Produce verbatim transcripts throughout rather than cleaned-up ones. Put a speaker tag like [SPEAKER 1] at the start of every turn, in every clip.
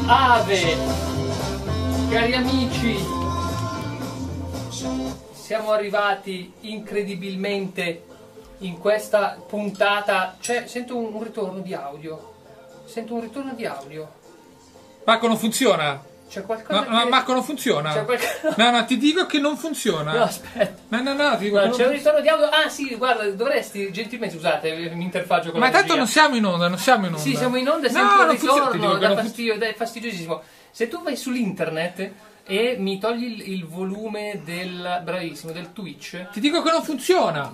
[SPEAKER 1] Ave, cari amici, siamo arrivati incredibilmente in questa puntata. Cioè, sento un, un ritorno di audio. Sento un ritorno di audio.
[SPEAKER 2] Marco, non funziona.
[SPEAKER 1] C'è qualcosa.
[SPEAKER 2] No, no,
[SPEAKER 1] che...
[SPEAKER 2] Marco, non funziona.
[SPEAKER 1] C'è qualcosa...
[SPEAKER 2] No, no, ti dico che non funziona.
[SPEAKER 1] No, aspetta.
[SPEAKER 2] No, no, no, ti dico
[SPEAKER 1] no,
[SPEAKER 2] che
[SPEAKER 1] c'è
[SPEAKER 2] non...
[SPEAKER 1] un ritorno di audio. Ah, sì, guarda, dovresti gentilmente, scusate, mi interfaccio con
[SPEAKER 2] Ma
[SPEAKER 1] la
[SPEAKER 2] tanto
[SPEAKER 1] regia.
[SPEAKER 2] non siamo in onda, non siamo in onda.
[SPEAKER 1] Sì, siamo in onda e
[SPEAKER 2] No,
[SPEAKER 1] sento
[SPEAKER 2] non
[SPEAKER 1] il
[SPEAKER 2] funziona, ti dico
[SPEAKER 1] ritorno,
[SPEAKER 2] che
[SPEAKER 1] dà
[SPEAKER 2] non
[SPEAKER 1] fastidio, dai, fastidiosissimo. Se tu vai sull'internet e mi togli il, il volume del, bravissimo, del Twitch,
[SPEAKER 2] Ti dico che non funziona.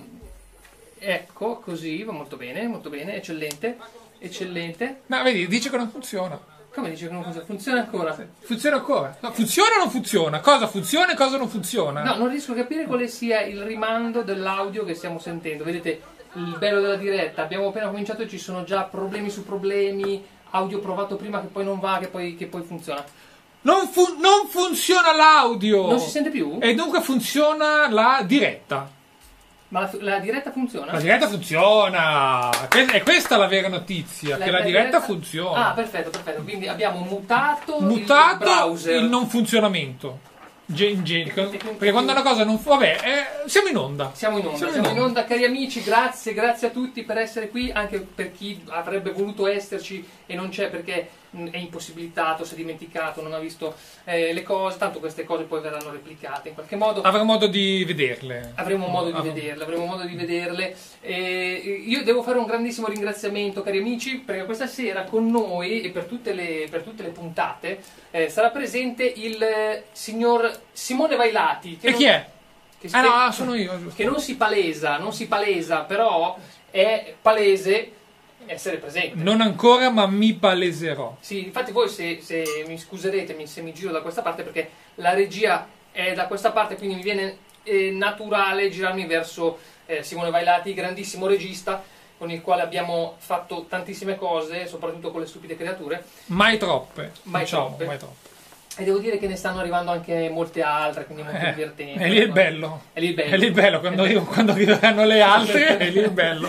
[SPEAKER 1] ecco, così, va molto bene, molto bene, eccellente, eccellente.
[SPEAKER 2] No, vedi, dice che non funziona.
[SPEAKER 1] Come dice che non funziona? Funziona ancora?
[SPEAKER 2] Funziona ancora? No, funziona o non funziona? Cosa funziona e cosa non funziona?
[SPEAKER 1] No, non riesco a capire quale sia il rimando dell'audio che stiamo sentendo. Vedete, il bello della diretta, abbiamo appena cominciato e ci sono già problemi su problemi, audio provato prima che poi non va, che poi, che poi funziona.
[SPEAKER 2] Non, fu- non funziona l'audio!
[SPEAKER 1] Non si sente più?
[SPEAKER 2] E dunque funziona la diretta.
[SPEAKER 1] Ma la, la diretta funziona?
[SPEAKER 2] La diretta funziona! Que- È questa la vera notizia, che la diretta funziona.
[SPEAKER 1] Ah, perfetto, perfetto. Quindi abbiamo mutato,
[SPEAKER 2] Mutato
[SPEAKER 1] il browser.
[SPEAKER 2] il non funzionamento. Gen- gen-
[SPEAKER 1] quindi-
[SPEAKER 2] perché quando una cosa non fu... Vabbè, eh, siamo in onda.
[SPEAKER 1] Siamo in onda,
[SPEAKER 2] Siamo
[SPEAKER 1] siamo
[SPEAKER 2] in
[SPEAKER 1] in onda, cari amici, grazie, grazie a tutti per essere qui, anche per chi avrebbe voluto esserci e non c'è perché mh, è impossibilitato, si è dimenticato, non ha visto eh, le cose, tanto queste cose poi verranno replicate in qualche modo.
[SPEAKER 2] Avremo modo di vederle.
[SPEAKER 1] Avremo modo di
[SPEAKER 2] Avremo-
[SPEAKER 1] vederle, avremo modo di vederle. Eh, io devo fare un grandissimo ringraziamento, cari amici, perché questa sera con noi e per tutte le, per tutte le puntate eh, sarà presente il eh, signor Simone Vailati. Che
[SPEAKER 2] E
[SPEAKER 1] non-
[SPEAKER 2] chi è?
[SPEAKER 1] Che,
[SPEAKER 2] Ah
[SPEAKER 1] spe-
[SPEAKER 2] no, sono io. giusto.
[SPEAKER 1] che non si palesa, non si palesa, però è palese essere presente.
[SPEAKER 2] Non ancora, ma mi paleserò.
[SPEAKER 1] Sì, infatti voi se, se mi scuserete mi- se mi giro da questa parte perché la regia è da questa parte, quindi mi viene eh, naturale girarmi verso eh, Simone Vailati, grandissimo regista con il quale abbiamo fatto tantissime cose, soprattutto con le stupide creature,
[SPEAKER 2] Mai troppe.
[SPEAKER 1] Mai
[SPEAKER 2] diciamo,
[SPEAKER 1] troppe.
[SPEAKER 2] mai troppe.
[SPEAKER 1] e devo dire che ne stanno arrivando anche molte altre, quindi molto
[SPEAKER 2] Eh,
[SPEAKER 1] divertenti.
[SPEAKER 2] e lì è il bello.
[SPEAKER 1] È lì il bello.
[SPEAKER 2] È lì il bello, quando, io- quando arriveranno le altre, è lì il bello.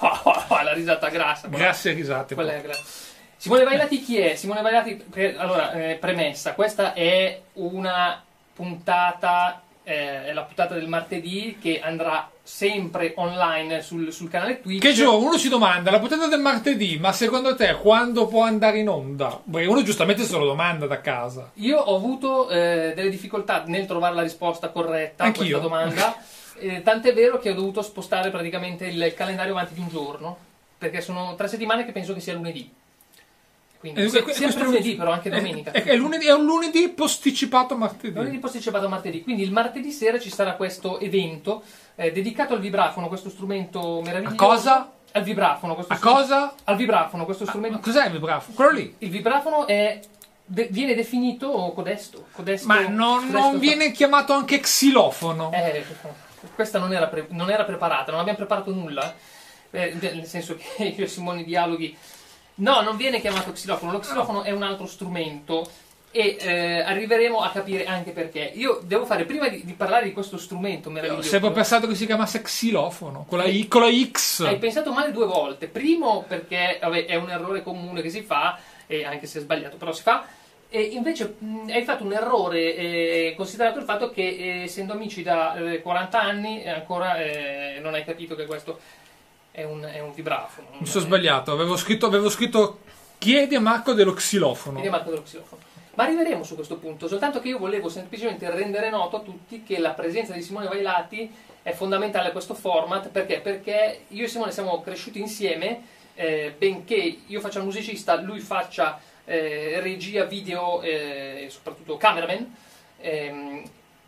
[SPEAKER 1] La risata grassa. quella-
[SPEAKER 2] Grazie risate.
[SPEAKER 1] quella è gra- Simone Vailati chi è? Simone Vailati, pre- allora, eh, premessa, questa è una puntata, eh, è la puntata del martedì che andrà sempre online sul, sul canale Twitch.
[SPEAKER 2] Che giorno? Uno si domanda, la puntata del martedì, ma secondo te quando può andare in onda? Perché uno giustamente se lo domanda da casa.
[SPEAKER 1] Io ho avuto eh, delle difficoltà nel trovare la risposta corretta a
[SPEAKER 2] Anch'io.
[SPEAKER 1] questa domanda, eh, tant'è vero che ho dovuto spostare praticamente il calendario avanti di un giorno, perché sono tre settimane che penso che sia lunedì. Quindi,
[SPEAKER 2] Eh,
[SPEAKER 1] se-
[SPEAKER 2] que-
[SPEAKER 1] sempre
[SPEAKER 2] questo-
[SPEAKER 1] lunedì, però anche domenica.
[SPEAKER 2] È, è lunedì- è un lunedì posticipato a martedì.
[SPEAKER 1] Lunedì posticipato a martedì, quindi il martedì sera ci sarà questo evento eh, dedicato al vibrafono, questo strumento meraviglioso.
[SPEAKER 2] A cosa?
[SPEAKER 1] Al vibrafono, questo
[SPEAKER 2] A
[SPEAKER 1] stru-
[SPEAKER 2] cosa?
[SPEAKER 1] Al vibrafono, questo
[SPEAKER 2] Ma
[SPEAKER 1] strumento.
[SPEAKER 2] cos'è il vibrafono? Quello lì.
[SPEAKER 1] Il vibrafono è, de- viene definito codesto. codesto
[SPEAKER 2] Ma non,
[SPEAKER 1] codesto
[SPEAKER 2] non
[SPEAKER 1] fa-
[SPEAKER 2] viene chiamato anche xilofono?
[SPEAKER 1] Eh, questa non era, pre- non era preparata, non abbiamo preparato nulla. Eh, nel senso che io e Simone dialoghi. No, non viene chiamato xilofono, lo xilofono è un altro strumento e eh, arriveremo a capire anche perché. Io devo fare, prima di, di parlare di questo strumento
[SPEAKER 2] Ho
[SPEAKER 1] meraviglioso,
[SPEAKER 2] sempre pensato che si chiamasse xilofono, con la, I, con la X.
[SPEAKER 1] hai pensato male due volte. Primo perché vabbè, è un errore comune che si fa, e anche se è sbagliato però si fa, e invece mh, hai fatto un errore eh, considerato il fatto che eh, essendo amici da eh, quaranta anni eh, ancora eh, non hai capito che questo è un, è un vibrafono.
[SPEAKER 2] Mi sono sbagliato, avevo scritto, avevo scritto chiedi a Marco dello xilofono.
[SPEAKER 1] Quindi è Marco dello xilofono. Ma arriveremo su questo punto, soltanto che io volevo semplicemente rendere noto a tutti che la presenza di Simone Vailati è fondamentale a questo format, perché? Perché io e Simone siamo cresciuti insieme, eh, benché io faccia il musicista, lui faccia eh, regia, video e soprattutto cameraman, ehm,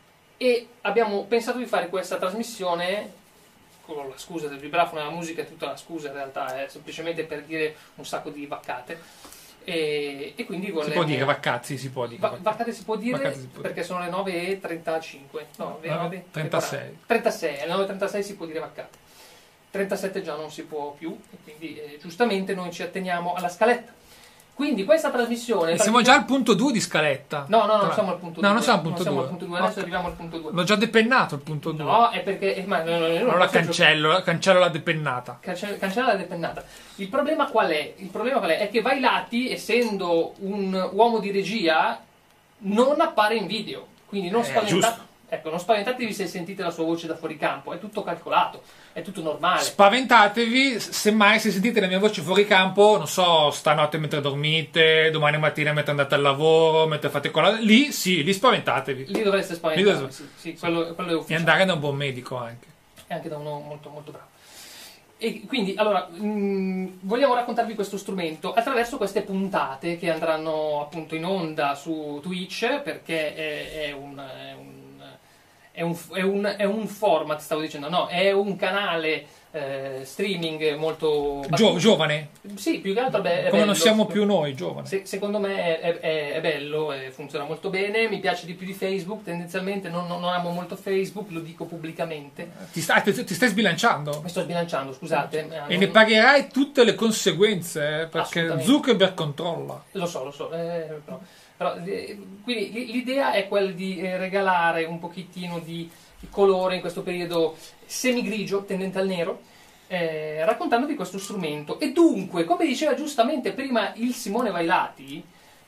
[SPEAKER 1] e abbiamo pensato di fare questa trasmissione con la scusa del vibrafono e la musica, è tutta la scusa in realtà, è semplicemente per dire un sacco di vaccate. E, e quindi
[SPEAKER 2] Si
[SPEAKER 1] volevo...
[SPEAKER 2] può dire vaccazzi, si può dire.
[SPEAKER 1] Va- vaccate si può dire
[SPEAKER 2] Vaccate si può dire.
[SPEAKER 1] perché sono le nove e trentacinque. No,
[SPEAKER 2] No,
[SPEAKER 1] nove e
[SPEAKER 2] trentasei.
[SPEAKER 1] trentasei, alle nove e trentasei si può dire vaccate. trentasette già non si può più, e quindi eh, giustamente noi ci atteniamo alla scaletta. Quindi questa trasmissione...
[SPEAKER 2] E siamo già al punto due di scaletta.
[SPEAKER 1] No, no, non siamo al punto due.
[SPEAKER 2] No, non siamo al punto
[SPEAKER 1] non
[SPEAKER 2] due.
[SPEAKER 1] Siamo al punto due. Adesso arriviamo al punto due.
[SPEAKER 2] L'ho già depennato il punto due.
[SPEAKER 1] No, è perché... eh, ma, no, no, no,
[SPEAKER 2] allora cancello, cancello la depennata.
[SPEAKER 1] Cancella, cancella la depennata. Il problema qual è? Il problema qual è? È che Vailati, essendo un uomo di regia, non appare in video. Quindi non
[SPEAKER 2] Eh,
[SPEAKER 1] spaventate... Ecco, non spaventatevi se sentite la sua voce da fuori campo, è tutto calcolato, è tutto normale.
[SPEAKER 2] Spaventatevi semmai se sentite la mia voce fuori campo, non so, stanotte mentre dormite, domani mattina mentre andate al lavoro, mentre fate colazione. Lì sì, lì spaventatevi.
[SPEAKER 1] Lì dovreste spaventarvi,
[SPEAKER 2] dovreste...
[SPEAKER 1] sì, sì, quello, quello è ufficiale.
[SPEAKER 2] E andare da un buon medico anche.
[SPEAKER 1] E anche da uno molto molto bravo. E quindi, allora, mh, vogliamo raccontarvi questo strumento attraverso queste puntate che andranno appunto in onda su Twitch, perché è, è un... È un È un, è, un, è un format, stavo dicendo, no, è un canale eh, streaming molto...
[SPEAKER 2] Gio, giovane?
[SPEAKER 1] Sì, più che altro beh, è
[SPEAKER 2] come
[SPEAKER 1] bello.
[SPEAKER 2] Non siamo più noi, giovani.
[SPEAKER 1] Se, secondo me è, è, è bello, e funziona molto bene, mi piace di più di Facebook, tendenzialmente non, non, non amo molto Facebook, lo dico pubblicamente.
[SPEAKER 2] Ti, sta, ti, ti stai sbilanciando?
[SPEAKER 1] Mi sto sbilanciando, scusate.
[SPEAKER 2] E
[SPEAKER 1] non...
[SPEAKER 2] ne pagherai tutte le conseguenze, eh, perché Zuckerberg controlla.
[SPEAKER 1] Lo so, lo so, eh, però... Però, eh, quindi l'idea è quella di eh, regalare un pochettino di, di colore in questo periodo semigrigio, tendente al nero, eh, raccontandovi questo strumento. E dunque, come diceva giustamente prima il Simone Vailati,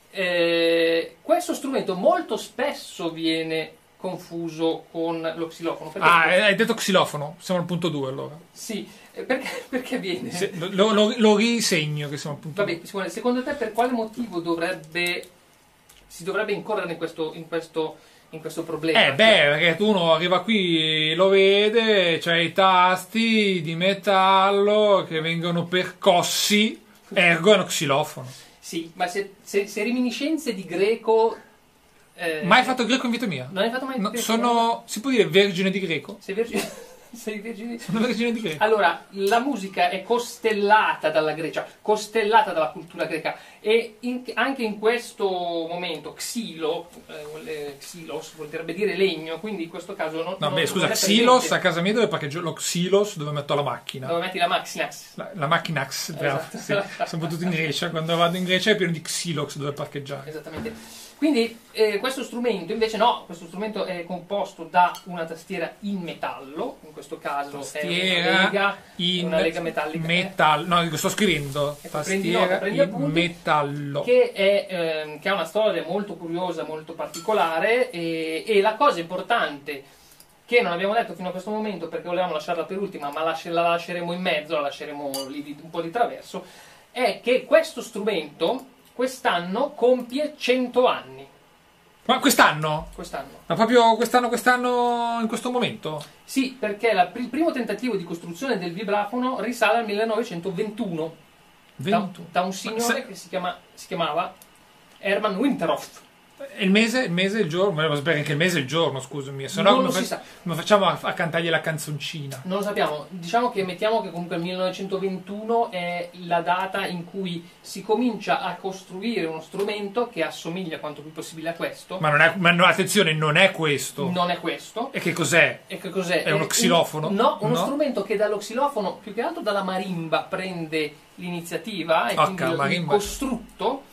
[SPEAKER 1] eh, questo strumento molto spesso viene confuso con lo xilofono.
[SPEAKER 2] Ah, hai detto xilofono, siamo al punto due allora.
[SPEAKER 1] Sì, perché, perché viene...
[SPEAKER 2] Se, lo, lo, lo risegno che siamo al punto
[SPEAKER 1] Vabbè, due. Secondo te per quale motivo dovrebbe... si dovrebbe incorrere in questo, in questo, in questo problema?
[SPEAKER 2] Eh beh, perché uno arriva qui, lo vede, c'è i tasti di metallo che vengono percossi, ergo è uno xilofono.
[SPEAKER 1] Sì, ma se, se, se reminiscenze di greco... Eh,
[SPEAKER 2] mai fatto greco in vita mia?
[SPEAKER 1] Non hai fatto mai
[SPEAKER 2] no,
[SPEAKER 1] greco?
[SPEAKER 2] Sono, si può dire vergine di greco?
[SPEAKER 1] Sei vergine... Sei vergine...
[SPEAKER 2] Sono vergine di greco.
[SPEAKER 1] Allora, la musica è costellata dalla Grecia, costellata dalla cultura greca, e in, anche in questo momento xilo, eh, xilos vuol dire legno, quindi in questo caso non...
[SPEAKER 2] No,
[SPEAKER 1] non
[SPEAKER 2] beh, scusa,
[SPEAKER 1] non
[SPEAKER 2] xilos
[SPEAKER 1] presente.
[SPEAKER 2] a casa mia dove parcheggio lo xilos dove metto la macchina.
[SPEAKER 1] Dove metti la maxinax.
[SPEAKER 2] La, la macchinax, bravo.
[SPEAKER 1] Esatto.
[SPEAKER 2] Sì. Sono potuto in Grecia, quando vado in Grecia è pieno di xilox dove parcheggiare.
[SPEAKER 1] Esattamente. Quindi eh, questo strumento, invece no, questo strumento è composto da una tastiera in metallo, in questo caso
[SPEAKER 2] Tastiera
[SPEAKER 1] è una lega,
[SPEAKER 2] in
[SPEAKER 1] una lega metallica.
[SPEAKER 2] Metallo, no, dico, sto scrivendo.
[SPEAKER 1] Ecco, prendi nota,
[SPEAKER 2] Tastiera
[SPEAKER 1] prendi
[SPEAKER 2] in
[SPEAKER 1] appunti,
[SPEAKER 2] metallo.
[SPEAKER 1] Che, è, ehm, che ha una storia molto curiosa, molto particolare, e, e la cosa importante che non abbiamo detto fino a questo momento, perché volevamo lasciarla per ultima, ma lasci- la lasceremo in mezzo, la lasceremo lì di- un po' di traverso, è che questo strumento quest'anno compie cento anni.
[SPEAKER 2] Ma quest'anno?
[SPEAKER 1] Quest'anno.
[SPEAKER 2] Ma proprio quest'anno, quest'anno, in questo momento?
[SPEAKER 1] Sì, perché la- il primo tentativo di costruzione del vibrafono risale al millenovecentoventuno da,
[SPEAKER 2] ventuno.
[SPEAKER 1] da un signore
[SPEAKER 2] se-
[SPEAKER 1] che si, chiama, si chiamava Hermann Winterhoff.
[SPEAKER 2] E il mese, il mese, il giorno? Volevo sapere anche il mese e il giorno, scusami. Se no,
[SPEAKER 1] Non
[SPEAKER 2] come,
[SPEAKER 1] lo
[SPEAKER 2] fa-
[SPEAKER 1] si sa.
[SPEAKER 2] come facciamo a, a cantargli la canzoncina?
[SPEAKER 1] Non lo sappiamo, diciamo che mettiamo che comunque il millenovecentoventuno è la data in cui si comincia a costruire uno strumento che assomiglia quanto più possibile a questo.
[SPEAKER 2] Ma, non è, ma no, attenzione, non è questo.
[SPEAKER 1] Non è questo.
[SPEAKER 2] E che cos'è?
[SPEAKER 1] E che cos'è?
[SPEAKER 2] È uno
[SPEAKER 1] un-
[SPEAKER 2] xilofono?
[SPEAKER 1] No, uno
[SPEAKER 2] No?
[SPEAKER 1] strumento che dallo xilofono, più che altro dalla marimba, prende l'iniziativa e
[SPEAKER 2] Ok,
[SPEAKER 1] quindi il- il
[SPEAKER 2] marimba.
[SPEAKER 1] costrutto.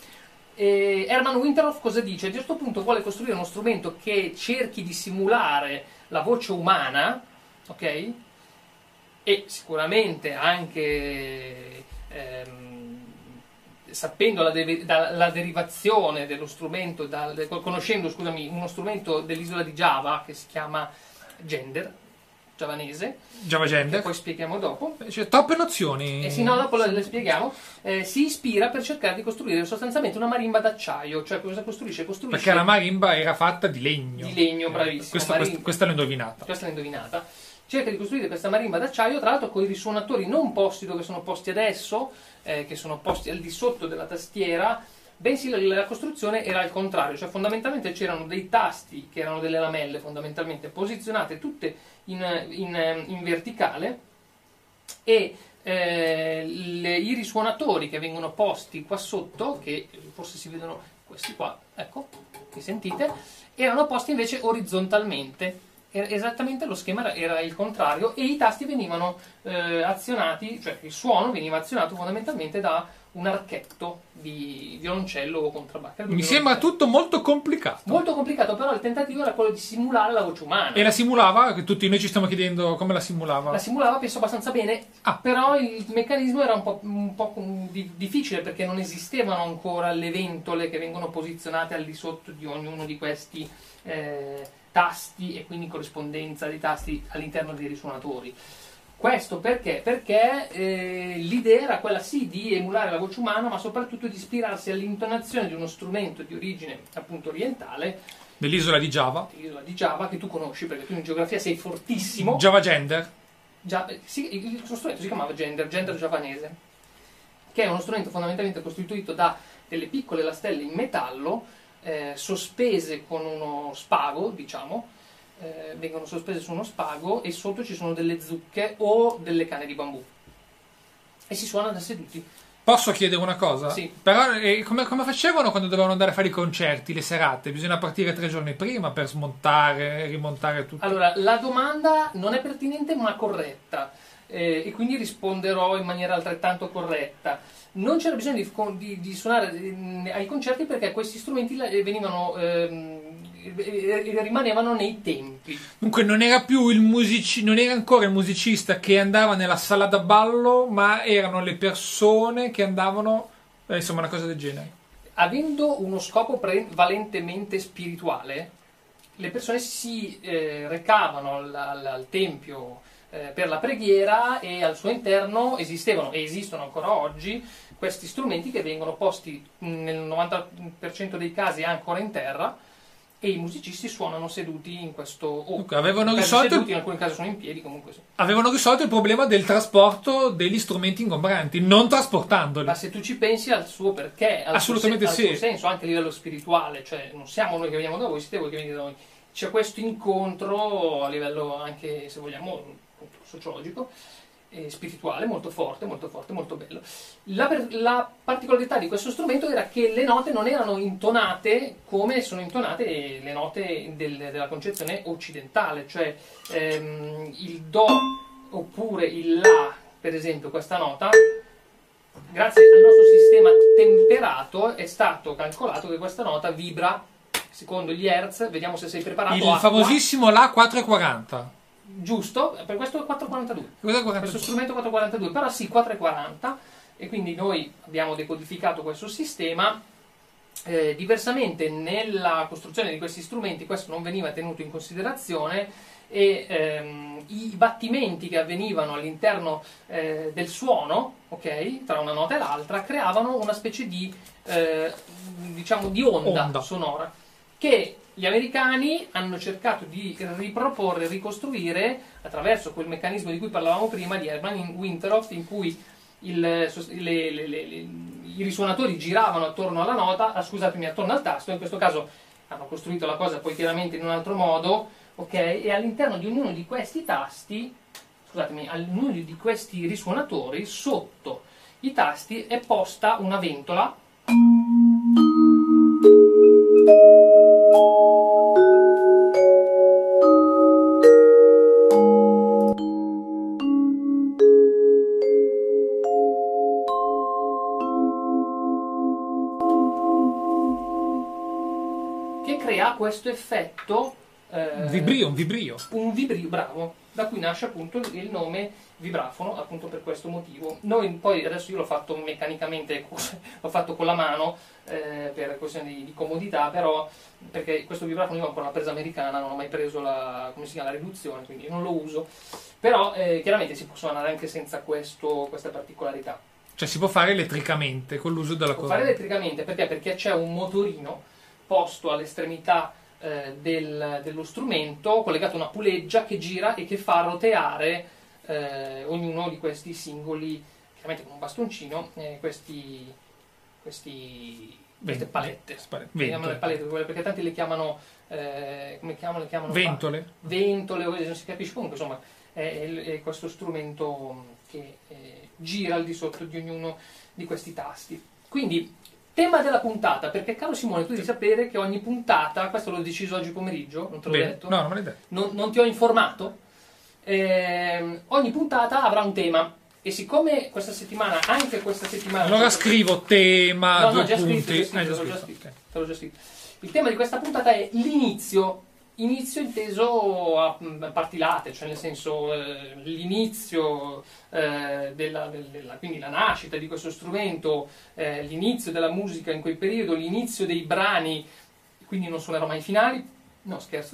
[SPEAKER 1] E Hermann Winterhoff cosa dice? A un certo punto vuole costruire uno strumento che cerchi di simulare la voce umana, ok? E sicuramente anche ehm, sapendo la, de- da- la derivazione dello strumento, dal- conoscendo scusami, uno strumento dell'isola di Java che si chiama Gender, giavanese,
[SPEAKER 2] Java
[SPEAKER 1] che
[SPEAKER 2] Gender?
[SPEAKER 1] poi spieghiamo dopo.
[SPEAKER 2] Cioè, troppe nozioni.
[SPEAKER 1] E sì, no, dopo le, le spieghiamo. Eh, si ispira per cercare di costruire sostanzialmente una marimba d'acciaio. Cioè, cosa costruisce? Costruisce
[SPEAKER 2] Perché la marimba era fatta di legno.
[SPEAKER 1] di legno, bravissimo.
[SPEAKER 2] Questa,
[SPEAKER 1] Marim-
[SPEAKER 2] questa, questa l'ho indovinata.
[SPEAKER 1] Questa l'ho indovinata. Cerca di costruire questa marimba d'acciaio, tra l'altro con i risuonatori non posti dove sono posti adesso, eh, che sono posti al di sotto della tastiera, bensì la, la costruzione era al contrario, cioè fondamentalmente c'erano dei tasti che erano delle lamelle fondamentalmente posizionate tutte in, in, in verticale e eh, le, i risuonatori che vengono posti qua sotto, che forse si vedono questi qua, ecco, che sentite, erano posti invece orizzontalmente. esattamente lo schema era il contrario e i tasti venivano eh, azionati, cioè il suono veniva azionato fondamentalmente da un archetto di violoncello o contrabbasso.
[SPEAKER 2] Mi sembra tutto molto complicato.
[SPEAKER 1] Molto complicato, però il tentativo era quello di simulare la voce umana.
[SPEAKER 2] E la simulava? Che tutti noi ci stiamo chiedendo come la simulava.
[SPEAKER 1] La simulava, penso, abbastanza bene, ah. però il meccanismo era un po', un po' difficile perché non esistevano ancora le ventole che vengono posizionate al di sotto di ognuno di questi eh, tasti e quindi corrispondenza dei tasti all'interno dei risuonatori. Questo perché? Perché eh, l'idea era quella sì di emulare la voce umana, ma soprattutto di ispirarsi all'intonazione di uno strumento di origine appunto orientale.
[SPEAKER 2] Dell'isola di Java.
[SPEAKER 1] Dell'isola di Java, che tu conosci perché tu in geografia sei fortissimo.
[SPEAKER 2] Java Gender.
[SPEAKER 1] Già, sì, il suo strumento si chiamava Gender, Gender giavanese, che è uno strumento fondamentalmente costituito da delle piccole lastelle in metallo eh, sospese con uno spago, diciamo, Eh, vengono sospese su uno spago e sotto ci sono delle zucche o delle canne di bambù e si suona da seduti.
[SPEAKER 2] Posso chiedere una cosa?
[SPEAKER 1] Sì.
[SPEAKER 2] Però eh, come, come facevano quando dovevano andare a fare i concerti, le serate? Bisogna partire tre giorni prima per smontare, rimontare tutto?
[SPEAKER 1] Allora, la domanda non è pertinente ma corretta eh, e quindi risponderò in maniera altrettanto corretta. Non c'era bisogno di, di, di suonare eh, ai concerti perché questi strumenti venivano... Ehm, rimanevano nei tempi.
[SPEAKER 2] Dunque non era più il musici- non era ancora il musicista che andava nella sala da ballo, ma erano le persone che andavano, eh, insomma una cosa del genere.
[SPEAKER 1] Avendo uno scopo prevalentemente spirituale, le persone si eh, recavano al, al, al tempio eh, per la preghiera e al suo interno esistevano e esistono ancora oggi questi strumenti che vengono posti nel novanta per cento dei casi ancora in terra e i musicisti suonano seduti in questo... Oh,
[SPEAKER 2] okay, avevano
[SPEAKER 1] in
[SPEAKER 2] risolto
[SPEAKER 1] seduti, in alcuni casi sono in piedi, comunque sì.
[SPEAKER 2] Avevano risolto il problema del trasporto degli strumenti ingombranti, non trasportandoli.
[SPEAKER 1] Ma se tu ci pensi al suo perché, al
[SPEAKER 2] assolutamente
[SPEAKER 1] suo,
[SPEAKER 2] sì.
[SPEAKER 1] al suo senso, anche a livello spirituale, cioè non siamo noi che veniamo da voi, siete voi che venite da noi. C'è questo incontro a livello anche, se vogliamo, sociologico, e spirituale, molto forte, molto forte, molto bello. La, la particolarità di questo strumento era che le note non erano intonate come sono intonate le note del, della concezione occidentale, cioè ehm, il Do oppure il La, per esempio questa nota, grazie al nostro sistema temperato è stato calcolato che questa nota vibra secondo gli hertz, vediamo se sei preparato.
[SPEAKER 2] Il famosissimo La quattrocentoquaranta.
[SPEAKER 1] Giusto, per questo è quattrocentoquarantadue.
[SPEAKER 2] quattrocentoquarantadue.
[SPEAKER 1] Questo strumento quattrocentoquarantadue, però sì, quattrocentoquaranta, e quindi noi abbiamo decodificato questo sistema. Eh, diversamente nella costruzione di questi strumenti questo non veniva tenuto in considerazione e ehm, i battimenti che avvenivano all'interno eh, del suono, ok, tra una nota e l'altra, creavano una specie di, eh, diciamo, di onda, onda sonora che gli americani hanno cercato di riproporre, ricostruire attraverso quel meccanismo di cui parlavamo prima di Herman Winterhoff, in cui il, le, le, le, le, i risuonatori giravano attorno alla nota, ah, scusatemi, attorno al tasto. In questo caso hanno costruito la cosa poi chiaramente in un altro modo, ok? E all'interno di ognuno di questi tasti, scusatemi, all'ognuno di questi risuonatori, sotto i tasti è posta una ventola che crea questo effetto eh,
[SPEAKER 2] vibrio, un vibrio.
[SPEAKER 1] Un vibrio, bravo, da cui nasce appunto il nome vibrafono, appunto per questo motivo. Noi poi, adesso io l'ho fatto meccanicamente, l'ho fatto con la mano eh, per questione di, di comodità, però perché questo vibrafono io ho ancora la presa americana, non ho mai preso la, come si chiama, la riduzione, quindi non lo uso, però eh, chiaramente si può suonare anche senza questo, questa particolarità.
[SPEAKER 2] Cioè si può fare elettricamente con l'uso della corrente.
[SPEAKER 1] Si può fare elettricamente perché? Perché c'è un motorino posto all'estremità eh, del, dello strumento, collegato a una puleggia che gira e che fa roteare eh, ognuno di questi singoli, chiaramente con un bastoncino, eh, questi, questi queste palette,
[SPEAKER 2] Ventole.
[SPEAKER 1] palette, perché tanti le chiamano, eh, come chiamano, le chiamano
[SPEAKER 2] ventole,
[SPEAKER 1] qua? Ventole, non si capisce, comunque insomma è, è questo strumento che eh, gira al di sotto di ognuno di questi tasti. Quindi Tema della puntata, perché caro Simone, tu devi sapere che ogni puntata, questo l'ho deciso oggi pomeriggio, non te l'ho
[SPEAKER 2] Bene.
[SPEAKER 1] detto?
[SPEAKER 2] No, non me l'hai detto.
[SPEAKER 1] Non, non ti ho informato? Eh, ogni puntata avrà un tema. E siccome questa settimana, anche questa settimana...
[SPEAKER 2] Allora scrivo tema,
[SPEAKER 1] No,
[SPEAKER 2] due
[SPEAKER 1] no, già
[SPEAKER 2] punti.
[SPEAKER 1] scritto, già scritto,
[SPEAKER 2] Ah, già
[SPEAKER 1] te l'ho già
[SPEAKER 2] scritto,
[SPEAKER 1] scritto,
[SPEAKER 2] ok.
[SPEAKER 1] te l'ho già scritto. Il tema di questa puntata è l'inizio. Inizio inteso a parti late, cioè nel senso eh, l'inizio eh, della, della, quindi la nascita di questo strumento, eh, l'inizio della musica in quel periodo, l'inizio dei brani, quindi non suonerò mai i finali, no scherzo,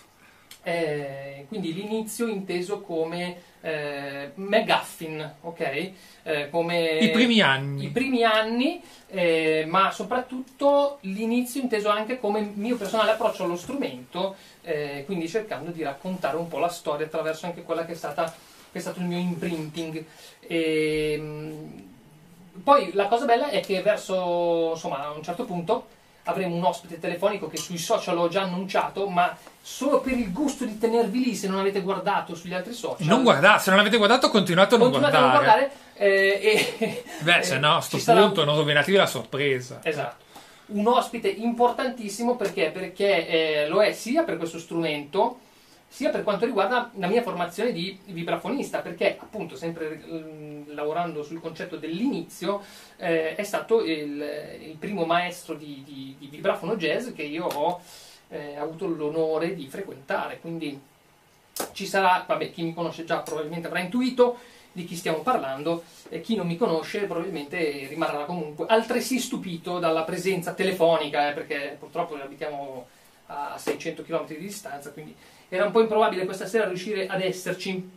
[SPEAKER 1] eh, quindi l'inizio inteso come eh, McGuffin, ok? Eh, come
[SPEAKER 2] I primi anni.
[SPEAKER 1] I primi anni, eh, ma soprattutto l'inizio inteso anche come mio personale approccio allo strumento, eh, quindi cercando di raccontare un po' la storia attraverso anche quella che è stata che è stato il mio imprinting. E, mh, poi la cosa bella è che verso, insomma, a un certo punto avremo un ospite telefonico che sui social ho già annunciato, ma solo per il gusto di tenervi lì, se non avete guardato sugli altri social.
[SPEAKER 2] Non guardate, se non avete guardato continuate a non
[SPEAKER 1] continuate
[SPEAKER 2] guardare.
[SPEAKER 1] a non guardare. Eh, e,
[SPEAKER 2] Beh, se no, a
[SPEAKER 1] ci
[SPEAKER 2] sto
[SPEAKER 1] sarà
[SPEAKER 2] punto
[SPEAKER 1] un-
[SPEAKER 2] non rovinatevi la sorpresa.
[SPEAKER 1] Esatto. Un ospite importantissimo perché, perché eh, lo è sia per questo strumento, sia per quanto riguarda la mia formazione di vibrafonista, perché appunto sempre mm, lavorando sul concetto dell'inizio, eh, è stato il, il primo maestro di, di, di vibrafono jazz che io ho eh, avuto l'onore di frequentare, quindi ci sarà, vabbè, chi mi conosce già probabilmente avrà intuito di chi stiamo parlando, e chi non mi conosce probabilmente rimarrà comunque altresì stupito dalla presenza telefonica, eh, perché purtroppo abitiamo a seicento chilometri di distanza, quindi era un po' improbabile questa sera riuscire ad esserci.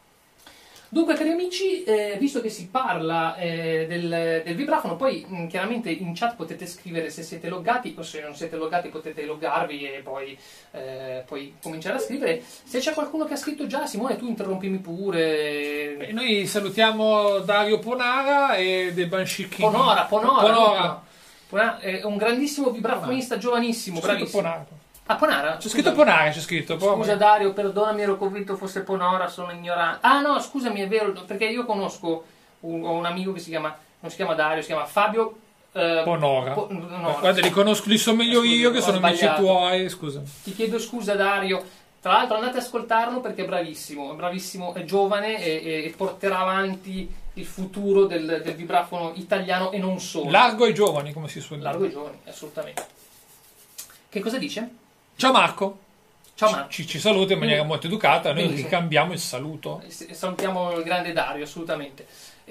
[SPEAKER 1] Dunque, cari amici, eh, visto che si parla eh, del, del vibrafono, poi mh, chiaramente in chat potete scrivere se siete loggati, o se non siete loggati potete loggarvi e poi, eh, poi cominciare a scrivere. Se c'è qualcuno che ha scritto già, Simone, tu interrompimi pure.
[SPEAKER 2] E noi salutiamo Dario Ponara e De Banshiki.
[SPEAKER 1] Ponora, Ponora,
[SPEAKER 2] Ponora.
[SPEAKER 1] Ponora è un grandissimo vibrafonista, giovanissimo,
[SPEAKER 2] C'è scritto
[SPEAKER 1] bravissimo.
[SPEAKER 2] Ponara.
[SPEAKER 1] Ah, Ponara?
[SPEAKER 2] C'è scritto Ponara, c'è scritto. poi-
[SPEAKER 1] Scusa Dario, perdonami, ero convinto fosse Ponora, sono ignorante. Ah no, scusami, è vero, perché io conosco un, ho un amico che si chiama, non si chiama Dario, si chiama Fabio eh,
[SPEAKER 2] Ponora.
[SPEAKER 1] Po- no,
[SPEAKER 2] Guarda, li conosco, li so meglio
[SPEAKER 1] Scusa,
[SPEAKER 2] io che
[SPEAKER 1] ho
[SPEAKER 2] sono amici
[SPEAKER 1] sbagliato.
[SPEAKER 2] tuoi, scusa.
[SPEAKER 1] Ti chiedo scusa Dario. Tra l'altro andate ad ascoltarlo perché è bravissimo, è bravissimo, è giovane e, e- e porterà avanti il futuro del, del vibrafono italiano e non solo.
[SPEAKER 2] Largo ai giovani, come si suol dire.
[SPEAKER 1] Largo ai giovani, assolutamente. Che cosa dice?
[SPEAKER 2] Ciao Marco.
[SPEAKER 1] Ciao Marco.
[SPEAKER 2] Ci, ci saluta in maniera molto educata, noi
[SPEAKER 1] Benissimo.
[SPEAKER 2] ricambiamo il saluto.
[SPEAKER 1] S- Salutiamo il grande Dario, assolutamente.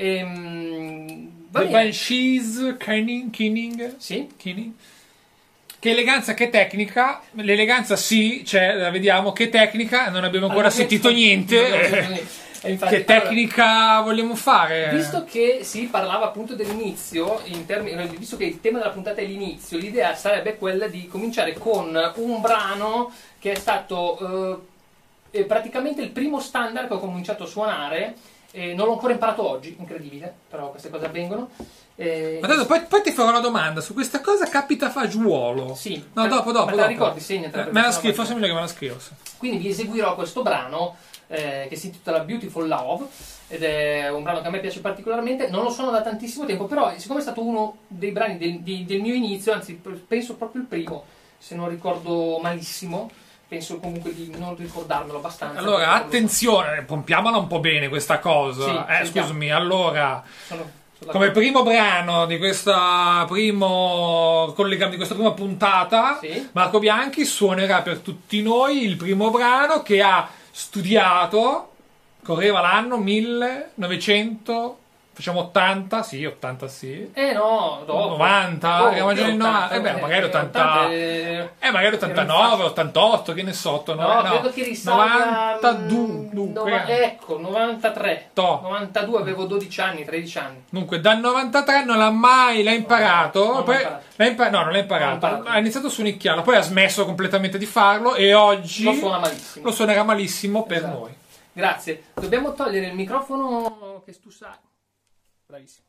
[SPEAKER 1] Ehm, va
[SPEAKER 2] The
[SPEAKER 1] bene.
[SPEAKER 2] Banshees, Kenning, Kinning,
[SPEAKER 1] Sì?
[SPEAKER 2] Kinning. Che eleganza, che tecnica. L'eleganza sì, c'è, la vediamo. Che tecnica, non abbiamo ancora
[SPEAKER 1] Allora,
[SPEAKER 2] sentito
[SPEAKER 1] non abbiamo
[SPEAKER 2] niente.
[SPEAKER 1] sentito niente. E infatti,
[SPEAKER 2] Che tecnica vogliamo fare?
[SPEAKER 1] allora, visto che si parlava appunto dell'inizio, in termini, visto che il tema della puntata è l'inizio, l'idea sarebbe quella di cominciare con un brano che è stato eh, praticamente il primo standard che ho cominciato a suonare. Eh, non l'ho ancora imparato oggi, incredibile, però queste cose avvengono. Eh,
[SPEAKER 2] Ma tanto, poi, poi ti farò una domanda su questa cosa capita fagiuolo.
[SPEAKER 1] Sì.
[SPEAKER 2] No, dopo, dopo.
[SPEAKER 1] Ma te la
[SPEAKER 2] dopo.
[SPEAKER 1] ricordi? Segnatela,
[SPEAKER 2] Eh,
[SPEAKER 1] perché
[SPEAKER 2] me la
[SPEAKER 1] sennò
[SPEAKER 2] scrivo,
[SPEAKER 1] poi-
[SPEAKER 2] forse è meglio che me la scrivo. Sì.
[SPEAKER 1] Quindi vi eseguirò questo brano eh, che si intitola Beautiful Love ed è un brano che a me piace particolarmente. Non lo suono da tantissimo tempo, però siccome è stato uno dei brani del, di- del mio inizio, anzi penso proprio il primo, se non ricordo malissimo, penso comunque di non ricordarmelo abbastanza.
[SPEAKER 2] Allora,
[SPEAKER 1] Perché
[SPEAKER 2] attenzione, pompiamola un po' bene questa cosa.
[SPEAKER 1] Sì,
[SPEAKER 2] eh,
[SPEAKER 1] sentiamo.
[SPEAKER 2] scusami, allora,
[SPEAKER 1] sono- sono
[SPEAKER 2] come
[SPEAKER 1] d'accordo.
[SPEAKER 2] primo brano di questa primo collega- di questa prima puntata,
[SPEAKER 1] Sì.
[SPEAKER 2] Marco Bianchi suonerà per tutti noi il primo brano che ha studiato, correva l'anno millenovecento, facciamo ottanta, sì, ottanta sì.
[SPEAKER 1] Eh no, dopo.
[SPEAKER 2] novanta,
[SPEAKER 1] Dopo,
[SPEAKER 2] eravamo già nel
[SPEAKER 1] ottanta,
[SPEAKER 2] novanta, eh beh,
[SPEAKER 1] eh,
[SPEAKER 2] magari ottanta,
[SPEAKER 1] ottanta, eh,
[SPEAKER 2] eh, magari ottantanove, ottantotto, che ne so,
[SPEAKER 1] No,
[SPEAKER 2] no, no,
[SPEAKER 1] credo che risalga
[SPEAKER 2] novantadue,
[SPEAKER 1] mm,
[SPEAKER 2] dunque,
[SPEAKER 1] nova- ecco, novantatré.
[SPEAKER 2] To.
[SPEAKER 1] novantadue avevo dodici anni, tredici anni.
[SPEAKER 2] Dunque, dal novantatré non l'ha mai, l'ha imparato,
[SPEAKER 1] non l'ho
[SPEAKER 2] poi
[SPEAKER 1] imparato.
[SPEAKER 2] l'ha impa- no, non l'ha imparato,
[SPEAKER 1] Non l'ho imparato.
[SPEAKER 2] ha iniziato a suonicchiarlo, poi ha smesso completamente di farlo e oggi
[SPEAKER 1] Lo suona malissimo.
[SPEAKER 2] lo suonerà malissimo per
[SPEAKER 1] Esatto.
[SPEAKER 2] noi.
[SPEAKER 1] Grazie. Dobbiamo togliere il microfono che tu sai. Bravissimo.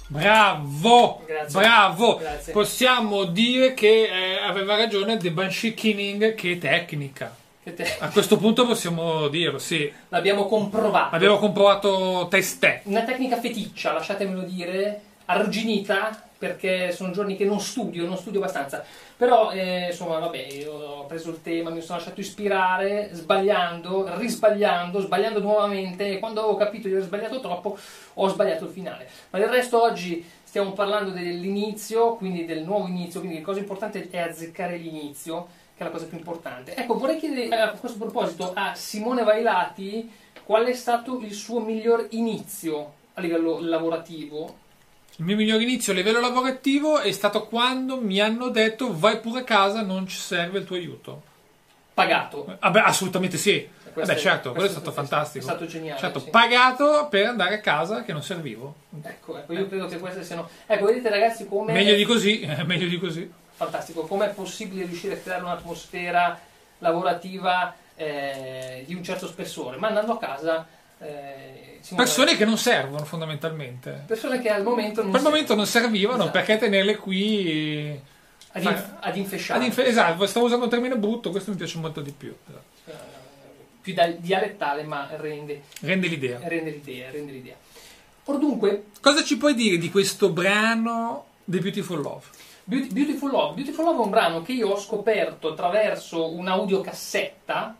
[SPEAKER 2] Bravo,
[SPEAKER 1] Grazie.
[SPEAKER 2] bravo.
[SPEAKER 1] Grazie.
[SPEAKER 2] Possiamo dire che eh, aveva ragione The Banshee Killing, che tecnica.
[SPEAKER 1] Che te-
[SPEAKER 2] A questo punto possiamo dirlo, sì.
[SPEAKER 1] L'abbiamo comprovato.
[SPEAKER 2] Abbiamo comprovato testè.
[SPEAKER 1] Una tecnica feticcia, lasciatemelo dire, arrugginita, perché sono giorni che non studio, non studio abbastanza. Però, eh, insomma, vabbè, io ho preso il tema, mi sono lasciato ispirare, sbagliando, risbagliando, sbagliando nuovamente, e quando avevo capito di aver sbagliato troppo, ho sbagliato il finale. Ma del resto oggi stiamo parlando dell'inizio, quindi del nuovo inizio, quindi la cosa importante è azzeccare l'inizio, che è la cosa più importante. Ecco, vorrei chiedere a questo proposito a Simone Vailati qual è stato il suo miglior inizio a livello lavorativo.
[SPEAKER 2] Il mio miglior inizio a livello lavorativo è stato quando mi hanno detto vai pure a casa, non ci serve il tuo aiuto.
[SPEAKER 1] Pagato.
[SPEAKER 2] Vabbè, assolutamente sì.
[SPEAKER 1] Questo
[SPEAKER 2] Vabbè,
[SPEAKER 1] è-
[SPEAKER 2] certo, quello è
[SPEAKER 1] questo
[SPEAKER 2] stato
[SPEAKER 1] è-
[SPEAKER 2] fantastico.
[SPEAKER 1] È stato geniale.
[SPEAKER 2] Certo,
[SPEAKER 1] sì.
[SPEAKER 2] pagato per andare a casa che non servivo.
[SPEAKER 1] Ecco, ecco, io credo che queste siano... Ecco, vedete ragazzi come...
[SPEAKER 2] Meglio di così, eh, meglio di così.
[SPEAKER 1] Fantastico, com'è possibile riuscire a creare un'atmosfera lavorativa eh, di un certo spessore, mandando a casa eh, Simone-
[SPEAKER 2] Persone che non servono fondamentalmente.
[SPEAKER 1] persone che al momento non
[SPEAKER 2] In quel momento
[SPEAKER 1] servono.
[SPEAKER 2] non servivano,
[SPEAKER 1] Esatto.
[SPEAKER 2] perché tenerle qui...
[SPEAKER 1] ad, inf- ad infesciare.
[SPEAKER 2] Ad infe- esatto, stavo usando un termine brutto, questo mi piace molto di più.
[SPEAKER 1] Eh, più da- dialettale, ma rende,
[SPEAKER 2] Rende l'idea.
[SPEAKER 1] rende l'idea, rende l'idea. Or dunque,
[SPEAKER 2] Cosa ci puoi dire di questo brano The Beautiful Love?
[SPEAKER 1] Beauty- Beautiful Love. Beautiful Love è un brano che io ho scoperto attraverso un'audiocassetta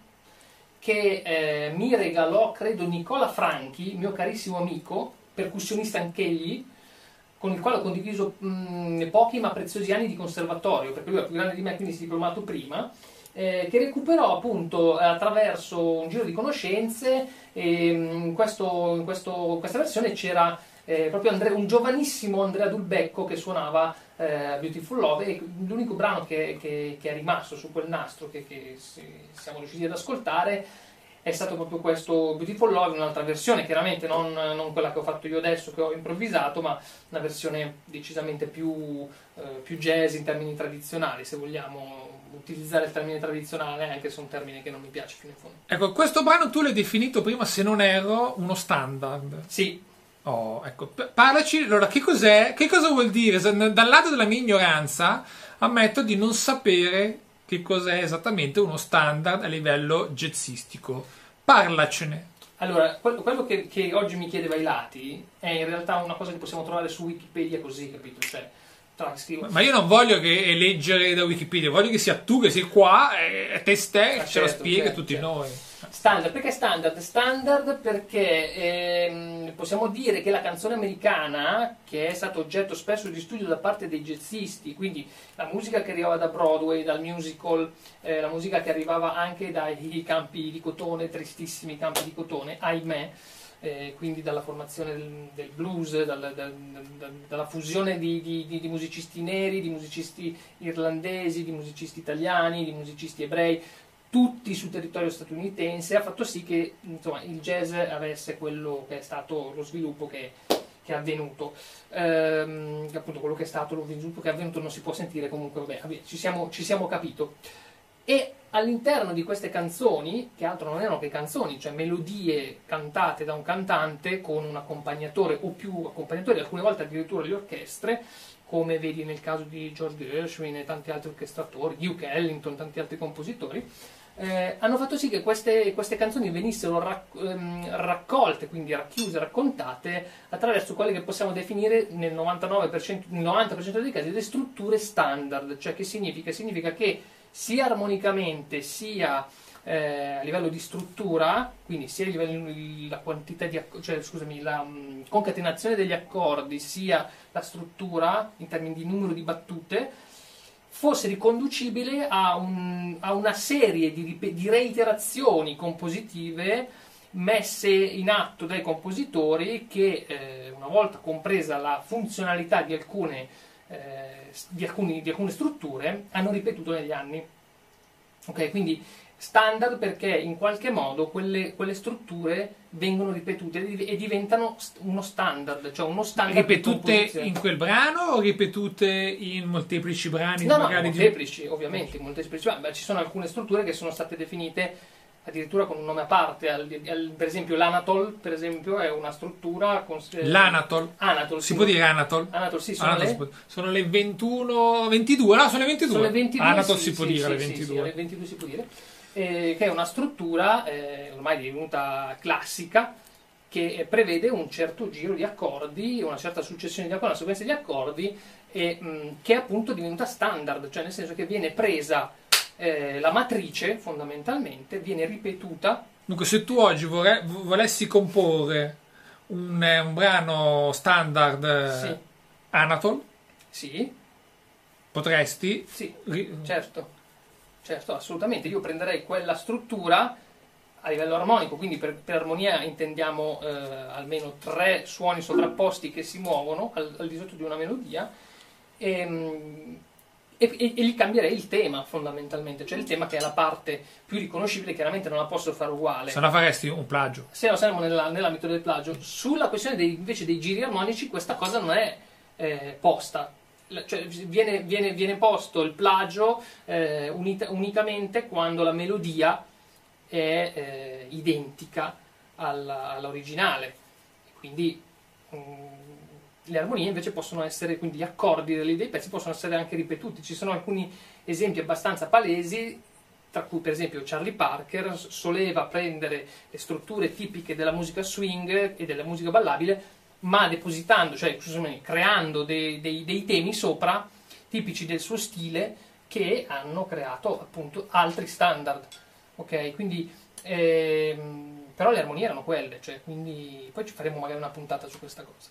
[SPEAKER 1] che eh, mi regalò, credo, Nicola Franchi, mio carissimo amico, percussionista anch'egli, con il quale ho condiviso mh, pochi ma preziosi anni di conservatorio, perché lui è più grande di me, quindi si è diplomato prima, eh, che recuperò appunto attraverso un giro di conoscenze, e mh, in, questo, in questo, questa versione c'era eh, proprio Andre- un giovanissimo Andrea Dulbecco che suonava eh, Beautiful Love, e l'unico brano che, che- che è rimasto su quel nastro che, che si- siamo riusciti ad ascoltare è stato proprio questo Beautiful Love, un'altra versione, chiaramente non, non quella che ho fatto io adesso, che ho improvvisato, ma una versione decisamente più, eh, più jazz in termini tradizionali, se vogliamo utilizzare il termine tradizionale, anche se è un termine che non mi piace fino in fondo.
[SPEAKER 2] Ecco, questo brano tu l'hai definito prima, se non erro, uno standard.
[SPEAKER 1] Sì,
[SPEAKER 2] Oh, ecco, p- parlaci, allora, che cos'è? Che cosa vuol dire? Se- Dal lato della mia ignoranza, ammetto di non sapere che cos'è esattamente uno standard a livello jazzistico. Parlacene.
[SPEAKER 1] allora, quello, quello che, che oggi mi chiede Vailati è in realtà una cosa che possiamo trovare su Wikipedia così, capito? Cioè, tra- scrivo...
[SPEAKER 2] Ma io non voglio che leggere da Wikipedia, voglio che sia tu che sei qua e te ste
[SPEAKER 1] Ah,
[SPEAKER 2] ce lo
[SPEAKER 1] certo,
[SPEAKER 2] spieghi a
[SPEAKER 1] certo,
[SPEAKER 2] tutti
[SPEAKER 1] certo.
[SPEAKER 2] noi.
[SPEAKER 1] Standard, perché standard? Standard perché ehm, possiamo dire che la canzone americana, che è stato oggetto spesso di studio da parte dei jazzisti, quindi la musica che arrivava da Broadway, dal musical, eh, la musica che arrivava anche dai campi di cotone, tristissimi campi di cotone, ahimè, eh, quindi dalla formazione del, del blues, dal- dal- dal- dalla fusione di, di- di- di musicisti neri, di musicisti irlandesi, di musicisti italiani, di musicisti ebrei, tutti sul territorio statunitense, ha fatto sì che insomma, il jazz avesse quello che è stato lo sviluppo che, che è avvenuto. Ehm, appunto quello che è stato lo sviluppo che è avvenuto non si può sentire, comunque vabbè, vabbè, ci siamo, ci siamo capito. E all'interno di queste canzoni, che altro non erano che canzoni, cioè melodie cantate da un cantante con un accompagnatore o più accompagnatori, alcune volte addirittura le orchestre, come vedi nel caso di George Gershwin e tanti altri orchestratori, Duke Ellington, tanti altri compositori, eh, hanno fatto sì che queste, queste canzoni venissero rac- ehm, raccolte, quindi racchiuse, raccontate attraverso quelle che possiamo definire nel novantanove per cento, nel novanta per cento dei casi le strutture standard. Cioè, che significa? Significa che sia armonicamente sia eh, a livello di struttura, quindi sia a livello la quantità di acc- cioè scusami la mh, concatenazione degli accordi, sia la struttura in termini di numero di battute, fosse riconducibile a, un, a una serie di, rip- di reiterazioni compositive messe in atto dai compositori che, eh, una volta compresa la funzionalità di alcune, eh, di, alcuni, di alcune strutture, hanno ripetuto negli anni. Ok, quindi standard perché in qualche modo quelle, quelle strutture vengono ripetute e diventano st- uno standard, cioè uno standard di
[SPEAKER 2] Ripetute
[SPEAKER 1] composizione.
[SPEAKER 2] in quel brano o ripetute in molteplici brani?
[SPEAKER 1] No, no,
[SPEAKER 2] magari di-
[SPEAKER 1] molteplici, ovviamente, molteplici, ma ci sono alcune strutture che sono state definite addirittura con un nome a parte, al, al, per esempio l'Anatol, per esempio, è una struttura... Con, eh,
[SPEAKER 2] L'Anatol?
[SPEAKER 1] Anatol,
[SPEAKER 2] si
[SPEAKER 1] sì,
[SPEAKER 2] può dire Anatol?
[SPEAKER 1] Anatol, sì, sono,
[SPEAKER 2] Anatol
[SPEAKER 1] le...
[SPEAKER 2] si può... sono le ventuno, ventidue, no, sono le ventidue.
[SPEAKER 1] Sono le ventidue,
[SPEAKER 2] Anatol
[SPEAKER 1] sì,
[SPEAKER 2] si può
[SPEAKER 1] sì,
[SPEAKER 2] dire,
[SPEAKER 1] sì,
[SPEAKER 2] le
[SPEAKER 1] sì,
[SPEAKER 2] ventidue.
[SPEAKER 1] sì, alle ventidue si può dire, eh, che è una struttura eh, ormai divenuta classica, che prevede un certo giro di accordi, una certa successione di accordi, una sequenza di accordi, e, mh, che è appunto divenuta standard, cioè nel senso che viene presa eh, la matrice, fondamentalmente, viene ripetuta.
[SPEAKER 2] Dunque, se tu oggi vorre- volessi comporre un, eh, un brano standard eh,
[SPEAKER 1] Sì.
[SPEAKER 2] Anatol,
[SPEAKER 1] Sì,
[SPEAKER 2] potresti...
[SPEAKER 1] sì,
[SPEAKER 2] ri-
[SPEAKER 1] certo, certo, assolutamente. Io prenderei quella struttura a livello armonico, quindi per, per armonia intendiamo eh, almeno tre suoni sovrapposti che si muovono al, al di sotto di una melodia, e, e, e gli cambierei il tema fondamentalmente, cioè il tema che è la parte più riconoscibile, chiaramente non la posso fare uguale.
[SPEAKER 2] Se no faresti un plagio.
[SPEAKER 1] Se no saremo nella, nell'ambito del plagio. Sulla questione dei, invece dei giri armonici questa cosa non è eh, posta. Cioè, viene, viene, viene posto il plagio eh, unita, unicamente quando la melodia è eh, identica alla, all'originale. Quindi mh, le armonie invece possono essere, quindi gli accordi dei, dei pezzi possono essere anche ripetuti. Ci sono alcuni esempi abbastanza palesi, tra cui per esempio Charlie Parker soleva prendere le strutture tipiche della musica swing e della musica ballabile, ma depositando, cioè scusami, creando dei, dei, dei temi sopra tipici del suo stile, che hanno creato appunto altri standard. Ok, quindi ehm, però le armonie erano quelle, cioè, quindi poi ci faremo magari una puntata su questa cosa,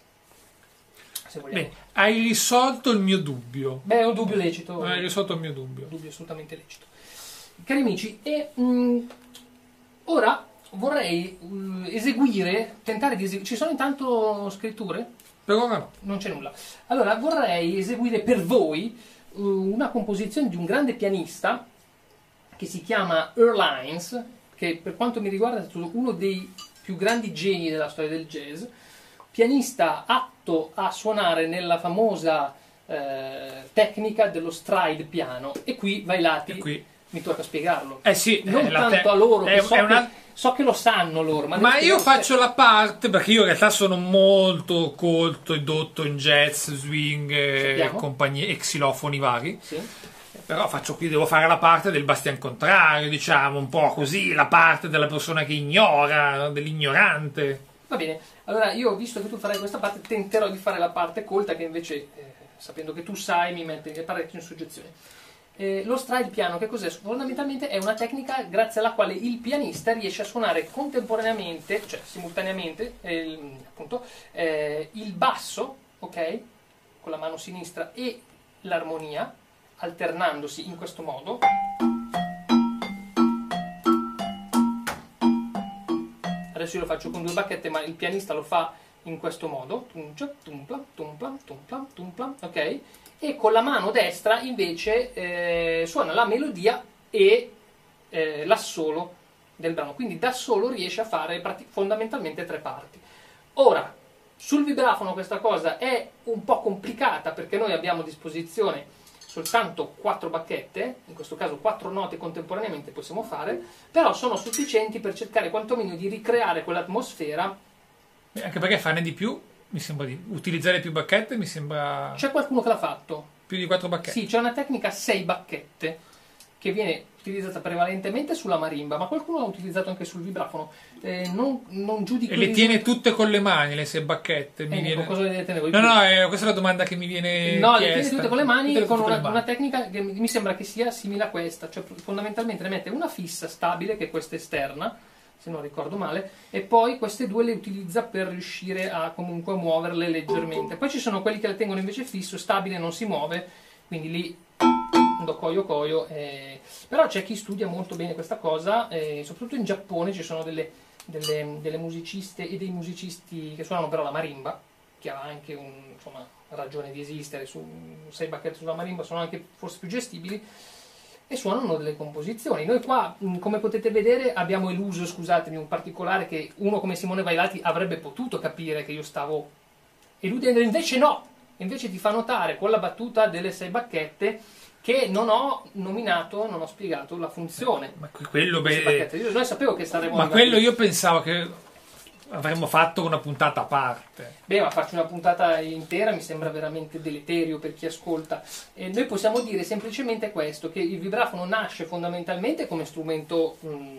[SPEAKER 1] se vogliamo.
[SPEAKER 2] Beh, hai risolto il mio dubbio.
[SPEAKER 1] Beh, è un dubbio lecito.
[SPEAKER 2] Hai risolto il mio dubbio.
[SPEAKER 1] Un dubbio assolutamente lecito. Cari amici, e mh, ora vorrei uh, eseguire, tentare di eseguire. Ci sono intanto scritture?
[SPEAKER 2] Per ora no.
[SPEAKER 1] Non c'è nulla. Allora, vorrei eseguire per voi uh, una composizione di un grande pianista che si chiama Earl Hines, che per quanto mi riguarda è stato uno dei più grandi geni della storia del jazz, pianista atto a suonare nella famosa eh, tecnica dello stride piano. E qui, vai lati,
[SPEAKER 2] E qui.
[SPEAKER 1] mi tocca spiegarlo.
[SPEAKER 2] Eh sì,
[SPEAKER 1] Non
[SPEAKER 2] eh, la
[SPEAKER 1] tanto
[SPEAKER 2] te-
[SPEAKER 1] a loro, che
[SPEAKER 2] è-
[SPEAKER 1] so,
[SPEAKER 2] è
[SPEAKER 1] che,
[SPEAKER 2] una-
[SPEAKER 1] so che lo sanno loro. Ma,
[SPEAKER 2] Ma
[SPEAKER 1] devo
[SPEAKER 2] io
[SPEAKER 1] spiegare-
[SPEAKER 2] faccio la parte, perché io in realtà sono molto colto e dotto in jazz, swing e
[SPEAKER 1] Sappiamo.
[SPEAKER 2] compagnie e xilofoni vari.
[SPEAKER 1] Sì.
[SPEAKER 2] Però faccio qui, devo fare la parte del bastian contrario, diciamo, un po' così, la parte della persona che ignora, dell'ignorante.
[SPEAKER 1] Va bene, allora io, visto che tu farai questa parte, tenterò di fare la parte colta, che invece, eh, sapendo che tu sai, mi mette parecchio in soggezione. Eh, lo stride piano, che cos'è? Fondamentalmente è una tecnica grazie alla quale il pianista riesce a suonare contemporaneamente, cioè simultaneamente, eh, appunto, eh, il basso, ok, con la mano sinistra, e l'armonia, alternandosi in questo modo. Adesso io lo faccio con due bacchette, ma il pianista lo fa in questo modo, tuncia, tumpla, tumpla, tumpla, tumpla, ok? E con la mano destra invece eh, suona la melodia e eh, l'assolo del brano, quindi da solo riesce a fare prati- fondamentalmente tre parti. Ora, sul vibrafono questa cosa è un po' complicata, perché noi abbiamo a disposizione soltanto quattro bacchette, in questo caso quattro note contemporaneamente possiamo fare, però sono sufficienti per cercare quantomeno di ricreare quell'atmosfera.
[SPEAKER 2] Eh, Anche perché farne di più, mi sembra di utilizzare più bacchette, mi sembra
[SPEAKER 1] C'è qualcuno che l'ha fatto?
[SPEAKER 2] più di quattro bacchette.
[SPEAKER 1] Sì, c'è una tecnica a sei bacchette che viene utilizzata prevalentemente sulla marimba, ma qualcuno l'ha utilizzato anche sul vibrafono. Eh, non, non giudico
[SPEAKER 2] E le
[SPEAKER 1] il
[SPEAKER 2] tiene
[SPEAKER 1] risultato-
[SPEAKER 2] tutte con le mani, le sei bacchette. Mi
[SPEAKER 1] Eh,
[SPEAKER 2] viene...
[SPEAKER 1] Nico, cosa vedete tenere voi?
[SPEAKER 2] No, no, eh, questa è la domanda che mi viene
[SPEAKER 1] No, le
[SPEAKER 2] chiesta.
[SPEAKER 1] tiene tutte con le mani,
[SPEAKER 2] Tutte-
[SPEAKER 1] con
[SPEAKER 2] tutte
[SPEAKER 1] una,
[SPEAKER 2] le mani.
[SPEAKER 1] una tecnica che mi mi sembra che sia simile a questa, cioè fondamentalmente ne mette una fissa stabile, che è questa esterna, se non ricordo male, e poi queste due le utilizza per riuscire a comunque muoverle leggermente. Poi ci sono quelli che le tengono invece fisso, stabile, non si muove, quindi lì do coio coio. Eh. Però c'è chi studia molto bene questa cosa, eh, soprattutto in Giappone ci sono delle, delle, delle musiciste e dei musicisti che suonano però la marimba, che ha anche un, insomma, ragione di esistere. Su sei bacchette sulla marimba sono anche forse più gestibili, e suonano delle composizioni. Noi qua, mh, come potete vedere, abbiamo eluso, scusatemi, un particolare che uno come Simone Vailati avrebbe potuto capire che io stavo eludendo, invece no, invece ti fa notare con la battuta delle sei bacchette che non ho nominato, non ho spiegato la funzione.
[SPEAKER 2] Ma quello,
[SPEAKER 1] Questi
[SPEAKER 2] beh,
[SPEAKER 1] pacchetti. Io non sapevo che saremmo
[SPEAKER 2] ma
[SPEAKER 1] arrivati-
[SPEAKER 2] quello io pensavo che avremmo fatto una puntata a parte.
[SPEAKER 1] Beh, ma farci una puntata intera mi sembra veramente deleterio per chi ascolta. E noi possiamo dire semplicemente questo, che il vibrafono nasce fondamentalmente come strumento mh,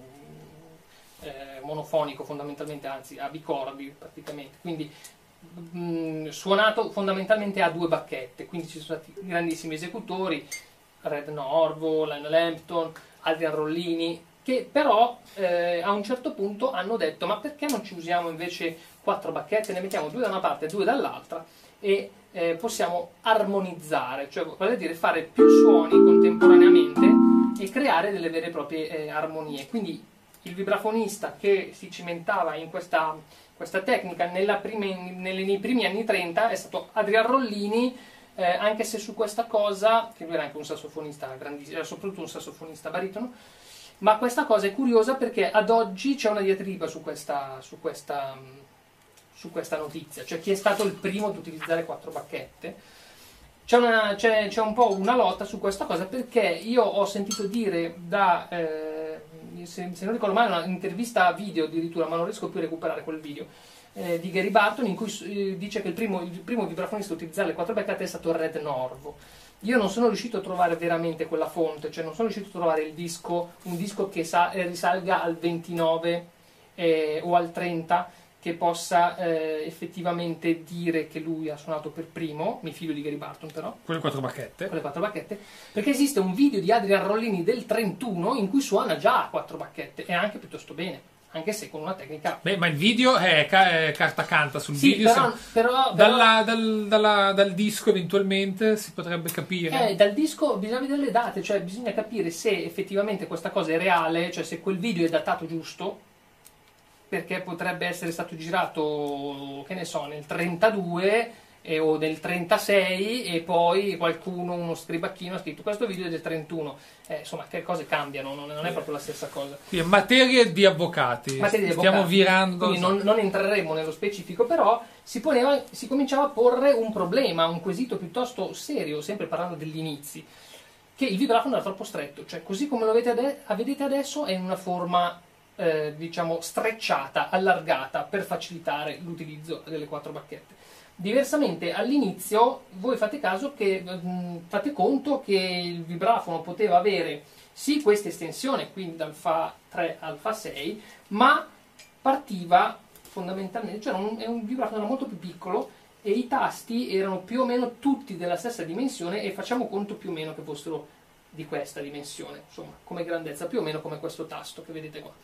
[SPEAKER 1] eh, monofonico, fondamentalmente, anzi a bicordi praticamente, quindi mh, suonato fondamentalmente a due bacchette, quindi ci sono stati grandissimi esecutori, Red Norvo, Lionel Hampton, Adrian Rollini, che però eh, a un certo punto hanno detto: ma perché non ci usiamo invece quattro bacchette, ne mettiamo due da una parte e due dall'altra e eh, possiamo armonizzare, cioè vale a dire fare più suoni contemporaneamente e creare delle vere e proprie eh, armonie. Quindi il vibrafonista che si cimentava in questa, questa tecnica nella prime, nelle, nei primi anni trenta è stato Adrian Rollini, eh, anche se su questa cosa, che lui era anche un sassofonista grandissimo, era soprattutto un sassofonista baritono. Ma questa cosa è curiosa perché ad oggi c'è una diatriba su questa, su questa, su questa notizia, cioè chi è stato il primo ad utilizzare quattro bacchette. C'è, una, c'è, c'è un po' una lotta su questa cosa perché io ho sentito dire da, eh, se, se non ricordo male, un'intervista video addirittura, ma non riesco più a recuperare quel video, eh, di Gary Barton in cui eh, dice che il primo, il primo vibrafonista a utilizzare le quattro bacchette è stato Red Norvo. Io non sono riuscito a trovare veramente quella fonte, cioè non sono riuscito a trovare il disco, un disco che sa, eh, risalga al ventinove eh, o al trenta, che possa eh, effettivamente dire che lui ha suonato per primo, mi fido di Gary Barton però,
[SPEAKER 2] Quelle quattro bacchette.
[SPEAKER 1] con le quattro bacchette, perché esiste un video di Adrian Rollini del trentuno in cui suona già a quattro bacchette e anche piuttosto bene, anche se con una tecnica...
[SPEAKER 2] Beh, ma il video è, ca- è carta canta sul
[SPEAKER 1] Sì,
[SPEAKER 2] video.
[SPEAKER 1] però,
[SPEAKER 2] se-
[SPEAKER 1] però, però
[SPEAKER 2] dalla- dal, dalla- dal disco eventualmente si potrebbe capire.
[SPEAKER 1] Eh, dal disco bisogna vedere le date, cioè bisogna capire se effettivamente questa cosa è reale, cioè se quel video è datato giusto, perché potrebbe essere stato girato, che ne so, nel trentadue eh, o nel trentasei e poi qualcuno, uno scribacchino, ha scritto questo video è del trentuno. Eh, insomma, che cose cambiano, non, non è proprio la stessa cosa.
[SPEAKER 2] Sì, materie di avvocati.
[SPEAKER 1] Materie di
[SPEAKER 2] Stiamo
[SPEAKER 1] avvocati.
[SPEAKER 2] virando.
[SPEAKER 1] Quindi non, non entreremo nello specifico, però si, poneva, si cominciava a porre un problema, un quesito piuttosto serio, sempre parlando degli inizi, che il vibrafono era troppo stretto, cioè così come lo vedete, ade- vedete adesso è in una forma eh, diciamo strecciata, allargata per facilitare l'utilizzo delle quattro bacchette. Diversamente all'inizio voi fate caso che mh, fate conto che il vibrafono poteva avere sì questa estensione, quindi dal Fa tre al Fa sei, ma partiva fondamentalmente, cioè un, è un vibrafono era molto più piccolo e i tasti erano più o meno tutti della stessa dimensione e facciamo conto più o meno che fossero di questa dimensione, insomma, come grandezza, più o meno come questo tasto che vedete qua.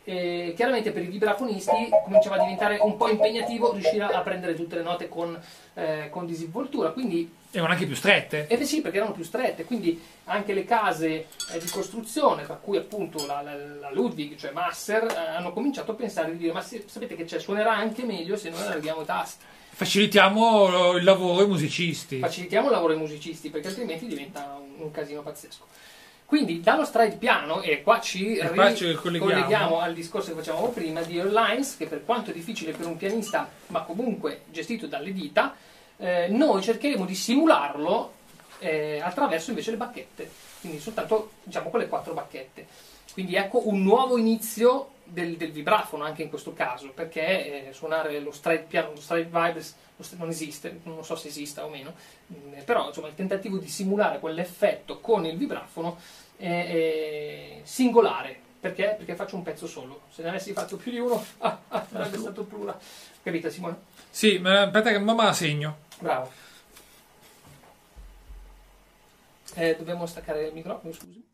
[SPEAKER 1] E chiaramente per i vibrafonisti cominciava a diventare un po' impegnativo riuscire a prendere tutte le note con, eh, con disinvoltura, quindi
[SPEAKER 2] Erano anche più strette.
[SPEAKER 1] eh beh sì, perché erano più strette, quindi anche le case eh, di costruzione, tra cui appunto la, la, la Ludwig, cioè Masser, eh, hanno cominciato a pensare di dire: ma se, sapete che c'è, suonerà anche meglio se noi allarghiamo i tasti.
[SPEAKER 2] Facilitiamo il lavoro ai musicisti.
[SPEAKER 1] Facilitiamo il lavoro ai musicisti, perché altrimenti diventa un, un casino pazzesco. Quindi dallo stride piano, e qua ci
[SPEAKER 2] E qua ci colleghiamo.
[SPEAKER 1] ricolleghiamo al discorso che facevamo prima di Airlines, che per quanto è difficile per un pianista, ma comunque gestito dalle dita, eh, noi cercheremo di simularlo eh, attraverso invece le bacchette, quindi soltanto diciamo con le quattro bacchette. Quindi ecco un nuovo inizio del, del vibrafono anche in questo caso, perché eh, suonare lo stride piano, lo stride vibes lo st- non esiste, non so se esista o meno, mh, però insomma il tentativo di simulare quell'effetto con il vibrafono è, è singolare. Perché? Perché faccio un pezzo solo. Se ne avessi fatto più di uno, ah, ah, sarebbe stato plura. Capito, Simone?
[SPEAKER 2] Sì, ma aspetta che mamma la segno.
[SPEAKER 1] Bravo. Eh, dobbiamo staccare il microfono, scusi.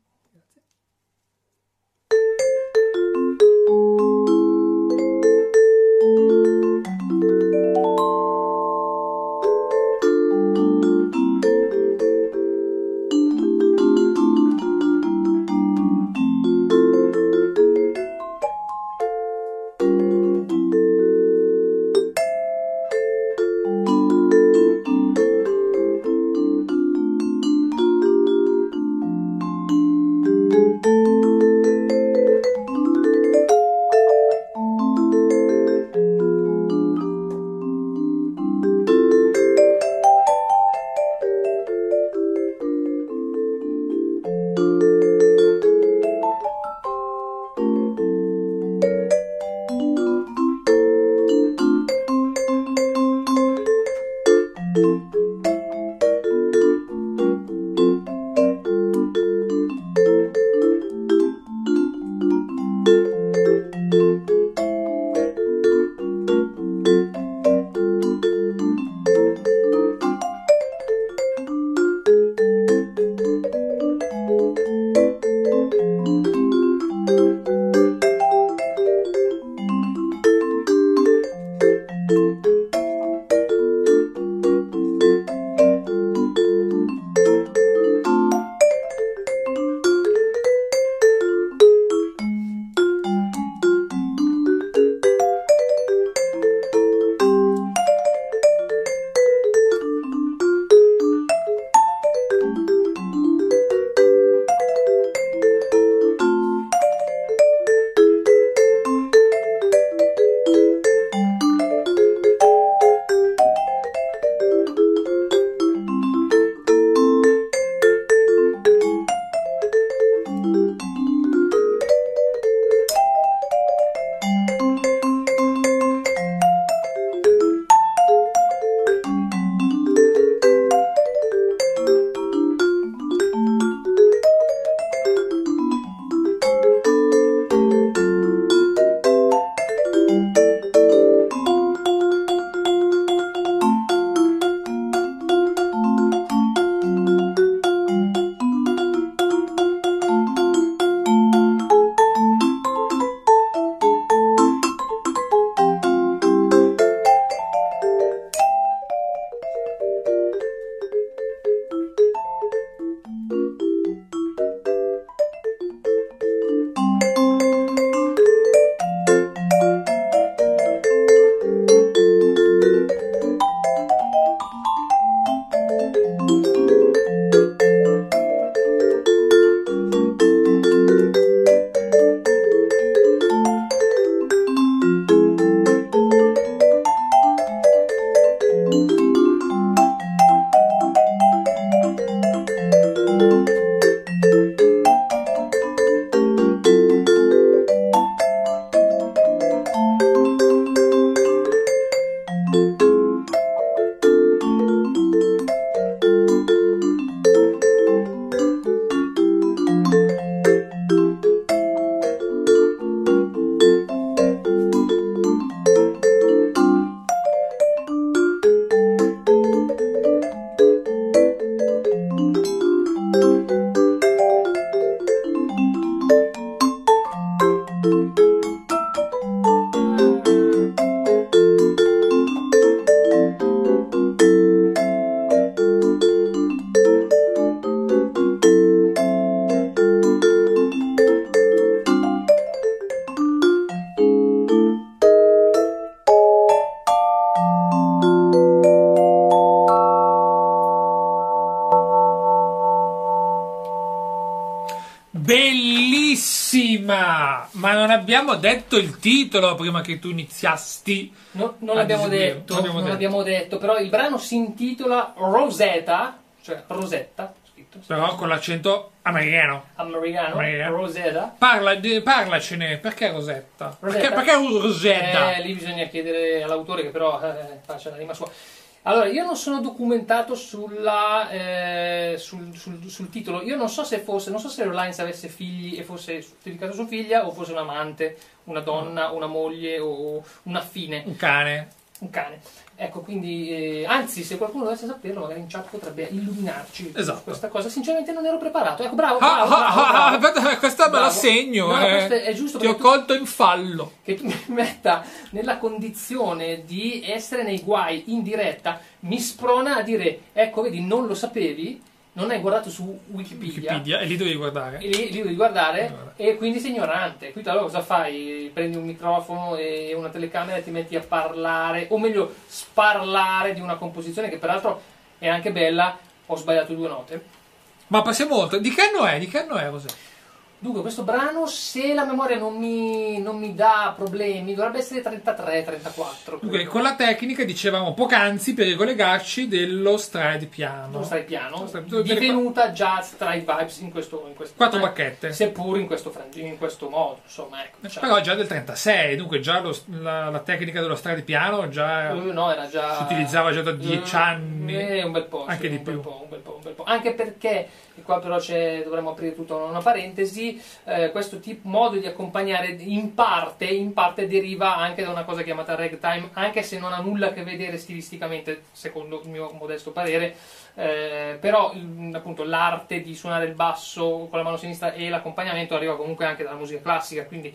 [SPEAKER 2] bellissima! Ma non abbiamo detto il titolo prima che tu iniziasti.
[SPEAKER 1] No, non
[SPEAKER 2] a
[SPEAKER 1] l'abbiamo
[SPEAKER 2] diseguire.
[SPEAKER 1] detto,
[SPEAKER 2] Non abbiamo
[SPEAKER 1] non
[SPEAKER 2] detto.
[SPEAKER 1] l'abbiamo detto, però il brano si intitola Rosetta, cioè Rosetta, scritto,
[SPEAKER 2] Però con l'accento americano.
[SPEAKER 1] americano,
[SPEAKER 2] Americano.
[SPEAKER 1] Rosetta.
[SPEAKER 2] Parla, di- parlacene, perché Rosetta?
[SPEAKER 1] Rosetta?
[SPEAKER 2] Perché, perché Rosetta?
[SPEAKER 1] Eh, lì bisogna chiedere all'autore che però eh, faccia la rima sua. Allora, io non sono documentato sulla, eh, sul, sul- sul titolo. Io non so se fosse, non so se Reliance avesse figli e fosse dedicato a sua figlia o fosse un amante, una donna, una moglie o un affine,
[SPEAKER 2] Un cane.
[SPEAKER 1] un cane. Ecco, quindi, eh, anzi, se qualcuno dovesse saperlo, magari in chat potrebbe illuminarci
[SPEAKER 2] Esatto.
[SPEAKER 1] su questa cosa. Sinceramente non ero preparato. Ecco, bravo,
[SPEAKER 2] Ah,
[SPEAKER 1] bravo,
[SPEAKER 2] ah,
[SPEAKER 1] bravo,
[SPEAKER 2] ah,
[SPEAKER 1] bravo.
[SPEAKER 2] aspetta, questa me la
[SPEAKER 1] Bravo.
[SPEAKER 2] segno.
[SPEAKER 1] No,
[SPEAKER 2] eh.
[SPEAKER 1] questo è giusto
[SPEAKER 2] Ti ho
[SPEAKER 1] perché tu-
[SPEAKER 2] colto in fallo.
[SPEAKER 1] che tu mi metta nella condizione di essere nei guai in diretta mi sprona a dire ecco vedi non lo sapevi, non hai guardato su Wikipedia,
[SPEAKER 2] Wikipedia, e lì devi guardare.
[SPEAKER 1] e lì, lì devi guardare
[SPEAKER 2] Allora.
[SPEAKER 1] e quindi sei ignorante. Quindi allora cosa fai? Prendi un microfono e una telecamera e ti metti a parlare, o meglio sparlare di una composizione che peraltro è anche bella. Ho sbagliato due note.
[SPEAKER 2] Ma passiamo oltre. Di che anno è? Di che anno è? Cos'è?
[SPEAKER 1] Dunque, questo brano, se la memoria non mi, non mi dà problemi, dovrebbe essere trentatré trentaquattro.
[SPEAKER 2] Dunque, con la tecnica, dicevamo poc'anzi, per ricollegarci, dello stride piano.
[SPEAKER 1] Non stai piano,
[SPEAKER 2] Stai- dove-
[SPEAKER 1] divenuta già Stride Vibes in questo, in questo
[SPEAKER 2] Quattro
[SPEAKER 1] eh,
[SPEAKER 2] bacchette.
[SPEAKER 1] seppur in questo frangino, in questo modo, insomma, ecco. diciamo.
[SPEAKER 2] Però già del trentasei, dunque già lo- la, la tecnica dello stride piano già
[SPEAKER 1] Eh, no, era già
[SPEAKER 2] si utilizzava già da dieci
[SPEAKER 1] eh,
[SPEAKER 2] anni.
[SPEAKER 1] eh, un bel po',
[SPEAKER 2] anche
[SPEAKER 1] sì,
[SPEAKER 2] di
[SPEAKER 1] un bel
[SPEAKER 2] più.
[SPEAKER 1] po', un bel po', un bel po'. Anche perché, e qua però c'è, dovremmo aprire tutta una parentesi, eh, questo tipo, modo di accompagnare in parte, in parte deriva anche da una cosa chiamata ragtime, anche se non ha nulla a che vedere stilisticamente, secondo il mio modesto parere, eh, però il- appunto l'arte di suonare il basso con la mano sinistra e l'accompagnamento arriva comunque anche dalla musica classica, quindi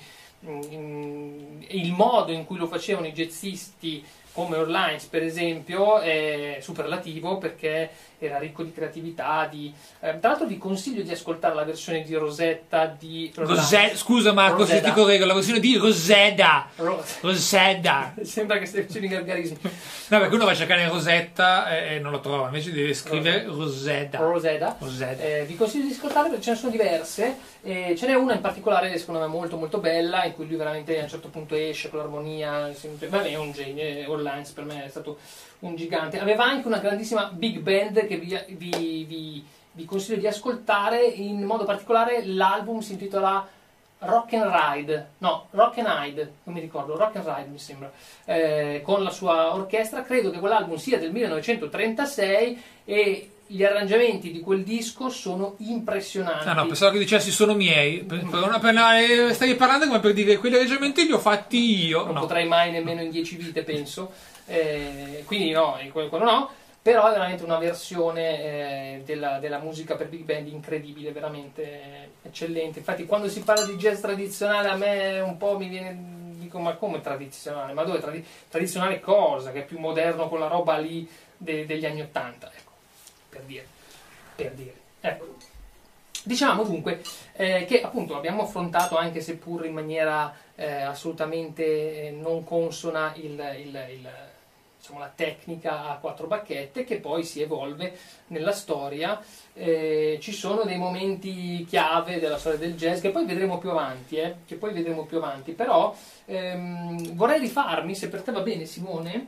[SPEAKER 1] mm, il modo in cui lo facevano i jazzisti come Orlines per esempio è superlativo perché era ricco di creatività, di, eh, tra l'altro vi consiglio di ascoltare la versione di Rosetta di
[SPEAKER 2] Rosè- scusa Marco, se
[SPEAKER 1] Rosetta.
[SPEAKER 2] ti correggo, la versione di Rosetta.
[SPEAKER 1] Ro-
[SPEAKER 2] Rosetta.
[SPEAKER 1] sembra che stai facendo i gargarismi.
[SPEAKER 2] No, perché uno va a cercare Rosetta e, e non lo trova, invece deve scrivere Rosetta.
[SPEAKER 1] Rosetta.
[SPEAKER 2] Rosetta.
[SPEAKER 1] Eh, vi consiglio di ascoltarle perché ce ne sono diverse, e ce n'è una in particolare secondo me molto molto bella in cui lui veramente a un certo punto esce con l'armonia, sempre- vabbè è un genio, Orlines per me è stato un gigante, aveva anche una grandissima big band che vi, vi- vi- vi consiglio di ascoltare, in modo particolare l'album si intitola Rock and Ride, no, Rock and Hide, non mi ricordo, Rock and Ride mi sembra, eh, con la sua orchestra. Credo che quell'album sia del millenovecentotrentasei e gli arrangiamenti di quel disco sono impressionanti.
[SPEAKER 2] Ah no, pensavo che dicessi sono miei. Per, per una, per una- eh, stavi parlando come per dire quegli arrangiamenti li ho fatti io.
[SPEAKER 1] Non
[SPEAKER 2] No.
[SPEAKER 1] potrei mai nemmeno in dieci vite, penso. Eh, quindi no, quello, quello no. Però è veramente una versione eh, della, della musica per big band incredibile, veramente eccellente. Infatti quando si parla di jazz tradizionale a me un po' mi viene, dico ma come tradizionale? Ma dove tradi- tradizionale cosa? Che è più moderno con la roba lì de- degli anni Ottanta, ecco, per dire. Per dire. Ecco. Diciamo dunque eh, che appunto abbiamo affrontato, anche seppur in maniera eh, assolutamente eh, non consona, il, il- il, diciamo, la tecnica a quattro bacchette che poi si evolve nella storia. Eh, ci sono dei momenti chiave della storia del jazz che poi vedremo più avanti, eh, che poi vedremo più avanti, però ehm, vorrei rifarmi, se per te va bene Simone.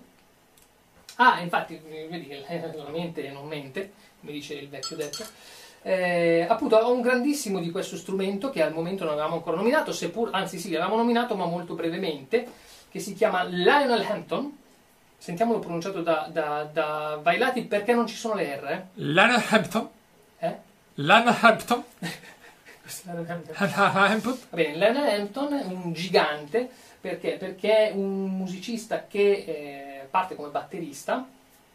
[SPEAKER 1] Ah, infatti, vedi che la mente non mente, come dice il vecchio detto. Eh, appunto ho un grandissimo di questo strumento che al momento non avevamo ancora nominato, seppur, anzi sì, l'avevamo nominato ma molto brevemente, che si chiama Lionel Hampton. Sentiamolo pronunciato da, da, da Vailati, perché non ci sono le R.
[SPEAKER 2] Lionel Hampton.
[SPEAKER 1] Eh?
[SPEAKER 2] Lionel Hampton.
[SPEAKER 1] Questo è Lionel Hampton.
[SPEAKER 2] Lionel Hampton.
[SPEAKER 1] Va bene, Lionel Hampton è un gigante, perché? Perché è un musicista che eh, parte come batterista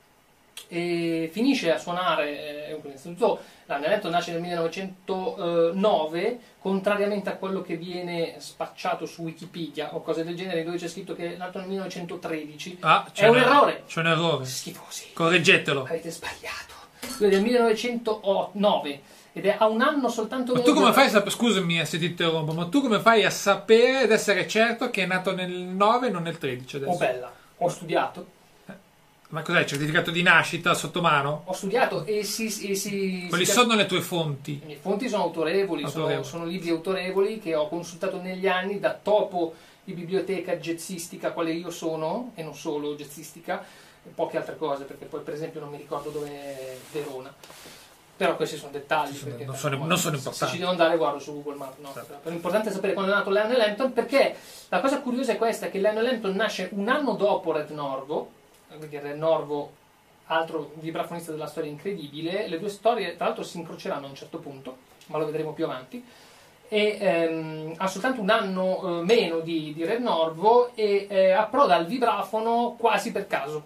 [SPEAKER 1] e finisce a suonare, eh, innanzitutto Lionel Hampton nasce nel millenovecentonove, contrariamente a quello che viene spacciato su Wikipedia o cose del genere, dove c'è scritto che è nato nel millenovecentotredici.
[SPEAKER 2] Ah, c'è
[SPEAKER 1] È un errore.
[SPEAKER 2] C'è un errore.
[SPEAKER 1] Schifosi.
[SPEAKER 2] Correggetelo.
[SPEAKER 1] Avete sbagliato. Lui è del millenovecentonove ed è a un anno soltanto.
[SPEAKER 2] Ma tu come fai a sapere, scusami eh, se ti interrompo, ma tu come fai a sapere ed essere certo che è nato nel nove e non nel tredici adesso?
[SPEAKER 1] Oh bella, ho studiato.
[SPEAKER 2] Ma cos'è il certificato di nascita sotto mano?
[SPEAKER 1] Ho studiato e si... E si
[SPEAKER 2] Quali
[SPEAKER 1] si
[SPEAKER 2] sono le tue fonti?
[SPEAKER 1] Le mie fonti sono autorevoli,
[SPEAKER 2] Autorevoli.
[SPEAKER 1] Sono, sono libri autorevoli che ho consultato negli anni da topo di biblioteca jazzistica, quale io sono, e non solo jazzistica, e poche altre cose, perché poi per esempio non mi ricordo dove è Verona. Però questi sono dettagli.
[SPEAKER 2] Sono-
[SPEAKER 1] perché,
[SPEAKER 2] non sono-
[SPEAKER 1] guarda,
[SPEAKER 2] non sono
[SPEAKER 1] se-
[SPEAKER 2] importanti.
[SPEAKER 1] Se ci devo andare guardo su Google Maps. No?
[SPEAKER 2] Certo.
[SPEAKER 1] Però l'importante è sapere quando è nato Lionel Hampton, perché la cosa curiosa è questa, che Lionel Hampton nasce un anno dopo Red Norvo, quindi Red Norvo, altro vibrafonista della storia incredibile. Le due storie tra l'altro si incroceranno a un certo punto, ma lo vedremo più avanti. E ehm, ha soltanto un anno eh, meno di, di Red Norvo e eh, approda al vibrafono quasi per caso.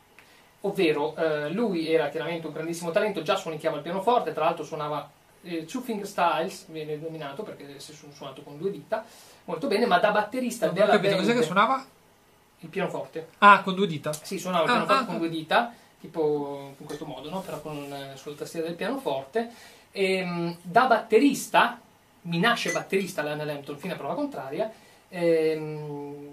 [SPEAKER 1] Ovvero, eh, lui era chiaramente un grandissimo talento, già suonicchiava il pianoforte, tra l'altro suonava eh, Two Finger Styles, viene denominato perché si è suonato con due dita, molto bene, ma da batterista
[SPEAKER 2] Non ho
[SPEAKER 1] della
[SPEAKER 2] capito,
[SPEAKER 1] band,
[SPEAKER 2] cos'è che suonava?
[SPEAKER 1] il pianoforte.
[SPEAKER 2] Ah, con due dita.
[SPEAKER 1] Sì, suonava il
[SPEAKER 2] Ah,
[SPEAKER 1] pianoforte
[SPEAKER 2] ah,
[SPEAKER 1] con
[SPEAKER 2] ah.
[SPEAKER 1] due dita, tipo in questo modo, no? Però con, eh, sulla tastiera del pianoforte. Ehm, da batterista, mi nasce batterista Lionel Hampton fino a prova contraria, ehm,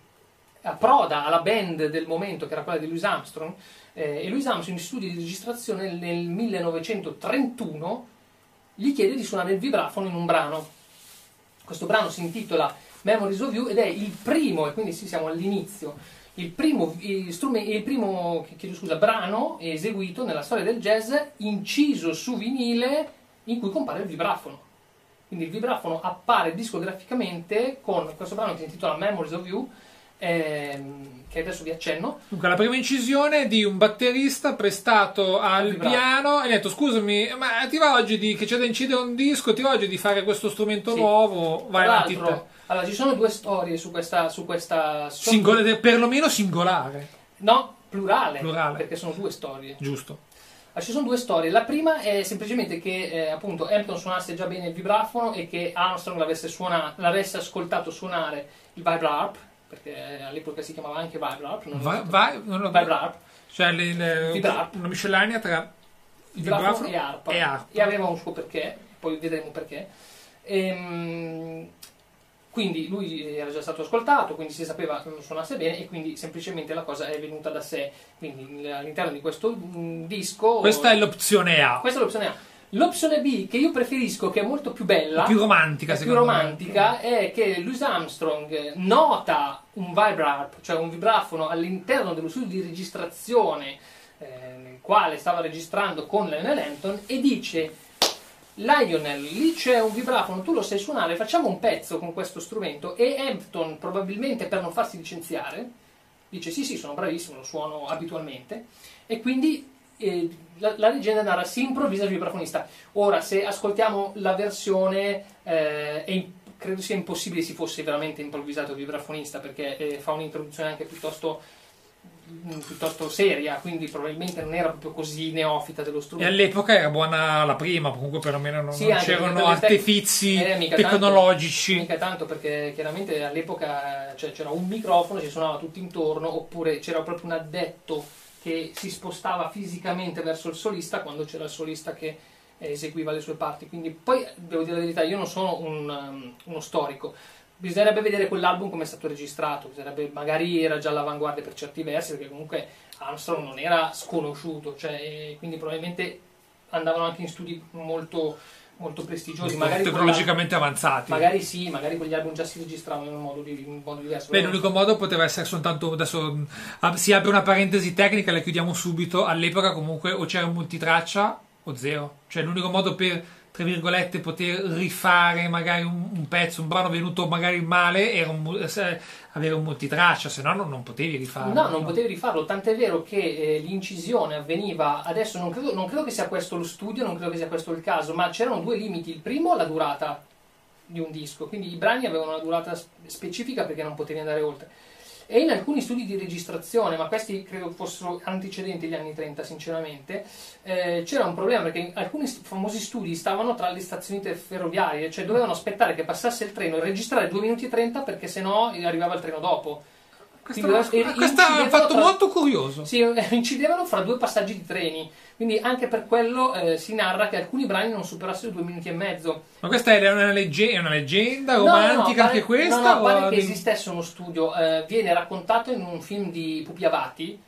[SPEAKER 1] approda alla band del momento che era quella di Louis Armstrong, eh, e Louis Armstrong in studi di registrazione nel, nel millenovecentotrentuno gli chiede di suonare il vibrafono in un brano. Questo brano si intitola Memories of You ed è il primo, e quindi sì, siamo all'inizio, il primo, il strume- il primo chiedo scusa, brano eseguito nella storia del jazz inciso su vinile in cui compare il vibrafono. Quindi il vibrafono appare discograficamente con questo brano che si intitola Memories of You, ehm, che adesso vi accenno.
[SPEAKER 2] Dunque, la prima incisione di un batterista prestato al
[SPEAKER 1] Vibrato.
[SPEAKER 2] piano e ha detto: scusami, ma ti va oggi di che c'è da incidere un disco? Ti va oggi di fare questo strumento
[SPEAKER 1] Sì.
[SPEAKER 2] nuovo? Vai
[SPEAKER 1] Tra
[SPEAKER 2] avanti
[SPEAKER 1] l'altro,
[SPEAKER 2] te.
[SPEAKER 1] allora, ci sono due storie su questa... Su questa sono-
[SPEAKER 2] Singolare, perlomeno singolare,
[SPEAKER 1] No, plurale,
[SPEAKER 2] Plurale.
[SPEAKER 1] perché sono due storie.
[SPEAKER 2] giusto?
[SPEAKER 1] Ah, ci sono due storie. La prima è semplicemente che eh, appunto Hampton suonasse già bene il vibrafono e che Armstrong l'avesse, suona- l'avesse ascoltato suonare il vibra-harp, perché all'epoca si chiamava anche vibra-harp, non
[SPEAKER 2] Vai,
[SPEAKER 1] il
[SPEAKER 2] vai, non lo-
[SPEAKER 1] vibra-harp,
[SPEAKER 2] cioè le- le-
[SPEAKER 1] Vibrato.
[SPEAKER 2] una miscellanea tra
[SPEAKER 1] il vibrafono e arpa.
[SPEAKER 2] e arpa.
[SPEAKER 1] E aveva un suo perché, poi vedremo perché. Ehm, quindi lui era già stato ascoltato, quindi si sapeva che non suonasse bene e quindi semplicemente la cosa è venuta da sé. Quindi all'interno di questo mm, disco...
[SPEAKER 2] Questa è l'opzione A,
[SPEAKER 1] Questa è l'opzione A. L'opzione B, che io preferisco, che è molto più bella,
[SPEAKER 2] più romantica
[SPEAKER 1] è più
[SPEAKER 2] secondo me.
[SPEAKER 1] romantica, è che Louis Armstrong nota un vibra-harp, cioè un vibrafono all'interno dello studio di registrazione eh, nel quale stava registrando con Lionel Hampton e dice: Lionel, lì c'è un vibrafono, tu lo sai suonare, facciamo un pezzo con questo strumento. E Hampton, probabilmente per non farsi licenziare, dice sì sì, sono bravissimo, lo suono abitualmente. E quindi eh, la, la leggenda narra si improvvisa il vibrafonista. Ora, se ascoltiamo la versione, eh, è in- credo sia impossibile si fosse veramente improvvisato il vibrafonista, perché eh, fa un'introduzione anche piuttosto mh, piuttosto seria, quindi probabilmente non era proprio così neofita dello
[SPEAKER 2] E
[SPEAKER 1] strumento.
[SPEAKER 2] all'epoca era buona la prima, comunque perlomeno non,
[SPEAKER 1] Sì,
[SPEAKER 2] non
[SPEAKER 1] anche
[SPEAKER 2] c'erano
[SPEAKER 1] perché per le
[SPEAKER 2] artifici
[SPEAKER 1] tec- eh, mica tanto,
[SPEAKER 2] tecnologici.
[SPEAKER 1] mica tanto, perché chiaramente all'epoca cioè, c'era un microfono, si suonava tutto intorno, oppure c'era proprio un addetto che si spostava fisicamente verso il solista quando c'era il solista che eh, eseguiva le sue parti. Quindi poi devo dire la verità, io non sono un, um, uno storico. Bisognerebbe vedere quell'album come è stato registrato, bisognerebbe, magari era già all'avanguardia per certi versi, perché comunque Armstrong non era sconosciuto, cioè, e quindi probabilmente andavano anche in studi molto, molto prestigiosi, magari
[SPEAKER 2] tecnologicamente avanzati.
[SPEAKER 1] magari sì, magari quegli album già si registravano in un modo, di, in un modo diverso.
[SPEAKER 2] Beh,
[SPEAKER 1] Però-
[SPEAKER 2] l'unico modo poteva essere soltanto adesso mh, ah, si apre una parentesi tecnica, la chiudiamo subito. All'epoca comunque o c'era un multitraccia o zero, cioè l'unico modo per, tra virgolette, poter rifare magari un, un pezzo, un brano venuto magari male era un mu- eh, avere un multitraccia, se no non, non potevi rifarlo.
[SPEAKER 1] No, non potevi rifarlo, tant'è vero che eh, l'incisione avveniva, adesso non credo, non credo che sia questo lo studio, non credo che sia questo il caso, ma c'erano due limiti. Il primo, la durata di un disco, quindi i brani avevano una durata s- specifica perché non potevi andare oltre. E in alcuni studi di registrazione, ma questi credo fossero antecedenti agli anni trenta sinceramente, eh, c'era un problema perché alcuni st- famosi studi stavano tra le stazioni te- ferroviarie, cioè dovevano aspettare che passasse il treno e registrare due minuti e trenta perché sennò arrivava il treno dopo.
[SPEAKER 2] Questo,
[SPEAKER 1] Quindi, eh,
[SPEAKER 2] questo è un
[SPEAKER 1] incidevano
[SPEAKER 2] fatto
[SPEAKER 1] tra-
[SPEAKER 2] molto curioso.
[SPEAKER 1] Sì, eh, incidevano fra due passaggi di treni, quindi anche per quello eh, si narra che alcuni brani non superassero due minuti e mezzo.
[SPEAKER 2] Ma questa è una, legge- è una leggenda
[SPEAKER 1] No, no, no,
[SPEAKER 2] romantica
[SPEAKER 1] pare-
[SPEAKER 2] anche questa?
[SPEAKER 1] No, no,
[SPEAKER 2] o
[SPEAKER 1] pare che
[SPEAKER 2] di-
[SPEAKER 1] esistesse uno studio, eh, viene raccontato in un film di Pupi Avati,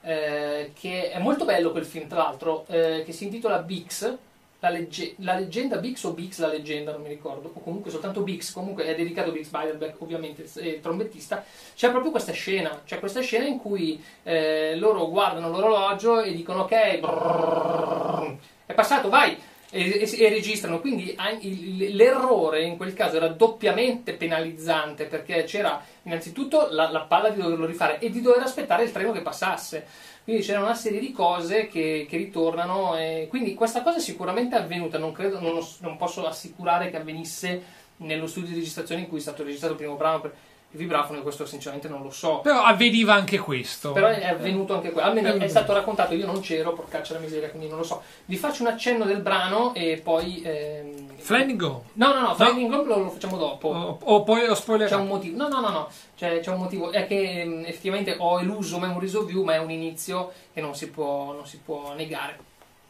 [SPEAKER 1] eh, che è molto bello quel film, tra l'altro, eh, che si intitola Bix, la, legge- la leggenda Bix o Bix la leggenda, non mi ricordo, o comunque soltanto Bix, comunque è dedicato a Bix Beiderbecke, ovviamente, il trombettista. C'è proprio questa scena, c'è questa scena in cui eh, loro guardano l'orologio e dicono ok, brrr, è passato, vai! E, e, e registrano, quindi l'errore in quel caso era doppiamente penalizzante, perché c'era innanzitutto la, la palla di doverlo rifare e di dover aspettare il treno che passasse, quindi c'era una serie di cose che, che ritornano, e quindi questa cosa è sicuramente avvenuta, non, credo, non, non posso assicurare che avvenisse nello studio di registrazione in cui è stato registrato il primo brano per il vibrafono, questo sinceramente non lo so,
[SPEAKER 2] però avveniva anche questo,
[SPEAKER 1] però è avvenuto anche quello, almeno è stato raccontato, io non c'ero, porcaccia la miseria, quindi non lo so. Vi faccio un accenno del brano e poi ehm...
[SPEAKER 2] Flying Gone,
[SPEAKER 1] no no no Flying Gone lo, lo facciamo dopo,
[SPEAKER 2] o, o poi lo spoiler,
[SPEAKER 1] c'è un motivo, no no no no c'è, c'è un motivo, è che ehm, effettivamente ho eluso Memories of You, ma è un inizio che non si può, non si può negare.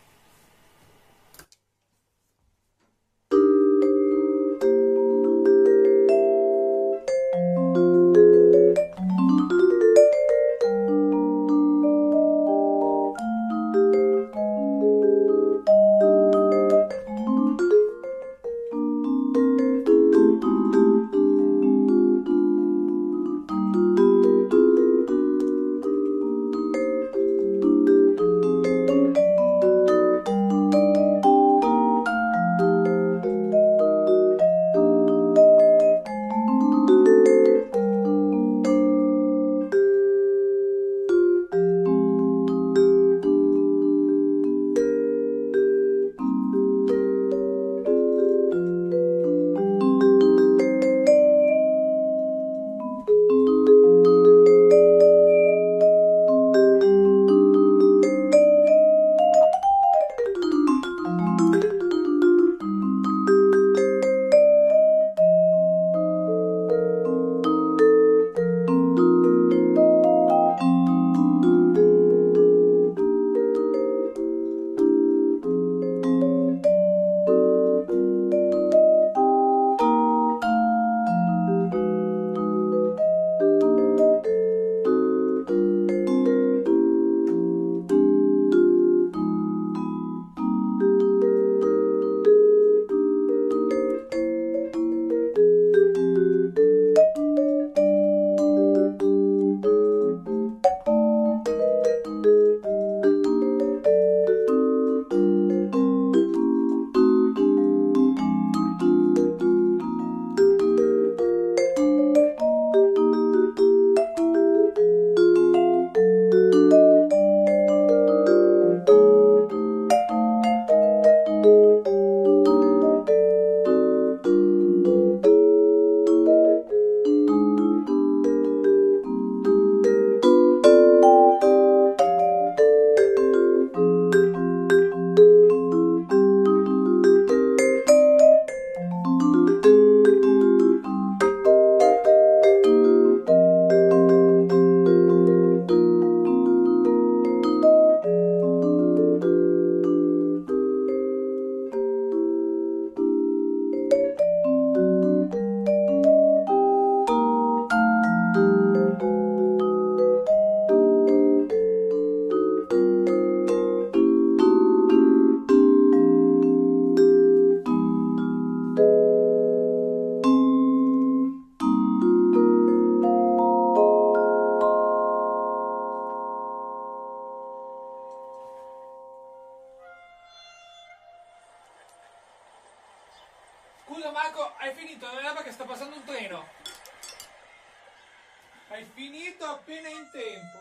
[SPEAKER 2] Scusa Marco, hai finito? Non è perché sta passando un treno. Hai finito appena in tempo.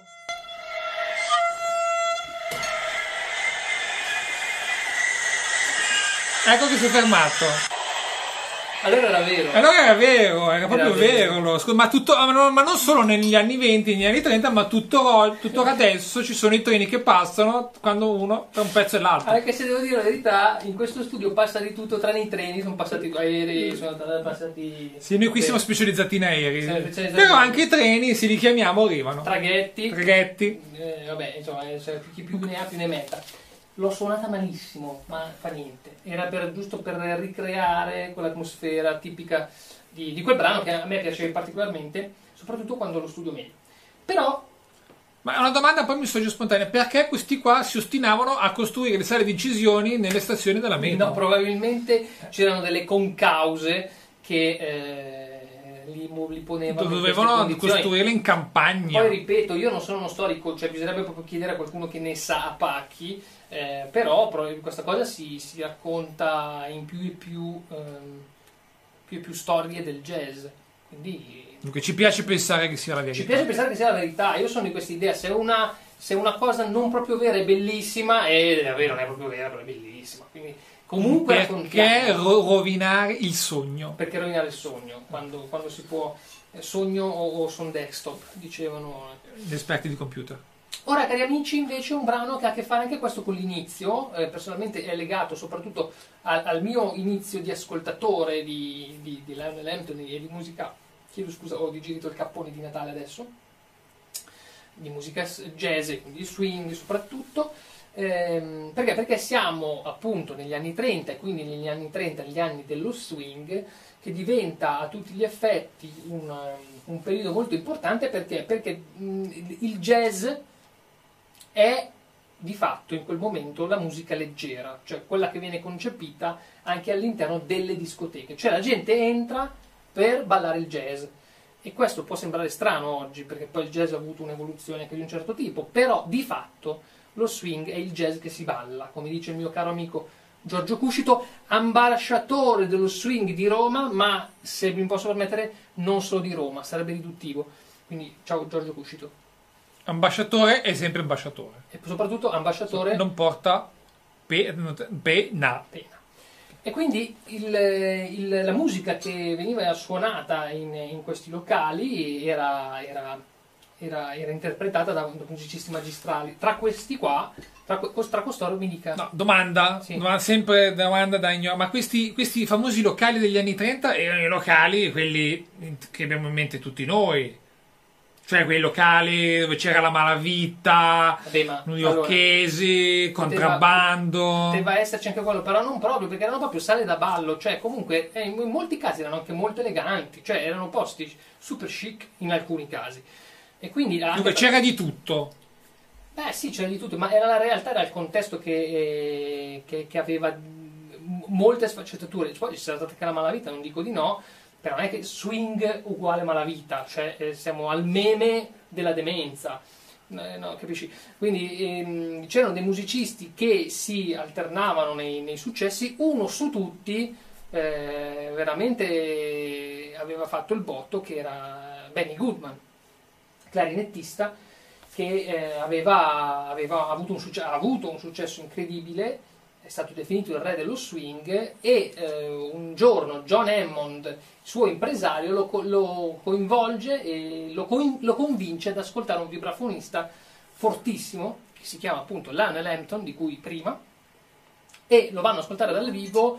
[SPEAKER 2] Ecco che si è fermato.
[SPEAKER 1] Allora era vero.
[SPEAKER 2] Allora era vero, era proprio
[SPEAKER 1] Era
[SPEAKER 2] vero.
[SPEAKER 1] vero.
[SPEAKER 2] lo- scusa, ma, tutto, ma non ma non solo negli anni venti, negli anni trenta, ma tutto, tuttora adesso ci sono i treni che passano quando uno tra un pezzo e l'altro.
[SPEAKER 1] Anche se devo dire la verità, in questo studio passa di tutto tranne i treni, sono passati aerei, sono passati...
[SPEAKER 2] Sì, noi qui siamo specializzati in aerei.
[SPEAKER 1] Siamo specializzati
[SPEAKER 2] Però
[SPEAKER 1] in-
[SPEAKER 2] anche i treni, se li chiamiamo, arrivano.
[SPEAKER 1] Traghetti.
[SPEAKER 2] Traghetti.
[SPEAKER 1] Eh, vabbè, insomma, eh, cioè, chi più ne ha più ne metta. L'ho suonata malissimo, ma fa niente. Era per, giusto per ricreare quell'atmosfera tipica di, di quel brano che a me piace particolarmente, soprattutto quando lo studio meglio. Però
[SPEAKER 2] Ma è una domanda, poi mi sorge spontanea: perché questi qua si ostinavano a costruire le sale di incisioni nelle stazioni della metro?
[SPEAKER 1] No, probabilmente c'erano delle concause che eh, li, li ponevano.
[SPEAKER 2] Dovevano costruirle in campagna.
[SPEAKER 1] Poi ripeto, io non sono uno storico, cioè bisognerebbe proprio chiedere a qualcuno che ne sa a pacchi, eh, però questa cosa si, si racconta in più e più, ehm, più e più storie del jazz. Quindi
[SPEAKER 2] Dunque ci piace pensare che sia la verità.
[SPEAKER 1] Ci piace pensare che sia la verità. Io sono di questa idea: se una, se una cosa non proprio vera è bellissima, è davvero non è proprio vera, però è bellissima. Quindi comunque
[SPEAKER 2] perché ro- rovinare il sogno?
[SPEAKER 1] Perché rovinare il sogno? Quando, quando si può eh, sogno o, o son desktop, dicevano
[SPEAKER 2] gli esperti di computer.
[SPEAKER 1] Ora, cari amici, invece un brano che ha a che fare anche questo con l'inizio, eh, personalmente è legato soprattutto al, al mio inizio di ascoltatore di, di, di Lionel Hampton e di musica. Chiedo scusa, ho digerito il cappone di Natale adesso, di musica jazz, quindi di swing soprattutto, ehm, perché? Perché siamo appunto negli anni trenta, e quindi negli anni trenta, gli anni dello swing, che diventa a tutti gli effetti un, un periodo molto importante, perché? Perché mh, il jazz è di fatto in quel momento la musica leggera, cioè quella che viene concepita anche all'interno delle discoteche, cioè la gente entra per ballare il jazz. E questo può sembrare strano oggi, perché poi il jazz ha avuto un'evoluzione anche di un certo tipo, però di fatto lo swing è il jazz che si balla, come dice il mio caro amico Giorgio Cuscito, ambasciatore dello swing di Roma, ma se mi posso permettere non solo di Roma, sarebbe riduttivo. Quindi ciao Giorgio Cuscito.
[SPEAKER 2] Ambasciatore è sempre ambasciatore.
[SPEAKER 1] E soprattutto ambasciatore
[SPEAKER 2] non porta pe- pena.
[SPEAKER 1] pena. E quindi il, il, la musica che veniva suonata in, in questi locali era, era, era, era interpretata da, da musicisti magistrali. Tra questi qua, tra, tra costoro mi dica...
[SPEAKER 2] No, domanda,
[SPEAKER 1] sì.
[SPEAKER 2] domanda, sempre domanda da ignorare, ma questi, questi famosi locali degli anni trenta erano i locali, quelli che abbiamo in mente tutti noi? Cioè quei locali dove c'era la malavita,
[SPEAKER 1] Vabbè, ma,
[SPEAKER 2] newyorkesi, allora, contrabbando.
[SPEAKER 1] Poteva esserci anche quello, però non proprio, perché erano proprio sale da ballo, cioè comunque eh, in molti casi erano anche molto eleganti, cioè erano posti super chic in alcuni casi. E quindi
[SPEAKER 2] Dunque c'era di tutto.
[SPEAKER 1] Beh sì, c'era di tutto, ma era la realtà, era il contesto che, eh, che, che aveva molte sfaccettature. Poi c'era stata anche la malavita, non dico di no, però non è che swing uguale malavita, cioè eh, siamo al meme della demenza, eh, no, capisci? Quindi ehm, c'erano dei musicisti che si alternavano nei, nei successi, uno su tutti eh, veramente aveva fatto il botto, che era Benny Goodman, clarinettista, che eh, aveva, aveva avuto, un successo, ha avuto un successo incredibile, è stato definito il re dello swing, e eh, un giorno John Hammond, il suo impresario, lo, lo coinvolge e lo, co- lo convince ad ascoltare un vibrafonista fortissimo, che si chiama appunto Lionel Hampton, di cui prima, e lo vanno ad ascoltare dal vivo,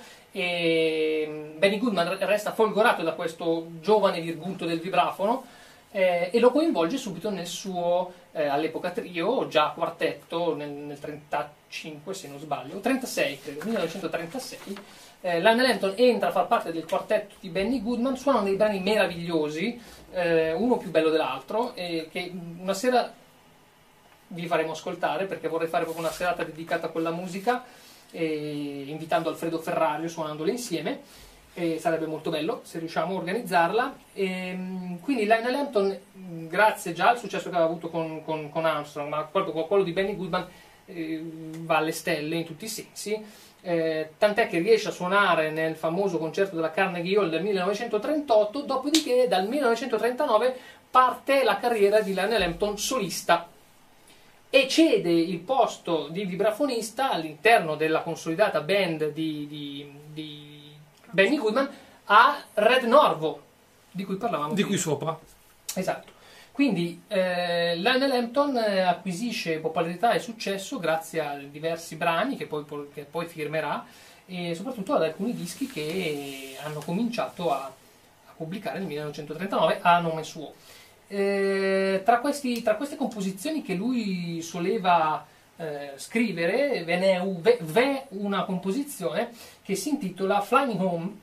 [SPEAKER 1] e Benny Goodman resta folgorato da questo giovane virgulto del vibrafono, Eh, e lo coinvolge subito nel suo, eh, all'epoca trio, già quartetto, nel, nel trentacinque se non sbaglio, trentasei credo, millenovecentotrentasei, eh, Lionel Hampton entra a far parte del quartetto di Benny Goodman, suonano dei brani meravigliosi, eh, uno più bello dell'altro, e che una sera vi faremo ascoltare, perché vorrei fare proprio una serata dedicata a quella musica, e invitando Alfredo Ferrario, suonandole insieme. E sarebbe molto bello se riusciamo a organizzarla. E quindi Lionel Hampton, grazie già al successo che aveva avuto con, con, con Armstrong, ma quello, quello di Benny Goodman eh, va alle stelle in tutti i sensi, eh, tant'è che riesce a suonare nel famoso concerto della Carnegie Hall del millenovecentotrentotto, dopodiché dal millenovecentotrentanove parte la carriera di Lionel Hampton solista e cede il posto di vibrafonista all'interno della consolidata band di, di, di Benny Goodman a Red Norvo, di cui parlavamo
[SPEAKER 2] di
[SPEAKER 1] prima.
[SPEAKER 2] Qui sopra.
[SPEAKER 1] Esatto. Quindi eh, Lionel Hampton eh, acquisisce popolarità e successo grazie a diversi brani che poi, che poi firmerà, e soprattutto ad alcuni dischi che hanno cominciato a, a pubblicare nel millenovecentotrentanove a nome suo. Eh, tra, questi, tra queste composizioni che lui soleva Eh, scrivere, ve n'è ve, ve una composizione che si intitola Flying Home,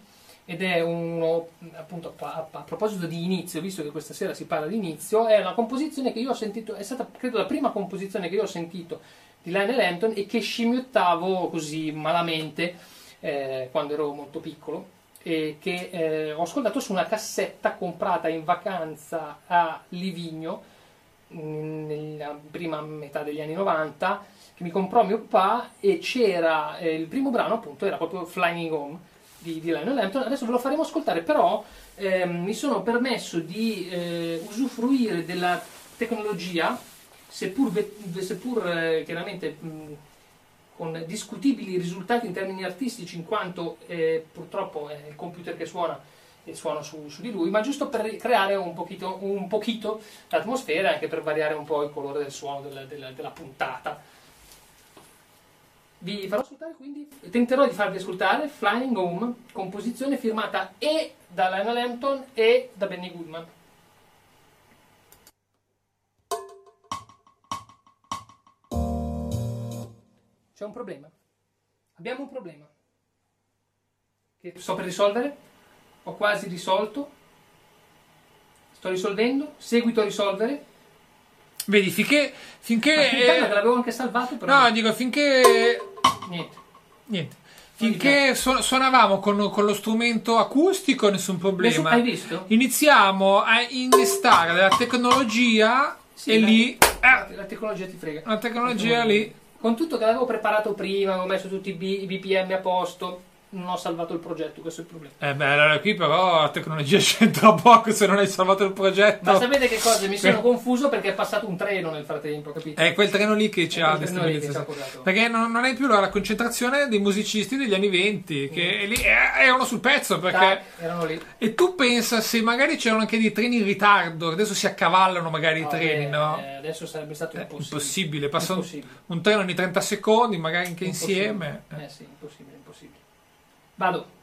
[SPEAKER 1] ed è uno, appunto a, a proposito di inizio, visto che questa sera si parla di inizio, è una composizione che io ho sentito, è stata credo la prima composizione che io ho sentito di Lionel Hampton e che scimmiottavo così malamente eh, quando ero molto piccolo, e che eh, ho ascoltato su una cassetta comprata in vacanza a Livigno mh, nella prima metà degli anni novanta, che mi comprò mio papà, e c'era eh, il primo brano, appunto era proprio Flying Home di, di Lionel Hampton. Adesso ve lo faremo ascoltare, però eh, mi sono permesso di eh, usufruire della tecnologia, seppur, seppur eh, chiaramente mh, con discutibili risultati in termini artistici, in quanto eh, purtroppo è il computer che suona e suona su, su di lui, ma giusto per creare un pochino, un pochino l'atmosfera e anche per variare un po' il colore del suono della, della, della puntata. Vi farò ascoltare, quindi tenterò di farvi ascoltare Flying Home, composizione firmata e da Lionel Hampton e da Benny Goodman. C'è un problema. Abbiamo un problema che sto per risolvere, ho quasi risolto, sto risolvendo, seguito a risolvere.
[SPEAKER 2] Vedi, finché... finché
[SPEAKER 1] Ma finché eh, l'avevo anche salvato, però...
[SPEAKER 2] No, dico, finché...
[SPEAKER 1] Niente.
[SPEAKER 2] Niente. Finché su- suonavamo con, con lo strumento acustico, nessun problema.
[SPEAKER 1] Hai visto?
[SPEAKER 2] Iniziamo a innestare della tecnologia
[SPEAKER 1] Sì,
[SPEAKER 2] e
[SPEAKER 1] la,
[SPEAKER 2] lì...
[SPEAKER 1] La,
[SPEAKER 2] Eh,
[SPEAKER 1] la tecnologia ti frega.
[SPEAKER 2] la tecnologia lì...
[SPEAKER 1] Con tutto che l'avevo preparato prima, avevo messo tutti i, B, i B P M a posto, non ho salvato il progetto, questo è il problema.
[SPEAKER 2] Eh beh, allora qui però la tecnologia c'entra poco se non hai salvato il progetto.
[SPEAKER 1] Ma sapete che cosa? Mi sono confuso perché è passato un treno nel frattempo, capito?
[SPEAKER 2] È quel treno lì che ci
[SPEAKER 1] È
[SPEAKER 2] ha
[SPEAKER 1] quel treno lì che ci ha
[SPEAKER 2] destabilizzato.
[SPEAKER 1] posato.
[SPEAKER 2] Perché non, non hai più la concentrazione dei musicisti degli anni venti, che
[SPEAKER 1] Mm.
[SPEAKER 2] lì eh, erano sul pezzo, perché...
[SPEAKER 1] Tac, erano lì.
[SPEAKER 2] E tu pensa se magari c'erano anche dei treni in ritardo, adesso si accavallano magari i
[SPEAKER 1] No,
[SPEAKER 2] treni,
[SPEAKER 1] beh,
[SPEAKER 2] no?
[SPEAKER 1] eh, adesso sarebbe stato
[SPEAKER 2] È
[SPEAKER 1] impossibile.
[SPEAKER 2] impossibile, passa un,
[SPEAKER 1] Impossibile.
[SPEAKER 2] un treno ogni trenta secondi, magari anche
[SPEAKER 1] Impossibile.
[SPEAKER 2] insieme.
[SPEAKER 1] Eh sì, impossibile, impossibile. Vado.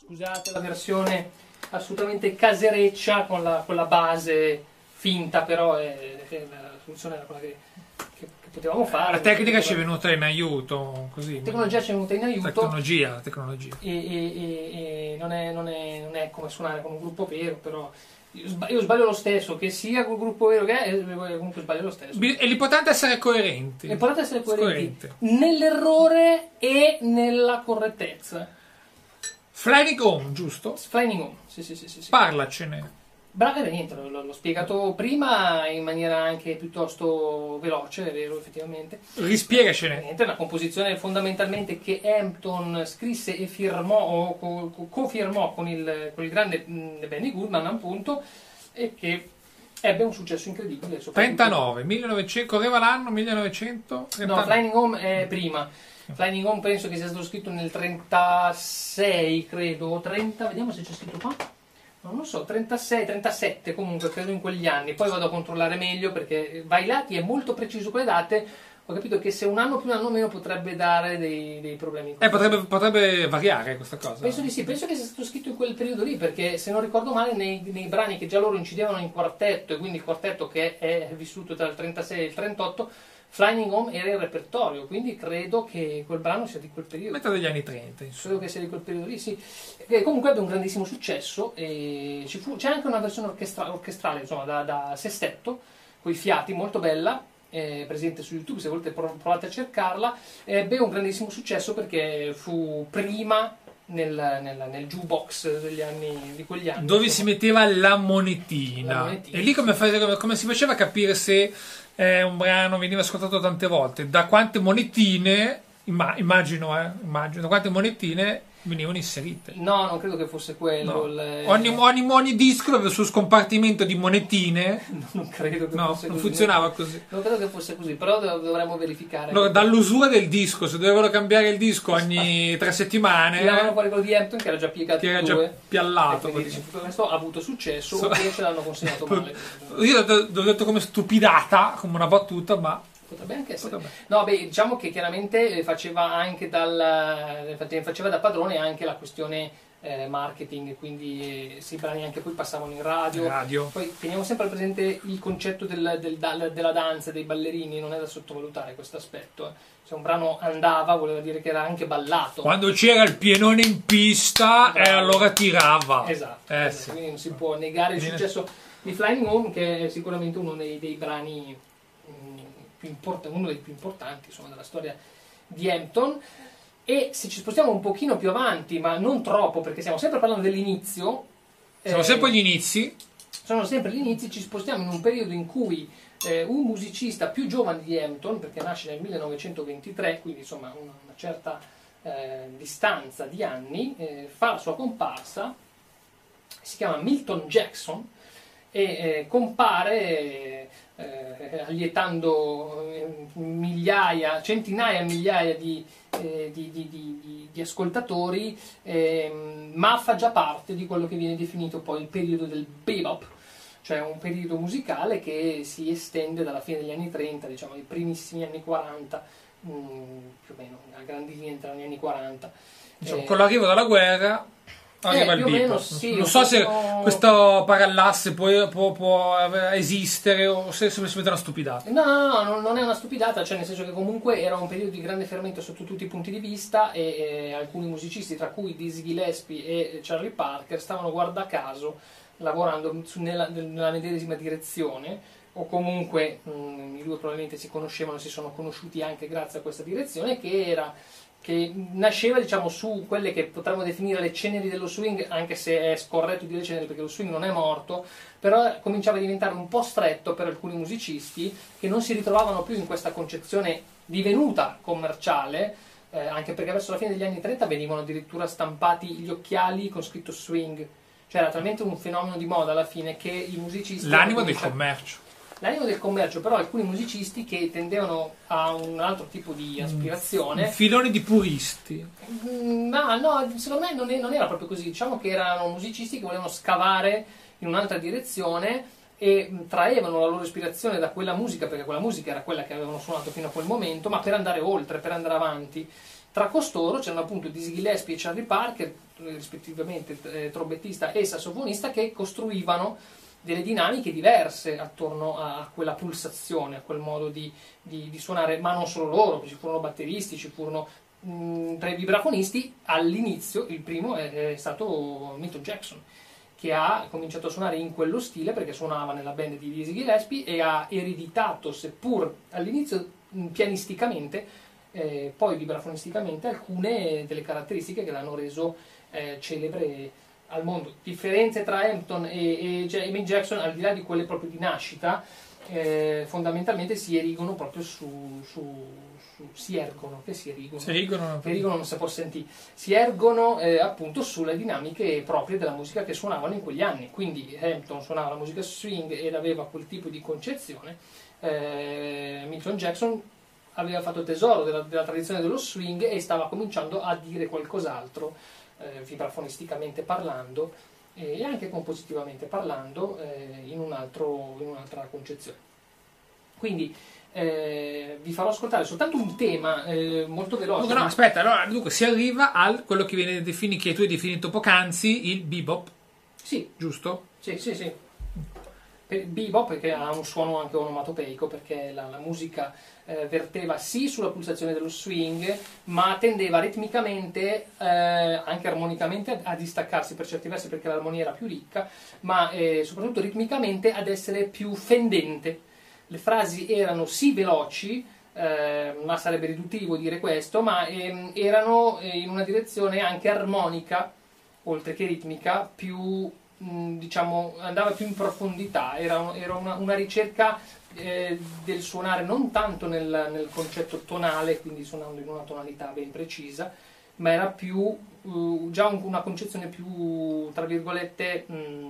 [SPEAKER 1] Scusate la versione assolutamente casereccia con la, con la base finta, però è, è la soluzione era quella che, che, che potevamo fare.
[SPEAKER 2] La tecnica ci è venuta in aiuto, così.
[SPEAKER 1] La tecnologia ci è venuta in aiuto.
[SPEAKER 2] Tecnologia, la tecnologia.
[SPEAKER 1] E, e, e, e non, è, non, è, non è come suonare con un gruppo vero, però io sbaglio, io sbaglio lo stesso, che sia col gruppo vero che è, comunque sbaglio lo stesso.
[SPEAKER 2] E l'importante è essere coerenti.
[SPEAKER 1] L'importante è essere coerenti nell'errore e nella correttezza.
[SPEAKER 2] Flying Home, giusto?
[SPEAKER 1] Flying Home, sì, sì, sì, sì, sì.
[SPEAKER 2] Parlacene.
[SPEAKER 1] Bravo, niente, l'ho spiegato prima in maniera anche piuttosto veloce, è vero, effettivamente.
[SPEAKER 2] Rispiegacene.
[SPEAKER 1] Niente, una composizione fondamentalmente che Hampton scrisse e firmò, o co-firmò con il, con il grande Benny Goodman, appunto, e che ebbe un successo incredibile.
[SPEAKER 2] trentanove, millenovecento, correva l'anno millenovecento?
[SPEAKER 1] No, Flying Home è prima. Flying Home penso che sia stato scritto nel trentasei, credo, trenta, vediamo se c'è scritto qua. Non lo so, trentasei, trentasette comunque, credo in quegli anni. Poi vado a controllare meglio perché Vailati è molto preciso con le date. Ho capito che se un anno più un anno meno potrebbe dare dei, dei problemi.
[SPEAKER 2] Eh, potrebbe, potrebbe variare questa cosa.
[SPEAKER 1] Penso di sì, penso che sia stato scritto in quel periodo lì, perché se non ricordo male nei, nei brani che già loro incidevano in quartetto, e quindi il quartetto che è vissuto tra il trentasei e il trentotto, Flying Home era il repertorio, quindi credo che quel brano sia di quel periodo.
[SPEAKER 2] Metà degli anni trenta, insomma.
[SPEAKER 1] Credo che sia di quel periodo lì, sì. E comunque ebbe un grandissimo successo e ci fu, c'è anche una versione orchestra, orchestrale, insomma, da, da sestetto, con i fiati, molto bella, eh, presente su YouTube, se volete provate a cercarla. Ebbe un grandissimo successo perché fu prima nel, nel, nel jukebox degli anni, di quegli anni.
[SPEAKER 2] Dove
[SPEAKER 1] insomma.
[SPEAKER 2] si metteva la monetina. La monetina. E lì come, come, come si faceva a capire se eh, un brano veniva ascoltato tante volte? Da quante monetine, immagino, eh, immagino, da quante monetine venivano inserite.
[SPEAKER 1] No, non credo che fosse quello.
[SPEAKER 2] No.
[SPEAKER 1] Le...
[SPEAKER 2] Ogni, ogni, ogni disco aveva il suo scompartimento di monetine.
[SPEAKER 1] Non credo che
[SPEAKER 2] no,
[SPEAKER 1] fosse
[SPEAKER 2] non
[SPEAKER 1] così.
[SPEAKER 2] funzionava così.
[SPEAKER 1] Non credo che fosse così, però dovremmo verificare.
[SPEAKER 2] No, dall'usura del disco, se dovevano cambiare il disco ogni tre settimane.
[SPEAKER 1] Tiravano fuori quello di Hampton che era già piegato,
[SPEAKER 2] che era già
[SPEAKER 1] due,
[SPEAKER 2] piallato.
[SPEAKER 1] Quindi questo ha avuto successo, so... oppure ce l'hanno consegnato male.
[SPEAKER 2] Io l'ho detto come stupidata, come una battuta, ma
[SPEAKER 1] potrebbe anche essere. Potrebbe. No, beh, diciamo che chiaramente faceva anche dal faceva da padrone anche la questione eh, marketing, quindi eh, si brani anche poi passavano in radio.
[SPEAKER 2] radio.
[SPEAKER 1] Poi teniamo sempre presente il concetto del, del, del, della danza, dei ballerini, non è da sottovalutare questo aspetto. Eh. Se un brano andava, voleva dire che era anche ballato.
[SPEAKER 2] Quando c'era il pienone in pista, e eh, allora tirava.
[SPEAKER 1] Esatto,
[SPEAKER 2] eh,
[SPEAKER 1] esatto.
[SPEAKER 2] Sì.
[SPEAKER 1] Quindi non si può negare il successo di Flying Home, che è sicuramente uno dei, dei brani Import- uno dei più importanti, insomma, della storia di Hampton. E se ci spostiamo un pochino più avanti, ma non troppo, perché stiamo sempre parlando dell'inizio,
[SPEAKER 2] siamo eh, sempre agli inizi,
[SPEAKER 1] sono sempre gli inizi, ci spostiamo in un periodo in cui eh, un musicista più giovane di Hampton, perché nasce nel millenovecentoventitré, quindi insomma una, una certa eh, distanza di anni, eh, fa la sua comparsa, si chiama Milton Jackson, e eh, compare eh, allietando eh, migliaia, centinaia e migliaia di, eh, di, di, di, di ascoltatori, eh, ma fa già parte di quello che viene definito poi il periodo del bebop, cioè un periodo musicale che si estende dalla fine degli anni trenta, diciamo, ai primissimi anni quaranta, mh, più o meno, a grandi linee tra gli anni quaranta.
[SPEAKER 2] Diciamo,
[SPEAKER 1] eh,
[SPEAKER 2] con l'arrivo della guerra arriva
[SPEAKER 1] eh,
[SPEAKER 2] il
[SPEAKER 1] meno, sì,
[SPEAKER 2] non so se
[SPEAKER 1] po'...
[SPEAKER 2] questo parallasse può, può, può esistere o se è semplicemente una stupidata.
[SPEAKER 1] No, no, no, non è una stupidata, cioè nel senso che comunque era un periodo di grande fermento sotto tutti i punti di vista e, e alcuni musicisti, tra cui Dizzy Gillespie e Charlie Parker, stavano guarda caso lavorando su, nella, nella medesima direzione, o comunque mh, i due probabilmente si conoscevano, si sono conosciuti anche grazie a questa direzione, che era che nasceva, diciamo, su quelle che potremmo definire le ceneri dello swing, anche se è scorretto dire ceneri perché lo swing non è morto, però cominciava a diventare un po' stretto per alcuni musicisti che non si ritrovavano più in questa concezione divenuta commerciale, eh, anche perché verso la fine degli anni trenta venivano addirittura stampati gli occhiali con scritto swing, cioè era talmente un fenomeno di moda alla fine che i musicisti...
[SPEAKER 2] L'animo del commercio.
[SPEAKER 1] L'animo del commercio, però alcuni musicisti che tendevano a un altro tipo di aspirazione.
[SPEAKER 2] Un filone di puristi.
[SPEAKER 1] Ma no, secondo me non, è, non era proprio così. Diciamo che erano musicisti che volevano scavare in un'altra direzione e traevano la loro ispirazione da quella musica, perché quella musica era quella che avevano suonato fino a quel momento, ma per andare oltre, per andare avanti. Tra costoro c'erano appunto Dizzy Gillespie e Charlie Parker, rispettivamente eh, trombettista e sassofonista, che costruivano delle dinamiche diverse attorno a quella pulsazione, a quel modo di, di, di suonare, ma non solo loro, ci furono batteristi, ci furono mh, tra i vibrafonisti. All'inizio il primo è, è stato Milton Jackson, che ha cominciato a suonare in quello stile perché suonava nella band di Dizzy Gillespie e ha ereditato, seppur all'inizio mh, pianisticamente, eh, poi vibrafonisticamente, alcune delle caratteristiche che l'hanno reso eh, celebre al mondo. Differenze tra Hampton e, e Mick Jackson, al di là di quelle proprio di nascita, eh, fondamentalmente si erigono proprio su, su, su si ergono, che si erigono,
[SPEAKER 2] si erigono,
[SPEAKER 1] si erigono non si può sentire, si ergono eh, appunto sulle dinamiche proprie della musica che suonavano in quegli anni. Quindi Hampton suonava la musica swing ed aveva quel tipo di concezione, eh, Milton Jackson aveva fatto tesoro della, della tradizione dello swing e stava cominciando a dire qualcos'altro, eh, vibrafonisticamente parlando e anche compositivamente parlando, eh, in, un altro, in un'altra concezione. Quindi eh, vi farò ascoltare soltanto un tema eh, molto veloce.
[SPEAKER 2] No, no, aspetta, allora dunque si arriva a quello che viene definito, che tu hai definito poc'anzi, il bebop.
[SPEAKER 1] Sì.
[SPEAKER 2] Giusto?
[SPEAKER 1] Sì, sì, sì. Per bebop, perché ha un suono anche onomatopeico, perché la, la musica eh, verteva sì sulla pulsazione dello swing, ma tendeva ritmicamente, eh, anche armonicamente, a, a distaccarsi per certi versi perché l'armonia era più ricca, ma eh, soprattutto ritmicamente ad essere più fendente. Le frasi erano sì veloci, eh, ma sarebbe riduttivo dire questo, ma ehm, erano eh, in una direzione anche armonica, oltre che ritmica, più diciamo andava più in profondità, era, un, era una, una ricerca eh, del suonare non tanto nel, nel concetto tonale, quindi suonando in una tonalità ben precisa, ma era più uh, già un, una concezione più, tra virgolette, mh,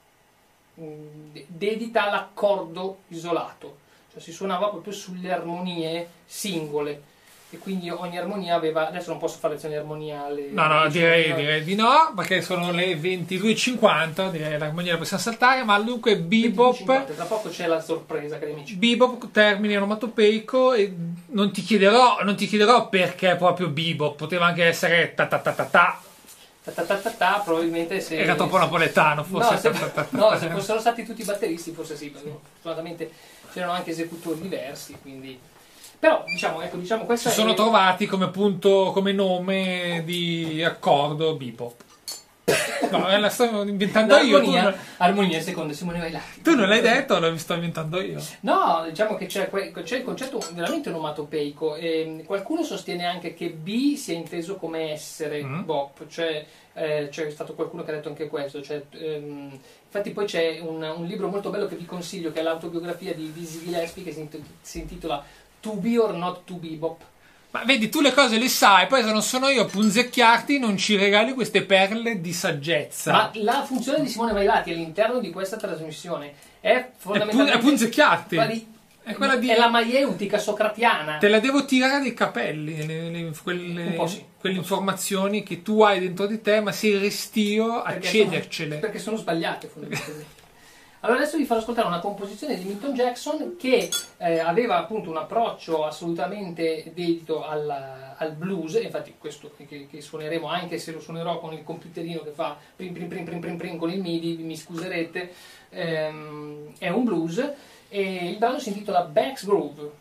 [SPEAKER 1] mh, dedita all'accordo isolato, cioè si suonava proprio sulle armonie singole. E quindi ogni armonia aveva... Adesso non posso fare lezioni di armonia alle...
[SPEAKER 2] No, no, direi, direi di no, perché sono le ventidue e cinquanta, direi l'armonia la possiamo saltare, ma dunque bebop...
[SPEAKER 1] Tra poco c'è la sorpresa, cari amici.
[SPEAKER 2] Bebop, termine onomatopeico, e non ti chiederò, non ti chiederò perché proprio bebop, poteva anche essere ta ta ta ta ta.
[SPEAKER 1] Ta ta ta ta ta, probabilmente se...
[SPEAKER 2] Era troppo napoletano, forse.
[SPEAKER 1] No, se,
[SPEAKER 2] ta ta ta ta.
[SPEAKER 1] no, se fossero stati tutti batteristi, forse sì, perché fortunatamente c'erano anche esecutori diversi, quindi... Però, diciamo, ecco, diciamo questa
[SPEAKER 2] si sono
[SPEAKER 1] è...
[SPEAKER 2] trovati come punto, come nome di accordo bebop. No, la sto inventando io.
[SPEAKER 1] Armonia,
[SPEAKER 2] tu...
[SPEAKER 1] armonia secondo Simone Vailati.
[SPEAKER 2] Tu non l'hai detto, lo sto inventando io.
[SPEAKER 1] No, diciamo che c'è, c'è il concetto veramente onomatopeico. E qualcuno sostiene anche che B sia inteso come essere mm. bop, cioè eh, c'è stato qualcuno che ha detto anche questo. Cioè, ehm, infatti poi c'è un, un libro molto bello che vi consiglio, che è l'autobiografia di Dizzy Gillespie, che si, si intitola To Be or Not To Be Bop.
[SPEAKER 2] Ma vedi, tu le cose le sai, poi se non sono io a punzecchiarti non ci regali queste perle di saggezza.
[SPEAKER 1] Ma la funzione di Simone Vailati all'interno di questa trasmissione è fondamentalmente...
[SPEAKER 2] È punzecchiarti.
[SPEAKER 1] Di,
[SPEAKER 2] è, quella di,
[SPEAKER 1] è la maieutica socratiana.
[SPEAKER 2] Te la devo tirare dai capelli, le, le, quelle,
[SPEAKER 1] Un po' sì.
[SPEAKER 2] quelle informazioni che tu hai dentro di te, ma sei restio a
[SPEAKER 1] Perché
[SPEAKER 2] cedercele.
[SPEAKER 1] Sono, perché sono sbagliate fondamentalmente. Allora adesso vi farò ascoltare una composizione di Milton Jackson che eh, aveva appunto un approccio assolutamente dedito al, al blues, infatti questo che, che suoneremo, anche se lo suonerò con il computerino che fa prim prim prim prim prim, prim con il MIDI, mi scuserete, ehm, è un blues e il brano si intitola Back's Groove.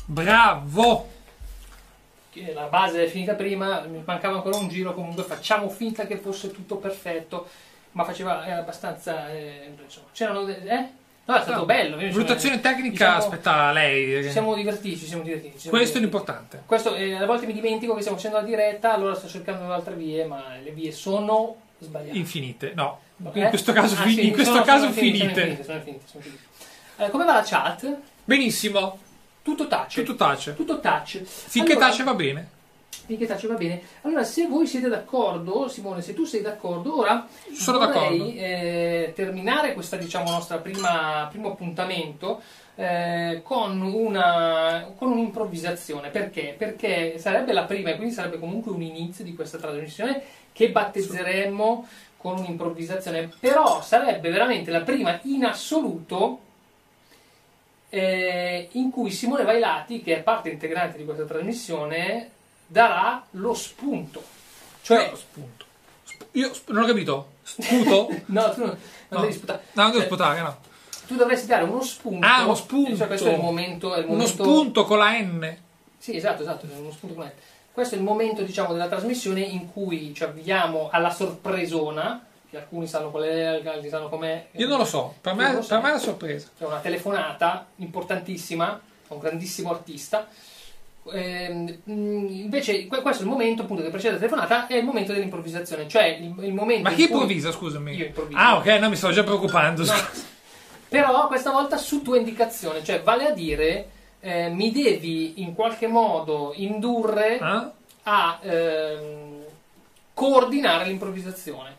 [SPEAKER 2] Bravo!
[SPEAKER 1] Che la base è finita prima, mi mancava ancora un giro, comunque facciamo finta che fosse tutto perfetto, ma faceva eh, abbastanza... Eh, insomma, c'erano... de- Eh? No, è stato
[SPEAKER 2] No,
[SPEAKER 1] bello.
[SPEAKER 2] valutazione tecnica,
[SPEAKER 1] diciamo,
[SPEAKER 2] aspetta, lei.
[SPEAKER 1] Ci siamo divertiti, ci siamo divertiti. ci siamo
[SPEAKER 2] Questo è
[SPEAKER 1] divertiti.
[SPEAKER 2] l'importante.
[SPEAKER 1] Questo, eh, a volte mi dimentico che stiamo facendo la diretta, allora sto cercando altre vie, ma le vie sono sbagliate.
[SPEAKER 2] Infinite, no.
[SPEAKER 1] Eh?
[SPEAKER 2] In questo caso,
[SPEAKER 1] Ah,
[SPEAKER 2] fin-
[SPEAKER 1] sì,
[SPEAKER 2] in questo
[SPEAKER 1] sono-
[SPEAKER 2] caso
[SPEAKER 1] sono finite,
[SPEAKER 2] finite.
[SPEAKER 1] Sono finite, sono finite, sono finite. Eh, come va la chat?
[SPEAKER 2] Benissimo,
[SPEAKER 1] Tutto touch.
[SPEAKER 2] tutto tace.
[SPEAKER 1] Tutto touch.
[SPEAKER 2] Finché
[SPEAKER 1] Allora,
[SPEAKER 2] tace va bene.
[SPEAKER 1] Finché tace va bene. Allora, se voi siete d'accordo, Simone, se tu sei d'accordo, ora
[SPEAKER 2] Sono
[SPEAKER 1] vorrei
[SPEAKER 2] d'accordo.
[SPEAKER 1] eh, terminare questa, diciamo, nostra prima primo appuntamento eh, con una con un'improvvisazione. Perché? Perché sarebbe la prima e quindi sarebbe comunque un inizio di questa trasmissione che battezzeremmo con un'improvvisazione, però sarebbe veramente la prima in assoluto eh, in cui Simone Vailati, che è parte integrante di questa trasmissione, darà lo spunto. Cioè,
[SPEAKER 2] Io spunto. Sp- io sp- non ho capito. Sputo?
[SPEAKER 1] no, tu non, non
[SPEAKER 2] No.
[SPEAKER 1] devi sputare.
[SPEAKER 2] No, non devo
[SPEAKER 1] Cioè,
[SPEAKER 2] sputare, no.
[SPEAKER 1] tu dovresti dare uno spunto.
[SPEAKER 2] Ah, uno spunto.
[SPEAKER 1] Cioè, questo è il momento. È il
[SPEAKER 2] Uno
[SPEAKER 1] momento...
[SPEAKER 2] spunto con la N.
[SPEAKER 1] Sì, esatto, esatto, è uno spunto con la- Questo è il momento, diciamo, della trasmissione in cui ci avviamo alla sorpresona, che alcuni sanno qual è, altri sanno com'è.
[SPEAKER 2] Io non lo so. Per
[SPEAKER 1] Tu
[SPEAKER 2] me,
[SPEAKER 1] non lo
[SPEAKER 2] per
[SPEAKER 1] sai.
[SPEAKER 2] me è una sorpresa.
[SPEAKER 1] C'è una telefonata importantissima a un grandissimo artista. Ehm, mh, invece que- questo è il momento appunto che precede la telefonata, è il momento dell'improvvisazione, cioè il, il momento
[SPEAKER 2] Ma
[SPEAKER 1] in
[SPEAKER 2] chi
[SPEAKER 1] cui-
[SPEAKER 2] improvvisa, scusami?
[SPEAKER 1] Io improvviso.
[SPEAKER 2] Ah, ok, no, mi stavo già preoccupando.
[SPEAKER 1] No. Però questa volta su tua indicazione, cioè vale a dire eh, mi devi in qualche modo indurre
[SPEAKER 2] Ah?
[SPEAKER 1] a ehm, coordinare l'improvvisazione.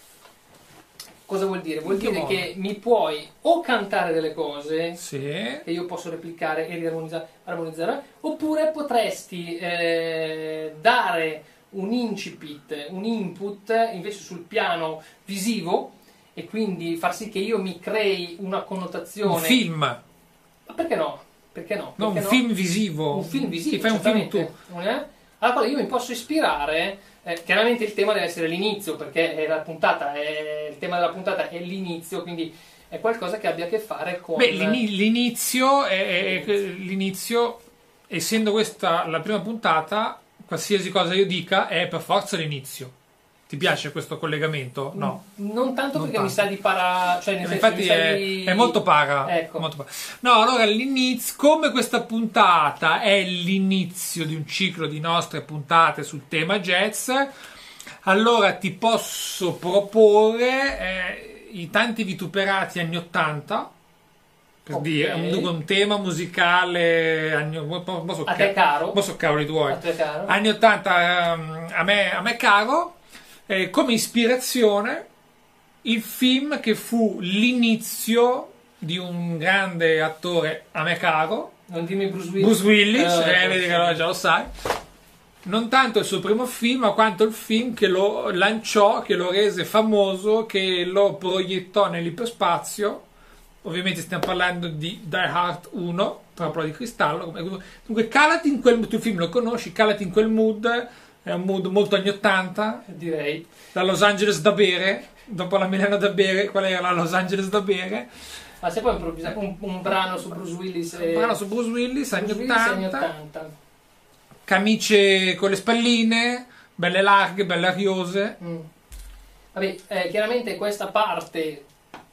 [SPEAKER 1] Cosa vuol dire? Vuol
[SPEAKER 2] In che
[SPEAKER 1] dire
[SPEAKER 2] modo?
[SPEAKER 1] che mi puoi o cantare delle cose
[SPEAKER 2] Sì.
[SPEAKER 1] che io posso replicare e riarmonizzare, armonizzare, oppure potresti eh, dare un incipit, un input invece sul piano visivo e quindi far sì che io mi crei una connotazione.
[SPEAKER 2] Un film.
[SPEAKER 1] Ma perché no? Perché no?
[SPEAKER 2] No, un
[SPEAKER 1] Perché no?
[SPEAKER 2] film visivo.
[SPEAKER 1] Un film visivo.
[SPEAKER 2] Ti fai un film
[SPEAKER 1] certamente.
[SPEAKER 2] tu.
[SPEAKER 1] Eh? Alla quale io mi posso ispirare. Eh, chiaramente il tema deve essere l'inizio, perché è la puntata, è, il tema della puntata è l'inizio, quindi è qualcosa che abbia a che fare con...
[SPEAKER 2] Beh, l'ini- l'inizio, è, è- l'inizio, essendo questa la prima puntata, qualsiasi cosa io dica è per forza l'inizio. Ti piace questo collegamento? No.
[SPEAKER 1] Non tanto
[SPEAKER 2] Non
[SPEAKER 1] perché
[SPEAKER 2] tanto.
[SPEAKER 1] mi sa di para... Cioè, nel senso,
[SPEAKER 2] Infatti
[SPEAKER 1] mi sa
[SPEAKER 2] è,
[SPEAKER 1] di-
[SPEAKER 2] è molto paga.
[SPEAKER 1] Ecco.
[SPEAKER 2] molto paga. No, allora l'inizio, come questa puntata è l'inizio di un ciclo di nostre puntate sul tema jazz, allora ti posso proporre eh, i tanti vituperati anni ottanta, per
[SPEAKER 1] Ok.
[SPEAKER 2] dire, un, un tema musicale anni, mo- mo- mo so
[SPEAKER 1] A
[SPEAKER 2] ca-
[SPEAKER 1] te caro?
[SPEAKER 2] mo so cavoli tuoi.
[SPEAKER 1] A te caro?
[SPEAKER 2] Anni ottanta ehm, a me, a me caro, eh, come ispirazione il film che fu l'inizio di un grande attore a me caro,
[SPEAKER 1] Non dimmi Bruce Willis.
[SPEAKER 2] Bruce Willis,
[SPEAKER 1] Eh,
[SPEAKER 2] eh, vedi che allora già lo sai. Non tanto il suo primo film, ma quanto il film che lo lanciò, che lo rese famoso, che lo proiettò nell'iperspazio. Ovviamente stiamo parlando di Die Hard uno, Trappola di cristallo. Dunque, calati in quel, tu il film lo conosci, calati in quel mood, è un mood molto anni ottanta,
[SPEAKER 1] Direi.
[SPEAKER 2] da Los Angeles da bere, dopo la Milano da bere, qual era la Los Angeles da bere?
[SPEAKER 1] Ma se poi improvvisare un, un brano su Bruce Willis e...
[SPEAKER 2] Un brano su Bruce Willis, anni
[SPEAKER 1] Bruce Willis, anni
[SPEAKER 2] ottanta,
[SPEAKER 1] ottanta.
[SPEAKER 2] camicie con le spalline, belle larghe, belle ariose.
[SPEAKER 1] Mm. Vabbè, eh, chiaramente questa parte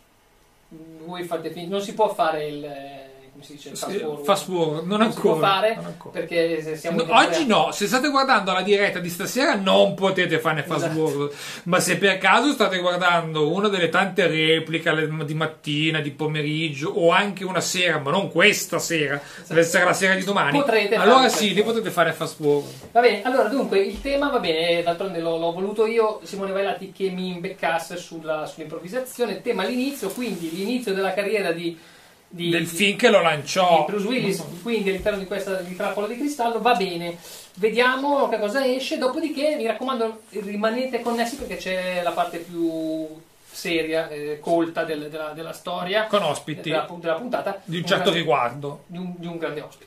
[SPEAKER 1] voi fate fin- non si può fare il eh, come si dice il fast
[SPEAKER 2] Sì,
[SPEAKER 1] forward.
[SPEAKER 2] fast forward, non
[SPEAKER 1] Non si può
[SPEAKER 2] ancora,
[SPEAKER 1] fare
[SPEAKER 2] non ancora.
[SPEAKER 1] perché se siamo
[SPEAKER 2] No,
[SPEAKER 1] in temporale-
[SPEAKER 2] oggi no, se state guardando la diretta di stasera non potete fare fast
[SPEAKER 1] Esatto.
[SPEAKER 2] forward, ma se per caso state guardando una delle tante repliche alle- di mattina, di pomeriggio o anche una sera, ma non questa sera, deve essere la sera di domani,
[SPEAKER 1] Potrete
[SPEAKER 2] allora
[SPEAKER 1] fare
[SPEAKER 2] sì,
[SPEAKER 1] fast
[SPEAKER 2] lì potete fare fast forward.
[SPEAKER 1] Va bene, allora dunque il tema va bene, d'altronde l'ho, l'ho voluto io, Simone Vailati che mi imbeccasse sulla, sull'improvvisazione, tema all'inizio, quindi l'inizio della carriera di, di,
[SPEAKER 2] Del
[SPEAKER 1] di-
[SPEAKER 2] film che lo lanciò.
[SPEAKER 1] di Bruce Willis, quindi all'interno di questa di Trappola di cristallo, va bene, vediamo che cosa esce, dopodiché mi raccomando rimanete connessi perché c'è la parte più seria, eh, colta del- della, della storia,
[SPEAKER 2] Con ospiti
[SPEAKER 1] della, della puntata,
[SPEAKER 2] di un certo
[SPEAKER 1] grande-
[SPEAKER 2] riguardo.
[SPEAKER 1] di un, di un grande ospite.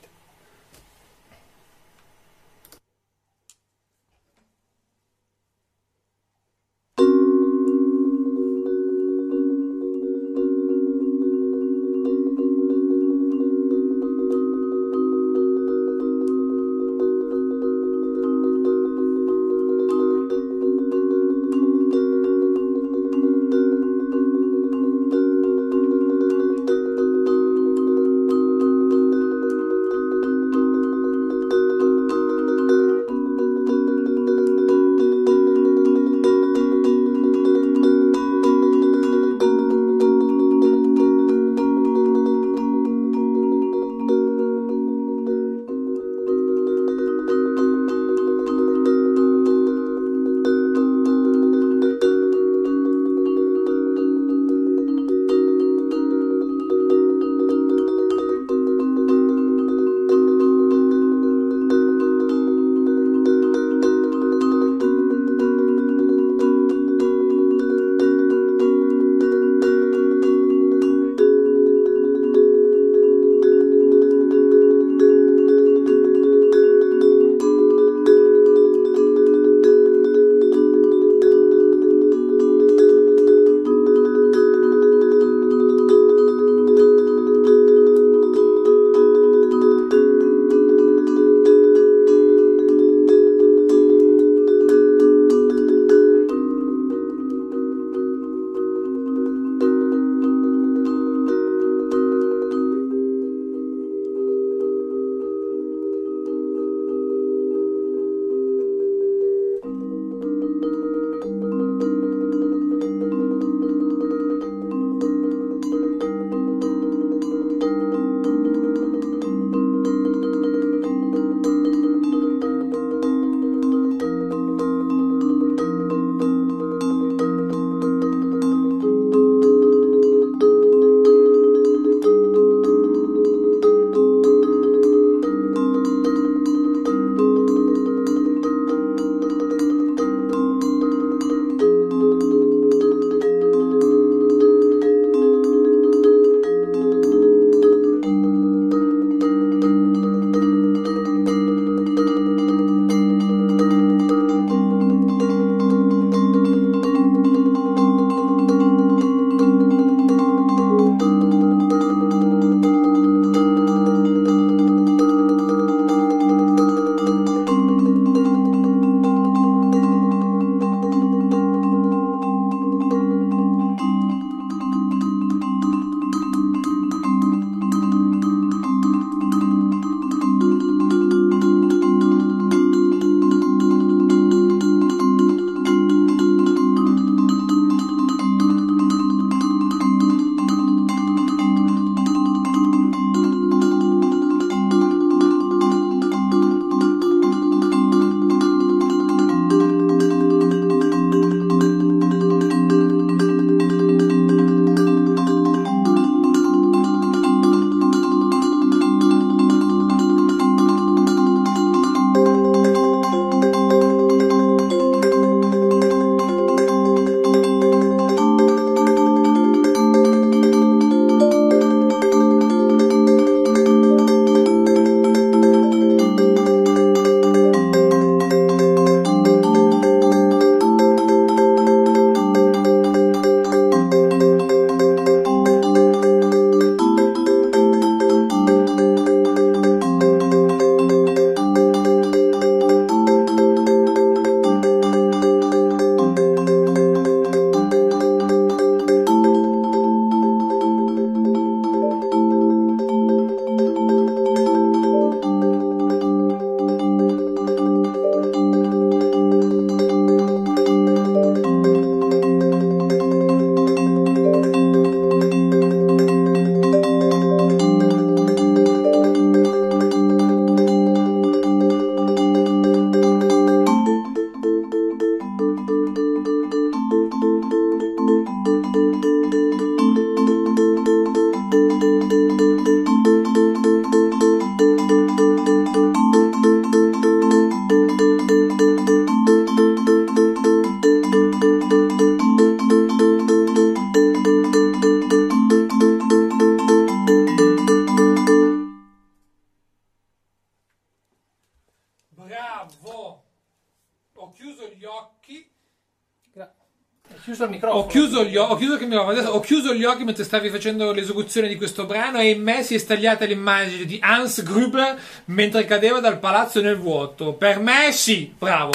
[SPEAKER 2] Bravo! Ho chiuso gli occhi.
[SPEAKER 1] Gra- Ho chiuso il microfono.
[SPEAKER 2] Ho chiuso gli, ho chiuso il microfono. Adesso ho chiuso gli occhi mentre stavi facendo l'esecuzione di questo brano e in me si è stagliata l'immagine di Hans Gruber mentre cadeva dal palazzo nel vuoto. Per me sì, bravo.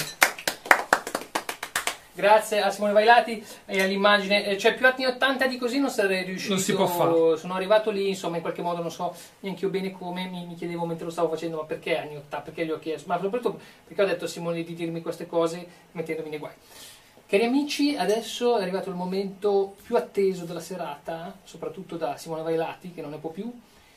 [SPEAKER 1] Grazie a Simone Vailati e all'immagine, cioè più anni ottanta di così non sarei riuscito.
[SPEAKER 2] Non si può fare.
[SPEAKER 1] Sono arrivato lì, insomma, in qualche modo non so neanche io bene come, mi, mi chiedevo mentre lo stavo facendo, ma perché anni ottanta? Perché gli ho chiesto? Ma soprattutto perché ho detto a Simone di dirmi queste cose mettendomi nei guai. Cari amici, adesso è arrivato il momento più atteso della serata, soprattutto da Simone Vailati, che non ne può più,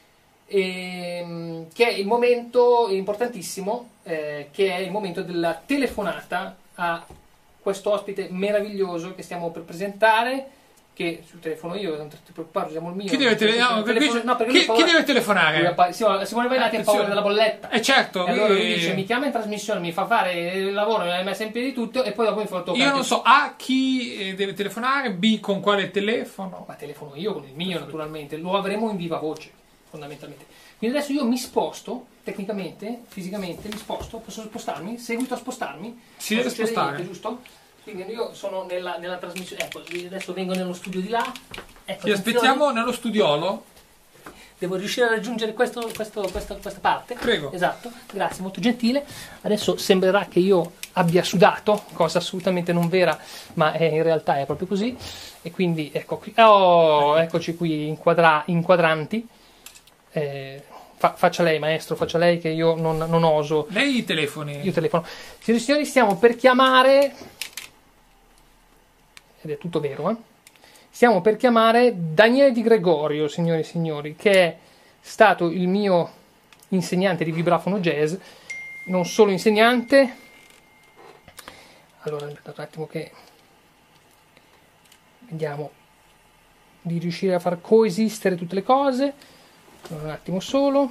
[SPEAKER 1] e, che è il momento importantissimo, eh, che è il momento della telefonata a questo ospite meraviglioso che stiamo per presentare, che sul telefono io, non ti preoccupare, usiamo il mio.
[SPEAKER 2] Chi deve, tele- no,
[SPEAKER 1] telefono, no,
[SPEAKER 2] chi, chi deve telefonare?
[SPEAKER 1] Pa- Simone Vailati ha paura della bolletta.
[SPEAKER 2] Eh certo.
[SPEAKER 1] E allora lui dice, mi chiama in trasmissione, mi fa fare il lavoro, mi ha messo in piedi tutto e poi dopo mi fa toccare.
[SPEAKER 2] Io non so A chi deve telefonare, B con quale telefono.
[SPEAKER 1] Ma telefono io con il mio naturalmente, lo avremo in viva voce fondamentalmente. Quindi adesso io mi sposto, tecnicamente, fisicamente, mi sposto, posso spostarmi? Seguito a spostarmi?
[SPEAKER 2] Si deve spostare.
[SPEAKER 1] Niente, giusto? Quindi io sono nella, nella trasmissione, ecco, adesso vengo nello studio di là. Ecco,
[SPEAKER 2] ti aspettiamo nello studiolo.
[SPEAKER 1] Devo riuscire a raggiungere questo, questo, questa, questa parte.
[SPEAKER 2] Prego.
[SPEAKER 1] Esatto, grazie, molto gentile. Adesso sembrerà che io abbia sudato, cosa assolutamente non vera, ma è, in realtà è proprio così. E quindi ecco qui, oh, eccoci qui inquadra, inquadranti. Eh, fa, faccia lei maestro, faccia lei che io non, non oso.
[SPEAKER 2] Lei telefoni.
[SPEAKER 1] Io telefono. Signori e signori, stiamo per chiamare, ed è tutto vero, eh? Stiamo per chiamare Daniele Di Gregorio, signori e signori, che è stato il mio insegnante di vibrafono jazz, non solo insegnante. Allora, aspetta un attimo che vediamo di riuscire a far coesistere tutte le cose. Un attimo solo.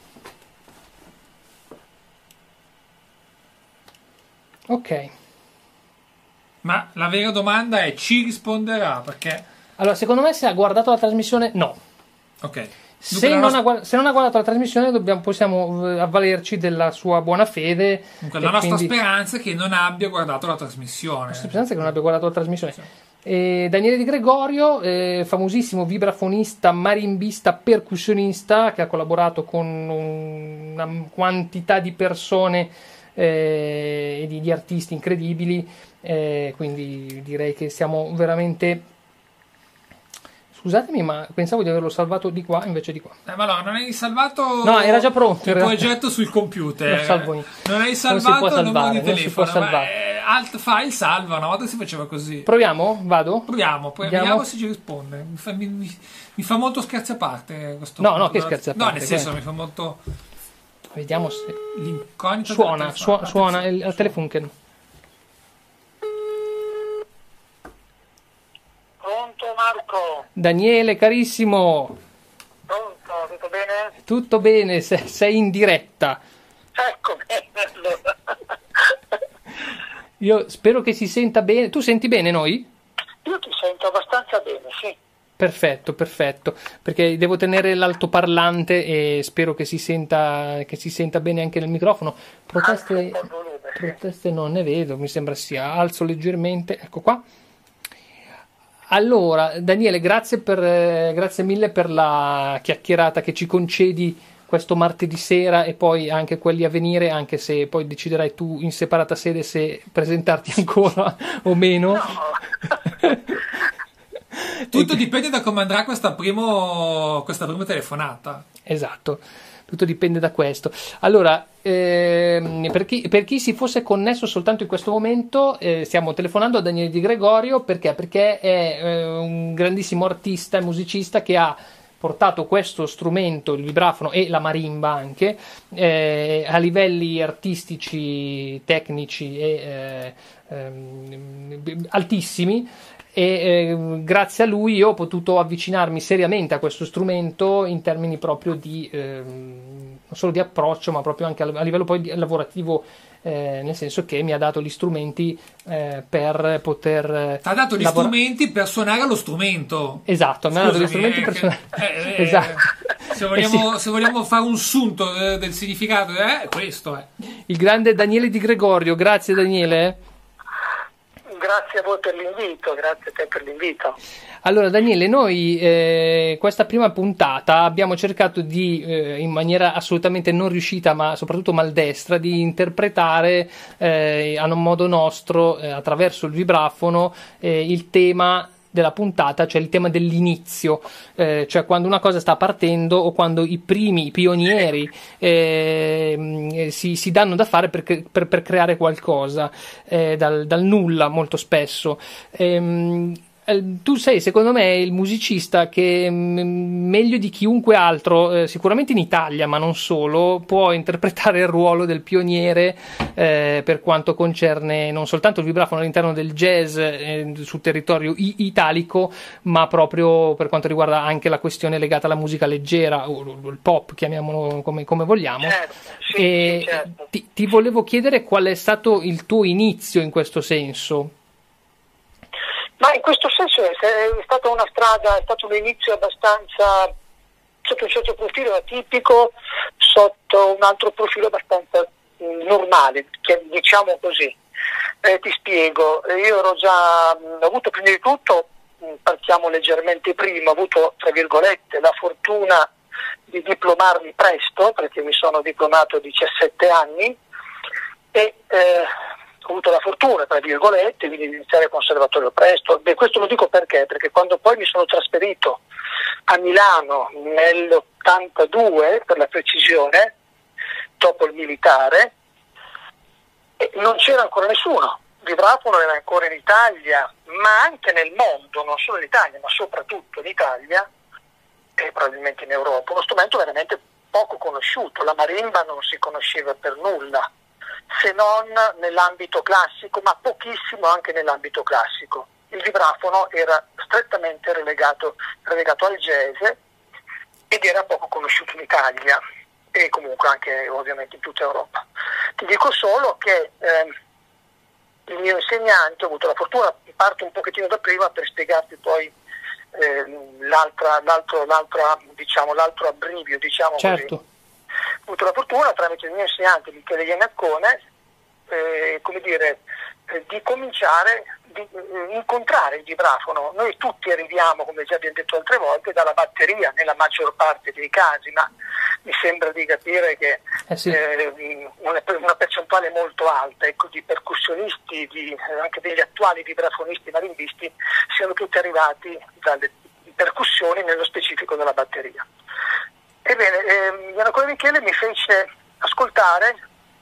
[SPEAKER 1] Ok.
[SPEAKER 2] Ma la vera domanda è, ci risponderà? Perché...
[SPEAKER 1] Allora, secondo me se ha guardato la trasmissione, no.
[SPEAKER 2] Ok.
[SPEAKER 1] Se non, nostra... ha, se non ha guardato la trasmissione dobbiamo, possiamo avvalerci della sua buona fede.
[SPEAKER 2] Dunque, la nostra quindi... speranza è che non abbia guardato la trasmissione. La
[SPEAKER 1] nostra speranza è che non abbia guardato la trasmissione. Sì. E Daniele Di Gregorio, eh, famosissimo vibrafonista, marimbista, percussionista, che ha collaborato con una quantità di persone eh, e di, di artisti incredibili, eh, quindi direi che siamo veramente... Scusatemi, ma pensavo di averlo salvato di qua invece di qua.
[SPEAKER 2] Eh, ma no, non hai salvato...
[SPEAKER 1] No, era già pronto.
[SPEAKER 2] Il progetto sul computer.
[SPEAKER 1] Lo salvo io.
[SPEAKER 2] Non hai salvato il numero di telefono.
[SPEAKER 1] Ma
[SPEAKER 2] alt file salva, una volta si faceva così.
[SPEAKER 1] Proviamo? Vado?
[SPEAKER 2] Proviamo, poi
[SPEAKER 1] Andiamo.
[SPEAKER 2] vediamo se ci risponde. Mi fa, mi, mi, mi fa molto scherzi a parte questo.
[SPEAKER 1] No, no, che scherzi a parte.
[SPEAKER 2] No, nel senso, mi fa molto...
[SPEAKER 1] Vediamo se...
[SPEAKER 2] L'incognito
[SPEAKER 1] suona, suona, suona il, il telefunken.
[SPEAKER 3] Pronto Marco?
[SPEAKER 1] Daniele, carissimo.
[SPEAKER 3] Pronto, tutto bene?
[SPEAKER 1] Tutto bene, sei, sei in diretta.
[SPEAKER 3] Ecco, bello.
[SPEAKER 1] Io spero che si senta bene. Tu senti bene noi?
[SPEAKER 3] Io ti sento abbastanza bene, sì.
[SPEAKER 1] Perfetto, perfetto, perché devo tenere l'altoparlante e spero che si senta, che si senta bene anche nel microfono. Proteste, proteste non ne vedo, mi sembra sia. Alzo leggermente, ecco qua. Allora, Daniele, grazie, per, eh, grazie mille per la chiacchierata che ci concedi questo martedì sera e poi anche quelli a venire, anche se poi deciderai tu in separata sede se presentarti ancora o meno.
[SPEAKER 3] No.
[SPEAKER 2] Tutto dipende da come andrà questa, primo, questa prima telefonata.
[SPEAKER 1] Esatto, tutto dipende da questo. Allora, ehm, per, chi, per chi si fosse connesso soltanto in questo momento, eh, stiamo telefonando a Daniele Di Gregorio, perché? Perché è eh, un grandissimo artista e musicista che ha portato questo strumento, il vibrafono e la marimba anche, eh, a livelli artistici, tecnici e eh, ehm, altissimi. E eh, grazie a lui io ho potuto avvicinarmi seriamente a questo strumento in termini proprio di eh, non solo di approccio, ma proprio anche a livello poi di, lavorativo, eh, nel senso che mi ha dato gli strumenti eh, per poter
[SPEAKER 2] ti ha dato gli
[SPEAKER 1] lavora- strumenti
[SPEAKER 2] per suonare lo strumento.
[SPEAKER 1] Esatto, mi ha dato gli strumenti
[SPEAKER 2] eh,
[SPEAKER 1] per suonare
[SPEAKER 2] eh, eh,
[SPEAKER 1] esatto.
[SPEAKER 2] Se vogliamo,
[SPEAKER 1] Eh sì.
[SPEAKER 2] se vogliamo fare un sunto del significato, eh, questo è.
[SPEAKER 1] il grande Daniele Di Gregorio. Grazie Daniele.
[SPEAKER 3] Grazie a voi per l'invito, grazie a te per l'invito.
[SPEAKER 1] Allora Daniele, noi eh, questa prima puntata abbiamo cercato di, eh, in maniera assolutamente non riuscita ma soprattutto maldestra, di interpretare eh, a un modo nostro, eh, attraverso il vibrafono, eh, il tema della puntata, cioè il tema dell'inizio, eh, cioè quando una cosa sta partendo o quando i primi, i pionieri eh, si, si danno da fare per, per, per creare qualcosa eh, dal, dal nulla molto spesso. Ehm, Tu sei, secondo me, il musicista che m- meglio di chiunque altro, eh, sicuramente in Italia, ma non solo, può interpretare il ruolo del pioniere eh, per quanto concerne non soltanto il vibrafono all'interno del jazz eh, sul territorio i- italico, ma proprio per quanto riguarda anche la questione legata alla musica leggera o, o il pop, chiamiamolo come, come vogliamo.
[SPEAKER 3] Certo, sì,
[SPEAKER 1] E
[SPEAKER 3] sì, certo.
[SPEAKER 1] ti, ti volevo chiedere qual è stato il tuo inizio in questo senso.
[SPEAKER 3] Ma in questo senso è, è stata una strada, è stato un inizio abbastanza, sotto un certo profilo atipico, sotto un altro profilo abbastanza mh, normale, che, diciamo così. Eh, ti spiego, io ero già, mh, ho avuto prima di tutto, mh, partiamo leggermente prima, ho avuto, tra virgolette, la fortuna di diplomarmi presto, perché mi sono diplomato a diciassette anni, e eh, ho avuto la fortuna, tra virgolette, di iniziare il conservatorio presto. Beh, questo lo dico perché? Perché quando poi mi sono trasferito a Milano nell'ottantadue, per la precisione, dopo il militare, e non c'era ancora nessuno. Il vibrafono era ancora in Italia, ma anche nel mondo, non solo in Italia, ma soprattutto in Italia e probabilmente in Europa, uno strumento veramente poco conosciuto. La marimba non si conosceva per nulla, se non nell'ambito classico, ma pochissimo anche nell'ambito classico. Il vibrafono era strettamente relegato, relegato al jazz ed era poco conosciuto in Italia e comunque anche ovviamente in tutta Europa. Ti dico solo che eh, il mio insegnante, ho avuto la fortuna, parto un pochettino da prima per spiegarti poi eh, l'altra, l'altro, l'altra, diciamo, l'altro abbrivio, diciamo
[SPEAKER 1] Certo.
[SPEAKER 3] così. Ho avuto la fortuna tramite il mio insegnante Michele Iannaccone eh, come dire, eh, di cominciare di eh, incontrare il vibrafono. Noi tutti arriviamo, come già abbiamo detto altre volte, dalla batteria nella maggior parte dei casi, ma mi sembra di capire che
[SPEAKER 1] Eh sì.
[SPEAKER 3] eh, una, una percentuale molto alta, ecco, di percussionisti, di, eh, anche degli attuali vibrafonisti marimbisti, siano tutti arrivati dalle percussioni, nello specifico dalla batteria. Ebbene, eh, Iannaccone Michele mi fece ascoltare,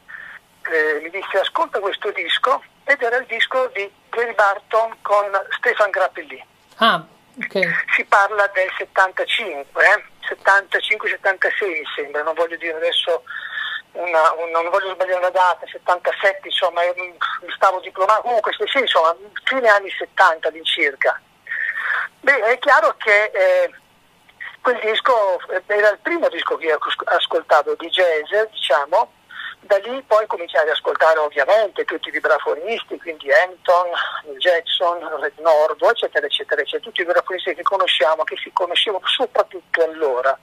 [SPEAKER 3] eh, mi disse ascolta questo disco, ed era il disco di Gary Barton con Stefan Grappelli.
[SPEAKER 1] Ah, ok.
[SPEAKER 3] Si parla del settantacinque, eh? settantacinque settantasei mi sembra, non voglio dire adesso, una, un, non voglio sbagliare la data, settantasette, insomma, io mi stavo diplomando, comunque sì, insomma, fine anni settanta all'incirca. Beh, è chiaro che eh, quel disco era il primo disco che io ascoltavo di jazz, diciamo. Da lì poi cominciai ad ascoltare ovviamente tutti i vibrafonisti, quindi Hampton, Jackson, Red Norvo, eccetera, eccetera, eccetera, tutti i vibrafonisti che conosciamo, che si conoscevano soprattutto allora.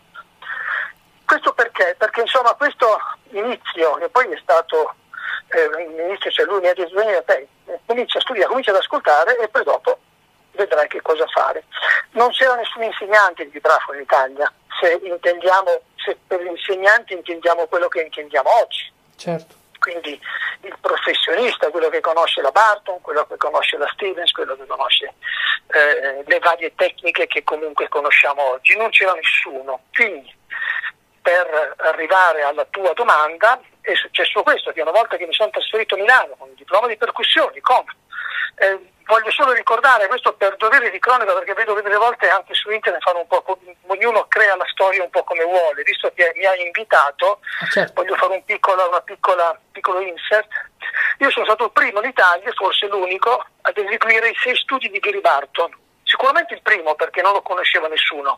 [SPEAKER 3] Questo perché? Perché insomma questo inizio, che poi è stato eh, l'inizio, cioè lui mi ha detto, te, comincia a studiare, comincia ad ascoltare e poi dopo vedrai che cosa fare. Non c'era nessun insegnante di vibrafono in Italia, se intendiamo, se per gli insegnanti intendiamo quello che intendiamo oggi.
[SPEAKER 1] Certo.
[SPEAKER 3] Quindi il professionista, quello che conosce la Barton, quello che conosce la Stevens, quello che conosce eh, le varie tecniche che comunque conosciamo oggi. Non c'era nessuno. Quindi per arrivare alla tua domanda è successo questo, che una volta che mi sono trasferito a Milano con il diploma di percussioni, come eh, voglio solo ricordare questo per dovere di cronaca, perché vedo che delle volte anche su internet fanno un po', ognuno crea la storia un po' come vuole, visto che mi ha invitato,
[SPEAKER 1] Ah, certo.
[SPEAKER 3] voglio fare un piccolo, una piccola, piccolo insert. Io sono stato il primo in Italia, forse l'unico, ad eseguire i sei studi di Gary Barton, sicuramente il primo perché non lo conosceva nessuno,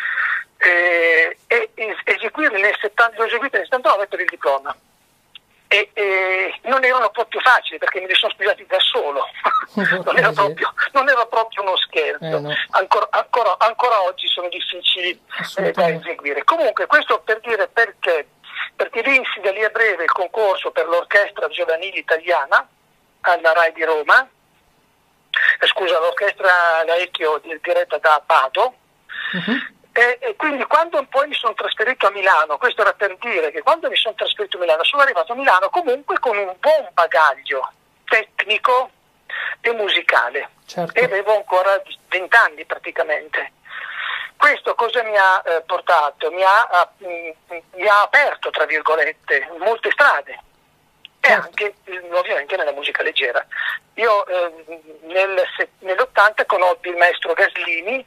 [SPEAKER 3] e, e eseguirli nel settanta, l'ho eseguito nel settantanove per il diploma. E, e non erano proprio facili perché me li sono studiati da solo, non, era proprio, non era proprio uno scherzo,
[SPEAKER 1] Eh, no.
[SPEAKER 3] ancora, ancora, ancora oggi sono difficili eh, da eseguire. Comunque questo per dire perché perché vinsi da lì a breve il concorso per l'orchestra giovanile italiana alla Rai di Roma, eh, scusa, l'orchestra Laecchio diretta da Pado. Uh-huh. E, e quindi quando poi mi sono trasferito a Milano, questo era per dire che quando mi sono trasferito a Milano, sono arrivato a Milano comunque con un buon bagaglio tecnico e musicale, certo. E avevo ancora vent'anni praticamente. Questo cosa mi ha eh, portato? Mi ha, uh, mi ha aperto, tra virgolette, molte strade, certo. E anche ovviamente nella musica leggera. Io eh, nel, nell'ottanta conobbi il maestro Gaslini,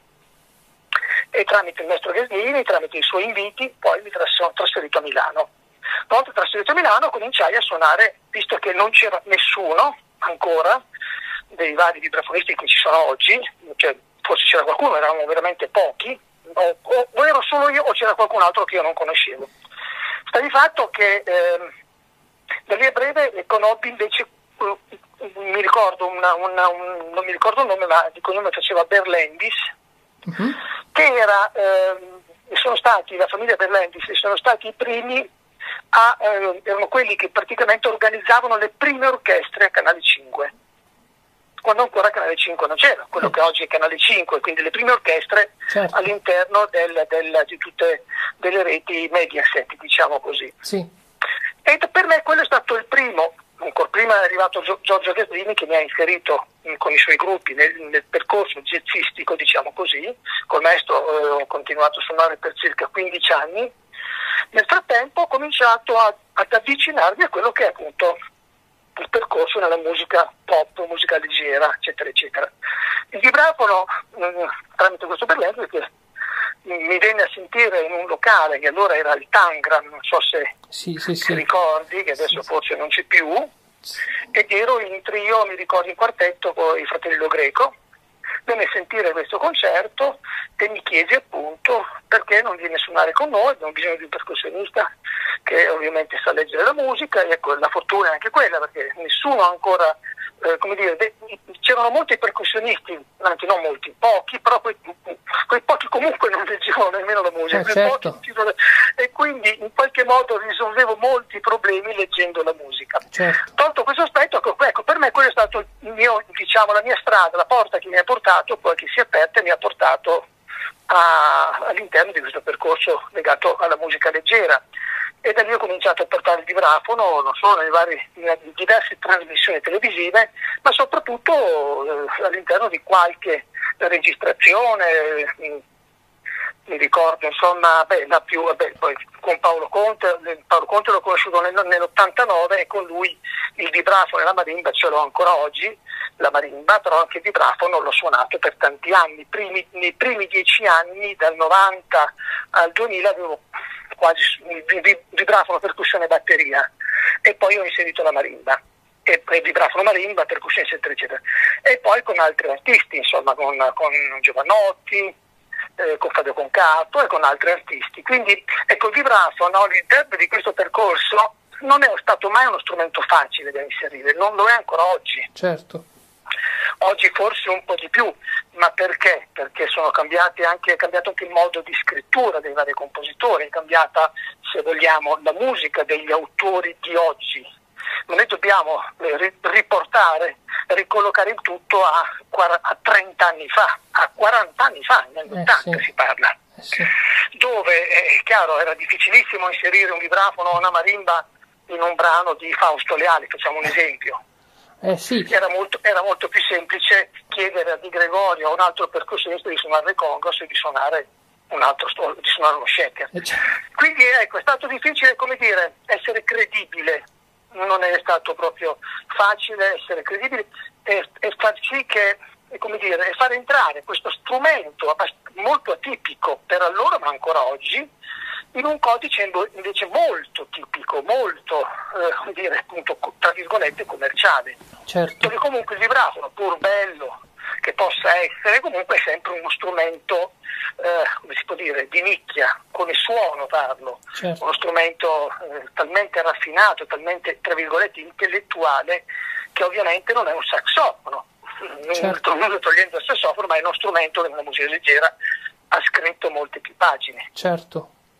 [SPEAKER 3] e tramite il maestro Gaslini, tramite i suoi inviti, poi mi tras- sono trasferito a Milano. Una volta trasferito a Milano cominciai a suonare, visto che non c'era nessuno ancora dei vari vibrafonisti che ci sono oggi, cioè, forse c'era qualcuno, eravamo veramente pochi, o, o, o ero solo io o c'era qualcun altro che io non conoscevo. Sta di fatto che eh, da lì a breve conobbi invece, uh, mi ricordo una, una, un, non mi ricordo il nome, ma di cognome faceva Berlendis, uh-huh. Che era, eh, sono stati, la famiglia Berlendis, sono stati i primi a, eh, erano quelli che praticamente organizzavano le prime orchestre a Canale cinque, quando ancora Canale cinque non c'era, quello che oggi è Canale cinque, quindi le prime orchestre, certo. All'interno del, del, di tutte delle reti Mediaset, diciamo così.
[SPEAKER 1] Sì.
[SPEAKER 3] E per me quello è stato il primo. Ancora prima è arrivato Giorgio Gaslini, che mi ha inserito con i suoi gruppi nel, nel percorso jazzistico, diciamo così. Col maestro eh, ho continuato a suonare per circa quindici anni. Nel frattempo ho cominciato a, ad avvicinarmi a quello che è appunto il percorso nella musica pop, musica leggera, eccetera, eccetera. Il vibrafono, mh, tramite questo Berlendo, che mi venne a sentire in un locale che allora era il Tangram, non so se
[SPEAKER 1] sì, sì,
[SPEAKER 3] ti
[SPEAKER 1] sì.
[SPEAKER 3] ricordi, che adesso
[SPEAKER 1] sì,
[SPEAKER 3] forse non c'è più, ed ero in trio, mi ricordo, in quartetto con i fratelli Lo Greco. Venne a sentire questo concerto e mi chiese appunto perché non viene a suonare con noi, abbiamo bisogno di un percussionista che ovviamente sa leggere la musica, e ecco, la fortuna è anche quella, perché nessuno ancora, eh, come dire, de- c'erano molti percussionisti, anzi non molti, pochi, però quei, quei pochi comunque non leggevano nemmeno la musica,
[SPEAKER 1] eh,
[SPEAKER 3] quei
[SPEAKER 1] certo.
[SPEAKER 3] pochi, e quindi in qualche modo risolvevo molti problemi leggendo la musica.
[SPEAKER 1] Certo.
[SPEAKER 3] Tolto questo aspetto, ecco, ecco, per me quello è stato il mio, diciamo, la mia strada, la porta che mi ha portato, poi che si è aperta e mi ha portato a, all'interno di questo percorso legato alla musica leggera. E da lì ho cominciato a portare il vibrafono, non solo nelle varie, in diverse trasmissioni televisive, ma soprattutto eh, all'interno di qualche registrazione. Eh, mi ricordo, insomma, beh, la più, vabbè, poi con Paolo Conte, Paolo Conte l'ho conosciuto nel, nell'ottantanove, e con lui il vibrafono e la marimba ce l'ho ancora oggi, la marimba, però anche il vibrafono l'ho suonato per tanti anni. Primi, nei primi dieci anni, dal novanta al duemila, avevo quasi il vibrafono, percussione e batteria, e poi ho inserito la marimba, e poi vibrafono, marimba, percussione, eccetera, eccetera. E poi con altri artisti, insomma, con, con Giovanotti, eh, con Fabio Concato e con altri artisti. Quindi ecco, il vibrafono all'interno di questo percorso non è stato mai uno strumento facile da inserire, non lo è ancora oggi.
[SPEAKER 1] Certo.
[SPEAKER 3] Oggi forse un po' di più, ma perché? Perché sono cambiati anche, è cambiato anche il modo di scrittura dei vari compositori, è cambiata, se vogliamo, la musica degli autori di oggi. Ma noi dobbiamo eh, riportare, ricollocare il tutto a, a trenta anni fa, a quaranta anni fa, negli anni ottanta
[SPEAKER 1] sì.
[SPEAKER 3] si parla,
[SPEAKER 1] eh sì.
[SPEAKER 3] dove è eh, chiaro, era difficilissimo inserire un vibrafono o una marimba in un brano di Fausto Leali, facciamo un esempio.
[SPEAKER 1] Eh sì.
[SPEAKER 3] Era molto, era molto più semplice chiedere a Di Gregorio o a un altro percussionista di suonare le congos e di suonare un altro di suonare uno shaker.
[SPEAKER 1] Eh,
[SPEAKER 3] Quindi ecco, è stato difficile, come dire, essere credibile, non è stato proprio facile essere credibili e, e far sì che, e come dire, e far entrare questo strumento molto atipico per allora, ma ancora oggi, in un codice invece molto tipico, molto, eh, come dire, appunto, tra virgolette, commerciale.
[SPEAKER 1] Certo.
[SPEAKER 3] Dove comunque il vibrafono, pur bello che possa essere, comunque è sempre uno strumento, eh, come si può dire, di nicchia, come suono parlo.
[SPEAKER 1] Certo.
[SPEAKER 3] Uno strumento eh, talmente raffinato, talmente, tra virgolette, intellettuale, che ovviamente non è un sassofono.
[SPEAKER 1] Certo.
[SPEAKER 3] Non togliendo il sassofono, ma è uno strumento che nella musica leggera ha scritto molte più pagine.
[SPEAKER 1] Certo.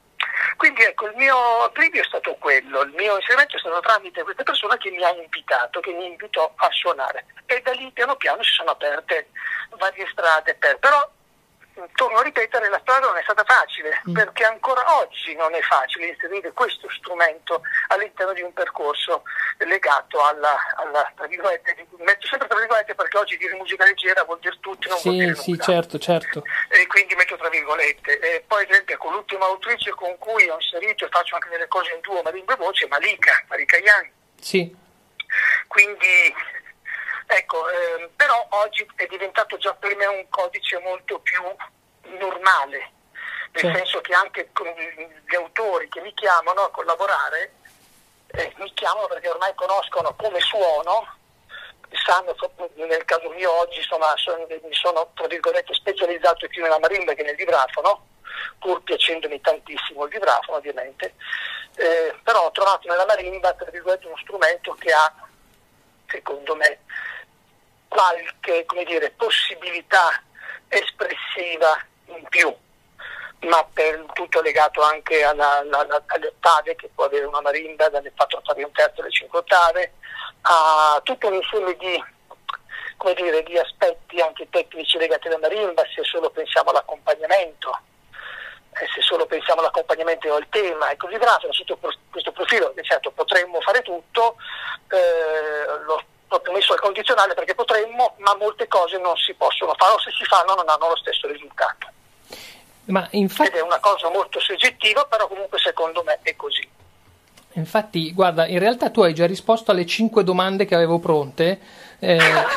[SPEAKER 3] Quindi ecco, il mio primo è stato quello, il mio inserimento è stato tramite questa persona che mi ha invitato, che mi invitò a suonare, e da lì piano piano si sono aperte varie strade, per, però torno a ripetere, la strada non è stata facile, mm. perché ancora oggi non è facile inserire questo strumento all'interno di un percorso legato alla, alla tra virgolette, metto sempre tra virgolette perché oggi dire musica leggera vuol dire tutto, non
[SPEAKER 1] sì,
[SPEAKER 3] vuol dire
[SPEAKER 1] sì,
[SPEAKER 3] nulla.
[SPEAKER 1] certo, certo.
[SPEAKER 3] E quindi metto tra virgolette. E poi ad esempio con l'ultima autrice con cui ho inserito e faccio anche delle cose in duo, marimba e voce, Malika, Malika Ian.
[SPEAKER 1] Sì.
[SPEAKER 3] Quindi ecco, eh, però oggi è diventato già per me un codice molto più normale, nel
[SPEAKER 1] Certo.
[SPEAKER 3] senso che anche con gli autori che mi chiamano a collaborare, eh, mi chiamano perché ormai conoscono come suono, sanno, nel caso mio oggi insomma sono, mi sono tra virgolette specializzato più nella marimba che nel vibrafono, pur piacendomi tantissimo il vibrafono ovviamente, eh, però ho trovato nella marimba tra virgolette uno strumento che ha, secondo me, qualche, come dire, possibilità espressiva in più, ma per tutto legato anche alla, alla, alle ottave che può avere una marimba, dalle quattro ottave un terzo alle cinque ottave, a tutto un insieme di, come dire, di aspetti anche tecnici legati alla marimba, se solo pensiamo all'accompagnamento, eh, se solo pensiamo all'accompagnamento o al tema, e così via, sotto questo profilo, che certo potremmo fare tutto, eh, lo proprio messo al condizionale perché potremmo, ma molte cose non si possono fare, o se si fanno non hanno lo stesso risultato.
[SPEAKER 1] Ma infatti...
[SPEAKER 3] Ed è una cosa molto soggettiva, però comunque secondo me è così.
[SPEAKER 1] Infatti, guarda, in realtà tu hai già risposto alle cinque domande che avevo pronte. Eh...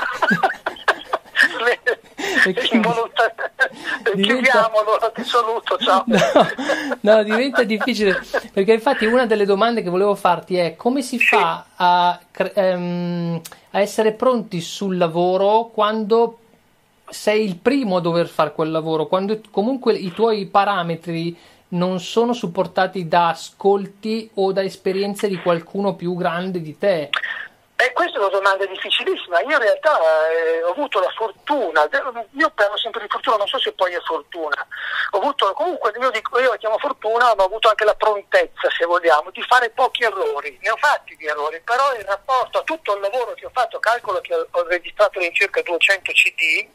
[SPEAKER 3] Involontar-
[SPEAKER 1] diventa...
[SPEAKER 3] Chiudiamolo, ti saluto, ciao.
[SPEAKER 1] No, no, diventa difficile, perché infatti una delle domande che volevo farti è come si fa a, ehm, a essere pronti sul lavoro quando sei il primo a dover fare quel lavoro, quando comunque i tuoi parametri non sono supportati da ascolti o da esperienze di qualcuno più grande di te.
[SPEAKER 3] Eh, questa è una domanda difficilissima. Io in realtà eh, ho avuto la fortuna, io parlo sempre di fortuna, non so se poi è fortuna, ho avuto comunque, io, dico, io la chiamo fortuna, ma ho avuto anche la prontezza, se vogliamo, di fare pochi errori. Ne ho fatti di errori, però in rapporto a tutto il lavoro che ho fatto, calcolo che ho, ho registrato all'incirca duecento C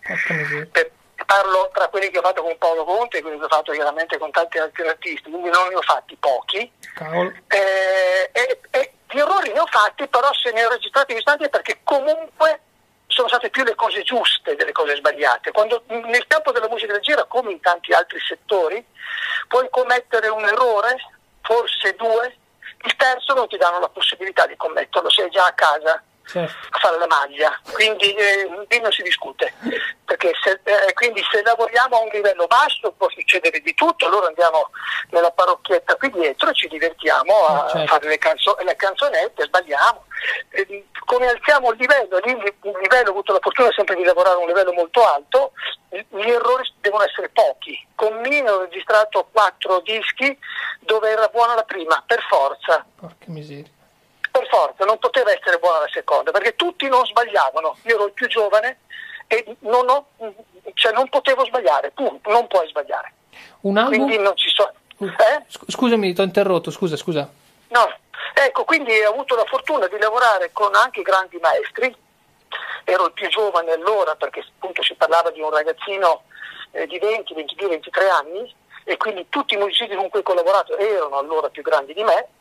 [SPEAKER 3] D, per, parlo tra quelli che ho fatto con Paolo Conte e quelli che ho fatto chiaramente con tanti altri artisti, quindi non ne ho fatti pochi.
[SPEAKER 1] Cavolo.
[SPEAKER 3] Eh, e, e, Di errori ne ho fatti, però se ne ho registrati distanti perché comunque sono state più le cose giuste delle cose sbagliate. Quando nel campo della musica leggera, come in tanti altri settori, puoi commettere un errore, forse due, il terzo non ti danno la possibilità di commetterlo, sei già a casa. Certo. A fare la maglia, quindi eh, lì non si discute, perché se, eh, quindi se lavoriamo a un livello basso può succedere di tutto, allora andiamo nella parrocchietta qui dietro e ci divertiamo a certo. fare le, canzo- le canzonette, sbagliamo, eh, come alziamo il livello, lì il livello, ho avuto la fortuna sempre di lavorare a un livello molto alto, gli errori devono essere pochi. Con Mino ho registrato quattro dischi dove era buona la prima, per forza.
[SPEAKER 1] Porca miseria.
[SPEAKER 3] Per forza, non poteva essere buona la seconda, perché tutti non sbagliavano. Io ero il più giovane e non, ho, cioè non potevo sbagliare, punto, non puoi sbagliare.
[SPEAKER 1] Un album...
[SPEAKER 3] Quindi non ci so... eh?
[SPEAKER 1] Scusami, ti ho interrotto, scusa, scusa.
[SPEAKER 3] No, ecco, quindi ho avuto la fortuna di lavorare con anche grandi maestri, ero il più giovane allora, perché appunto si parlava di un ragazzino eh, di venti, ventidue, ventitré anni, e quindi tutti i musicisti con cui ho collaborato erano allora più grandi di me,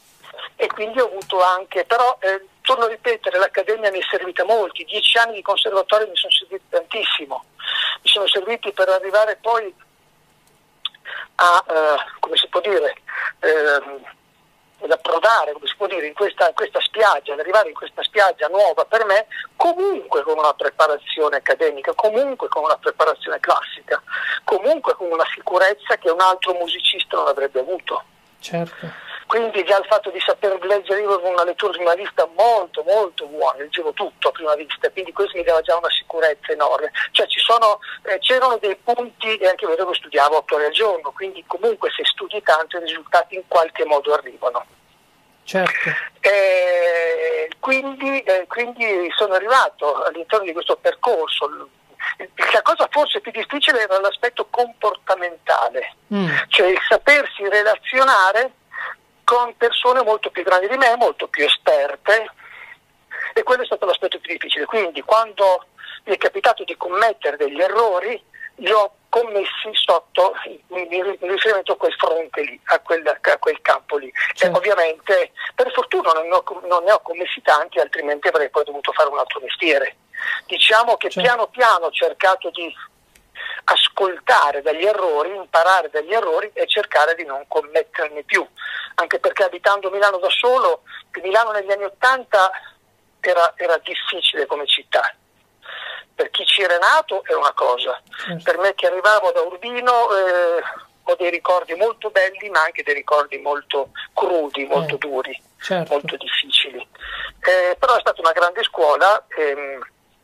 [SPEAKER 3] e quindi ho avuto anche, però eh, torno a ripetere, l'accademia mi è servita molti, dieci anni di conservatorio mi sono serviti tantissimo, mi sono serviti per arrivare poi a, eh, come si può dire, eh, ad approdare, come si può dire, in questa, in questa spiaggia, ad arrivare in questa spiaggia nuova per me, comunque con una preparazione accademica, comunque con una preparazione classica, comunque con una sicurezza che un altro musicista non avrebbe avuto.
[SPEAKER 1] Certo.
[SPEAKER 3] Quindi già il fatto di saper leggere, io avevo una lettura a prima vista molto molto buona, leggevo tutto a prima vista, quindi questo mi dava già una sicurezza enorme. Cioè ci sono, eh, c'erano dei punti, e anche vedo che studiavo otto ore al giorno, quindi comunque se studi tanto i risultati in qualche modo arrivano.
[SPEAKER 1] Certo.
[SPEAKER 3] Eh, quindi, eh, quindi sono arrivato all'interno di questo percorso La cosa forse più difficile era l'aspetto comportamentale,
[SPEAKER 1] Mm.
[SPEAKER 3] cioè il sapersi relazionare con persone molto più grandi di me, molto più esperte, e quello è stato l'aspetto più difficile. Quindi quando mi è capitato di commettere degli errori, li ho commessi sotto in riferimento a quel fronte lì, a quel, a quel campo lì.
[SPEAKER 1] Certo.
[SPEAKER 3] E ovviamente per fortuna non ne, ho, non ne ho commessi tanti, altrimenti avrei poi dovuto fare un altro mestiere. Diciamo che
[SPEAKER 1] Certo.
[SPEAKER 3] piano piano ho cercato di ascoltare dagli errori, imparare dagli errori e cercare di non commetterne più, anche perché abitando Milano da solo, Milano negli anni Ottanta era, era difficile come città. Per chi ci era nato è una cosa,
[SPEAKER 1] Certo.
[SPEAKER 3] per me che arrivavo da Urbino eh, ho dei ricordi molto belli, ma anche dei ricordi molto crudi, molto
[SPEAKER 1] Eh,
[SPEAKER 3] duri,
[SPEAKER 1] certo.
[SPEAKER 3] molto difficili. Eh, però è stata una grande scuola, ehm,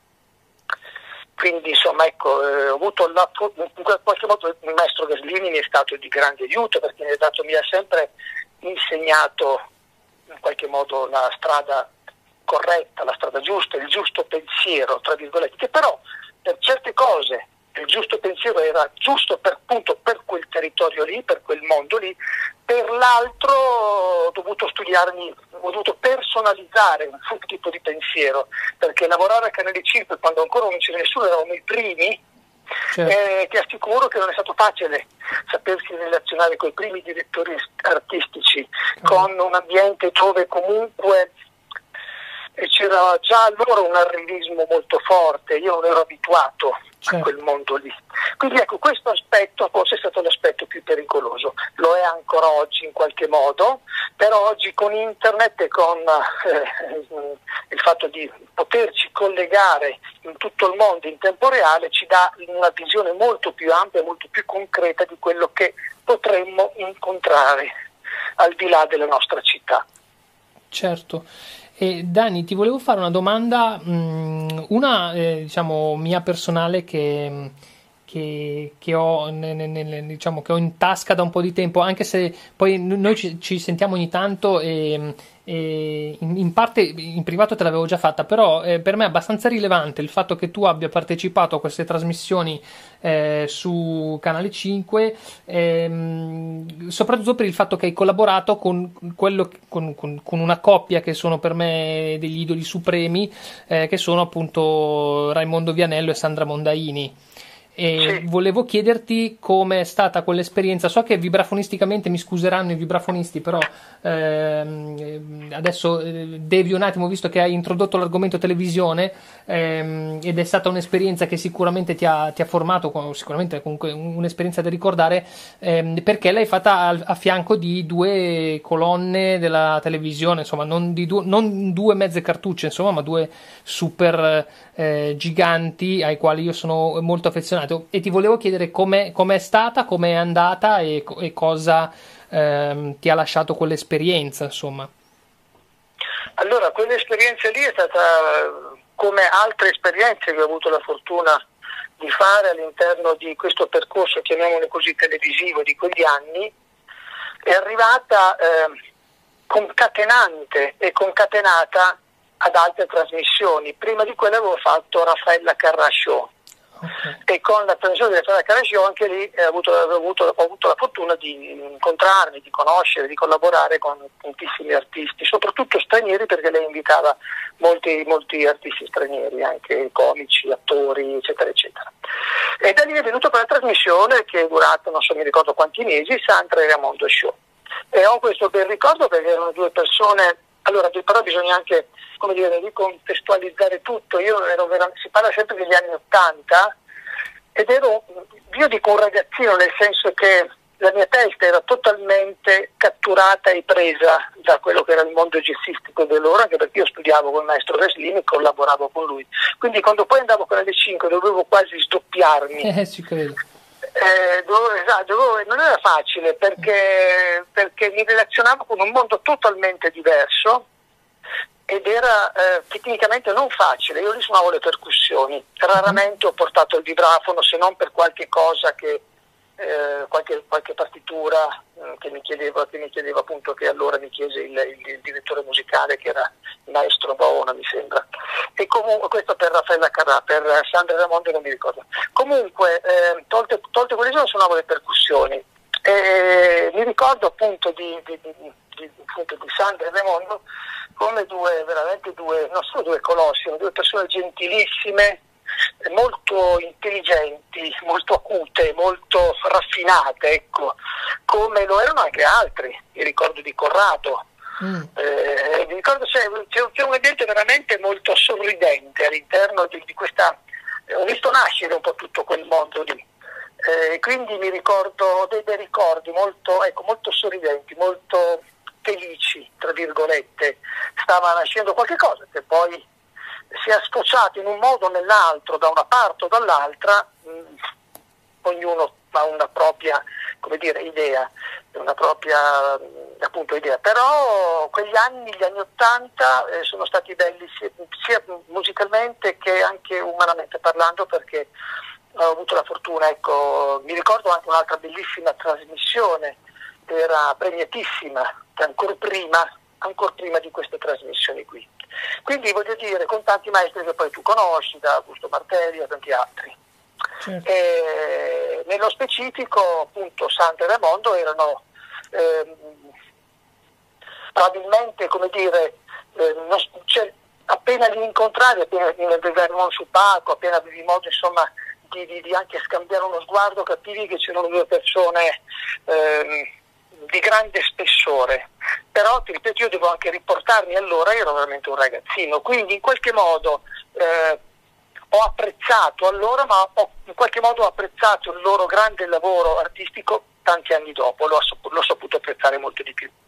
[SPEAKER 3] quindi insomma ecco, eh, ho avuto la, in qualche modo il maestro Gaslini mi è stato di grande aiuto, perché mi ha, dato, mi ha sempre insegnato in qualche modo la strada corretta, la strada giusta, il giusto pensiero, tra virgolette, che però per certe cose il giusto pensiero era giusto per, appunto, per quel territorio lì, per quel mondo lì, per l'altro ho dovuto studiarmi, ho dovuto personalizzare un tipo di pensiero, perché lavorare a Canale cinque quando ancora non c'era nessuno, eravamo i primi,
[SPEAKER 1] Certo.
[SPEAKER 3] eh, ti assicuro che non è stato facile sapersi relazionare con i primi direttori artistici, con un ambiente dove comunque e c'era già allora un arrivismo molto forte, io non ero abituato
[SPEAKER 1] Certo.
[SPEAKER 3] a quel mondo lì. Quindi ecco, questo aspetto forse è stato l'aspetto più pericoloso, lo è ancora oggi in qualche modo, però oggi con internet e con eh, il fatto di poterci collegare in tutto il mondo in tempo reale ci dà una visione molto più ampia, molto più concreta di quello che potremmo incontrare al di là della nostra città.
[SPEAKER 1] Certo. E Dani, ti volevo fare una domanda, mh, una eh, diciamo mia personale che, che, che, ho, ne, ne, ne, diciamo, che ho in tasca da un po' di tempo, anche se poi noi ci, ci sentiamo ogni tanto e, e in, in parte in privato te l'avevo già fatta, però eh, per me è abbastanza rilevante il fatto che tu abbia partecipato a queste trasmissioni eh, su Canale cinque, ehm, soprattutto per il fatto che hai collaborato con, quello, con, con, con una coppia che sono per me degli idoli supremi, eh, che sono appunto Raimondo Vianello e Sandra Mondaini. E
[SPEAKER 3] Sì.
[SPEAKER 1] volevo chiederti come è stata quell'esperienza. So che vibrafonisticamente mi scuseranno i vibrafonisti, però ehm, adesso eh, devi un attimo, visto che hai introdotto l'argomento televisione, ehm, ed è stata un'esperienza che sicuramente ti ha, ti ha formato, sicuramente comunque un'esperienza da ricordare, ehm, perché l'hai fatta a, a fianco di due colonne della televisione, insomma, non, di due, non due mezze cartucce, insomma, ma due super eh, giganti ai quali io sono molto affezionato. E ti volevo chiedere com'è, com'è stata, com'è andata e, e cosa ehm, ti ha lasciato quell'esperienza, insomma.
[SPEAKER 3] Allora, quell'esperienza lì è stata come altre esperienze che ho avuto la fortuna di fare all'interno di questo percorso, chiamiamolo così, televisivo di quegli anni, è arrivata eh, concatenante e concatenata ad altre trasmissioni. Prima di quella avevo fatto Raffaella Carrà Show.
[SPEAKER 1] Okay.
[SPEAKER 3] E con la trasmissione di Raffaella Carrà Show anche lì ho avuto, ho, avuto, ho avuto la fortuna di incontrarmi, di conoscere, di collaborare con tantissimi artisti, soprattutto stranieri, perché lei invitava molti, molti artisti stranieri, anche comici, attori, eccetera, eccetera. E da lì è venuta quella trasmissione che è durata, non so mi ricordo quanti mesi, Sandra e Raimondo Show. E ho questo bel ricordo perché erano due persone. Allora, però bisogna anche, come dire, ricontestualizzare tutto. Io ero veramente, si parla sempre degli anni Ottanta, ed ero, io dico un ragazzino, nel senso che la mia testa era totalmente catturata e presa da quello che era il mondo jazzistico di loro, anche perché io studiavo con il maestro Gaslini e collaboravo con lui. Quindi quando poi andavo con le cinque dovevo quasi sdoppiarmi.
[SPEAKER 1] Eh, ci credo.
[SPEAKER 3] Eh, dovevo, esatto, dovevo, non era facile perché, perché mi relazionavo con un mondo totalmente diverso ed era eh, tecnicamente non facile. Io lì suonavo le percussioni, raramente ho portato il vibrafono se non per qualche cosa che eh, qualche, qualche partitura eh, che mi chiedeva che mi chiedeva appunto, che allora mi chiese il, il, il direttore musicale, che era maestro Baona mi sembra, e comunque questo per Raffaella Carrà, per Sandra Raimondo non mi ricordo. Comunque eh, tolte, tolte quelle giorni suonavo le percussioni, e mi ricordo appunto di, di, di, di, appunto di Sandra Raimondo come due, veramente due, non solo due colossi, ma due persone gentilissime, molto intelligenti, molto acute, molto raffinate, ecco, come lo erano anche altri. Mi ricordo di Corrado, mm. eh, mi ricordo c'è, c'è un ambiente veramente molto sorridente all'interno di, di questa, eh, ho visto nascere un po' tutto quel mondo lì, eh, quindi mi ricordo dei, dei ricordi molto, ecco, molto sorridenti, molto felici, tra virgolette. Stava nascendo qualche cosa che poi si è sfociato in un modo o nell'altro, da una parte o dall'altra, mh, ognuno ha una propria, come dire, idea, una propria mh, appunto idea, però quegli anni, gli anni Ottanta eh, sono stati belli sia, sia musicalmente che anche umanamente parlando, perché ho avuto la fortuna, ecco, mi ricordo anche un'altra bellissima trasmissione, era premiatissima, ancora prima, ancora prima di queste trasmissioni qui. Quindi voglio dire, con tanti maestri che poi tu conosci, da Augusto Martelli a tanti altri. Certo. E nello specifico, appunto, Sandra e Raimondo erano ehm, probabilmente, come dire, eh, non, cioè, appena li incontravi, appena venivano sul palco, appena avevi modo, insomma, di, di, di anche scambiare uno sguardo, capivi che c'erano due persone ehm, di grande spessore. Però ti ripeto, io devo anche riportarmi, allora ero veramente un ragazzino, quindi in qualche modo eh, ho apprezzato allora, ma ho, in qualche modo ho apprezzato il loro grande lavoro artistico tanti anni dopo, l'ho, l'ho saputo apprezzare molto di più.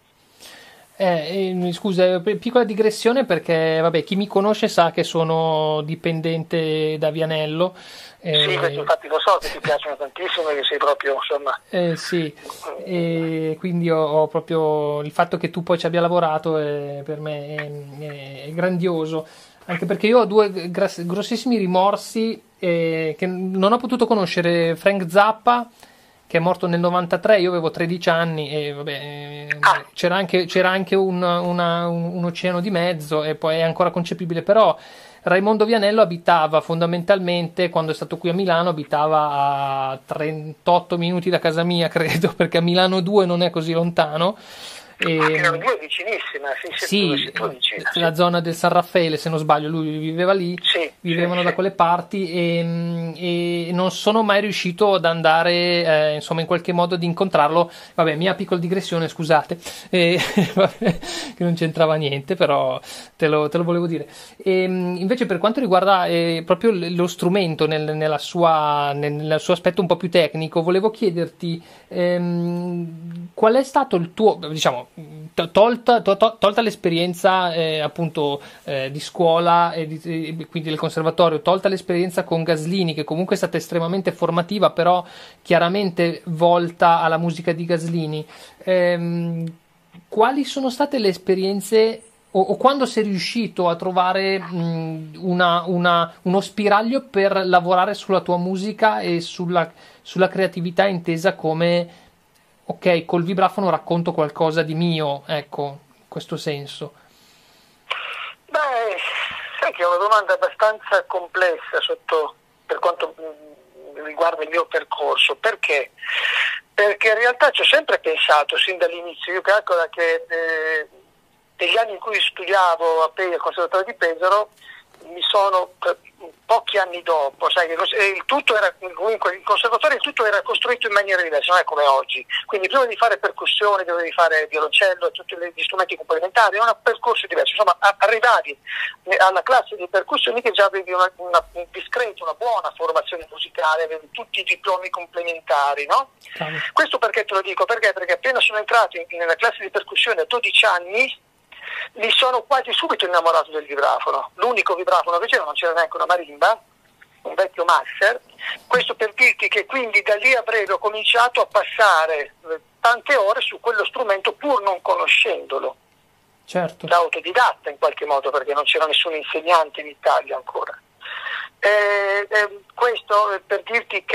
[SPEAKER 1] Eh, eh, scusa, piccola digressione, perché vabbè, chi mi conosce sa che sono dipendente da Vianello.
[SPEAKER 3] Eh, sì, questo infatti lo so che ti piacciono tantissimo e che sei proprio, insomma...
[SPEAKER 1] Eh, sì, e quindi ho, ho proprio il fatto che tu poi ci abbia lavorato è, per me è, è, è grandioso, anche perché io ho due gras- grossissimi rimorsi, eh, che non ho potuto conoscere Frank Zappa, che è morto nel novantatré, io avevo tredici anni e vabbè, ah. c'era anche, c'era anche un, una, un, un oceano di mezzo e poi è ancora concepibile, però Raimondo Vianello abitava fondamentalmente, quando è stato qui a Milano, abitava a trentotto minuti da casa mia, credo, perché a Milano due non è così lontano.
[SPEAKER 3] E, ah, Milano due è vicinissima, sì,
[SPEAKER 1] sì, sì, la zona del San Raffaele, se non sbaglio, lui viveva lì,
[SPEAKER 3] sì,
[SPEAKER 1] vivevano
[SPEAKER 3] sì,
[SPEAKER 1] da
[SPEAKER 3] sì.
[SPEAKER 1] quelle parti e, e non sono mai riuscito ad andare, eh, insomma, in qualche modo ad incontrarlo. Vabbè, mia piccola digressione, scusate, e, vabbè, che non c'entrava niente, però te lo, te lo volevo dire. E, invece per quanto riguarda eh, proprio lo strumento nel, nella sua, nel, nel suo aspetto un po' più tecnico, volevo chiederti ehm, qual è stato il tuo, diciamo, Tolta, to, tolta l'esperienza eh, appunto eh, di scuola e, di, e quindi del conservatorio, tolta l'esperienza con Gaslini, che comunque è stata estremamente formativa, però chiaramente volta alla musica di Gaslini, ehm, quali sono state le esperienze o, o quando sei riuscito a trovare mh, una, una, uno spiraglio per lavorare sulla tua musica e sulla, sulla creatività intesa come ok, col vibrafono racconto qualcosa di mio, ecco, in questo senso?
[SPEAKER 3] Beh, sai che è una domanda abbastanza complessa sotto, per quanto mh, riguarda il mio percorso. Perché? Perché in realtà ci ho sempre pensato, sin dall'inizio. Io calcolo che eh, negli anni in cui studiavo a Pesaro, al Conservatorio di Pesaro, mi sono... pochi anni dopo, sai che il tutto era comunque il conservatorio, il tutto era costruito in maniera diversa, non è come oggi. Quindi prima di fare percussione, dovevi fare violoncello e tutti gli strumenti complementari, era un percorso diverso. Insomma, arrivavi alla classe di percussioni che già avevi una, una un discreto, una buona formazione musicale, avevi tutti i diplomi complementari, no? Sì. Questo perché te lo dico? Perché? Perché appena sono entrato in, nella classe di percussione a dodici anni, mi sono quasi subito innamorato del vibrafono. L'unico vibrafono che c'era, non c'era neanche una marimba, un vecchio master. Questo per dirti che quindi da lì avrei cominciato a passare tante ore su quello strumento pur non conoscendolo.
[SPEAKER 1] Certo.
[SPEAKER 3] Da autodidatta in qualche modo, perché non c'era nessun insegnante in Italia ancora. Eh, eh, questo per dirti che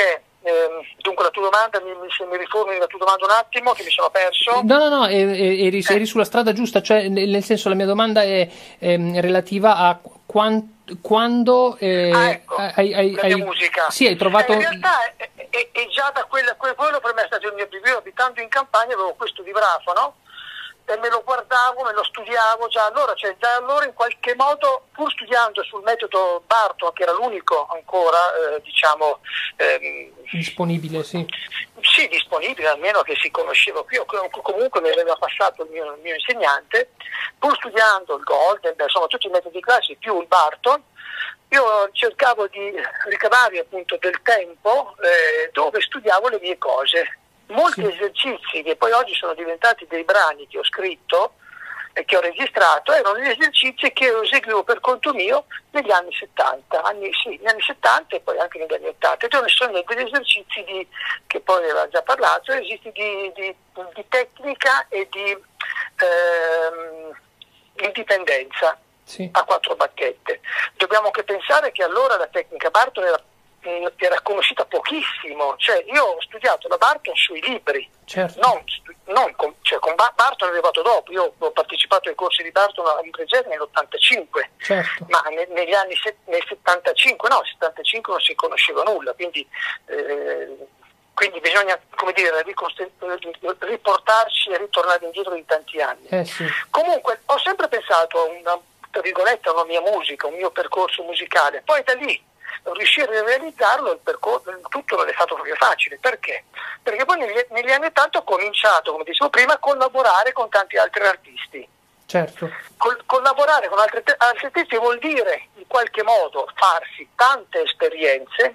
[SPEAKER 3] ehm, dunque la tua domanda, mi, mi, se mi riformi la tua domanda un attimo, che mi sono perso.
[SPEAKER 1] No, no, no, eri, eri, eri sulla strada giusta, cioè nel senso la mia domanda è ehm, relativa a quant, quando eh,
[SPEAKER 3] ah, ecco,
[SPEAKER 1] hai, hai,
[SPEAKER 3] la
[SPEAKER 1] hai,
[SPEAKER 3] mia musica.
[SPEAKER 1] Sì, hai trovato...
[SPEAKER 3] Eh, in realtà è, è, è già da quella, quello per me è stato il mio primo. Io abitando in campagna avevo questo vibrafono e me lo guardavo, me lo studiavo già allora, cioè già allora in qualche modo, pur studiando sul metodo Bartok, che era l'unico ancora, eh, diciamo... Ehm,
[SPEAKER 1] disponibile, sì.
[SPEAKER 3] Sì, disponibile, almeno che si conosceva qui, o comunque mi aveva passato il mio, il mio insegnante, pur studiando il Golden, insomma tutti i metodi classici più il Bartok, io cercavo di ricavare appunto del tempo eh, dove studiavo le mie cose. Molti sì. esercizi che poi oggi sono diventati dei brani che ho scritto e che ho registrato erano gli esercizi che io eseguivo per conto mio negli anni settanta, anni, sì, negli anni settanta e poi anche negli anni ottanta. E sono degli esercizi di, che poi aveva già parlato, esercizi di, di, di tecnica e di ehm, indipendenza sì. a quattro bacchette. Dobbiamo anche pensare che allora la tecnica Bartok era era conosciuta pochissimo, cioè io ho studiato la Bartok sui libri,
[SPEAKER 1] certo.
[SPEAKER 3] non, non con, cioè con Bartok è arrivato dopo. Io ho partecipato ai corsi di Bartok in Pregese nell'ottantacinque,
[SPEAKER 1] certo.
[SPEAKER 3] ma ne, negli anni nel settantacinque no, nel settantacinque non si conosceva nulla, quindi, eh, quindi bisogna, come dire, riportarci e ritornare indietro di tanti anni.
[SPEAKER 1] Eh sì.
[SPEAKER 3] Comunque ho sempre pensato a una, tra virgolette, a una mia musica, un mio percorso musicale, poi da lì riuscire a realizzarlo, il percorso, tutto non è stato proprio facile. Perché? Perché poi negli, negli anni ottanta ho cominciato, come dicevo prima, a collaborare con tanti altri artisti.
[SPEAKER 1] Certo.
[SPEAKER 3] Col, collaborare con altri, altri artisti vuol dire in qualche modo farsi tante esperienze,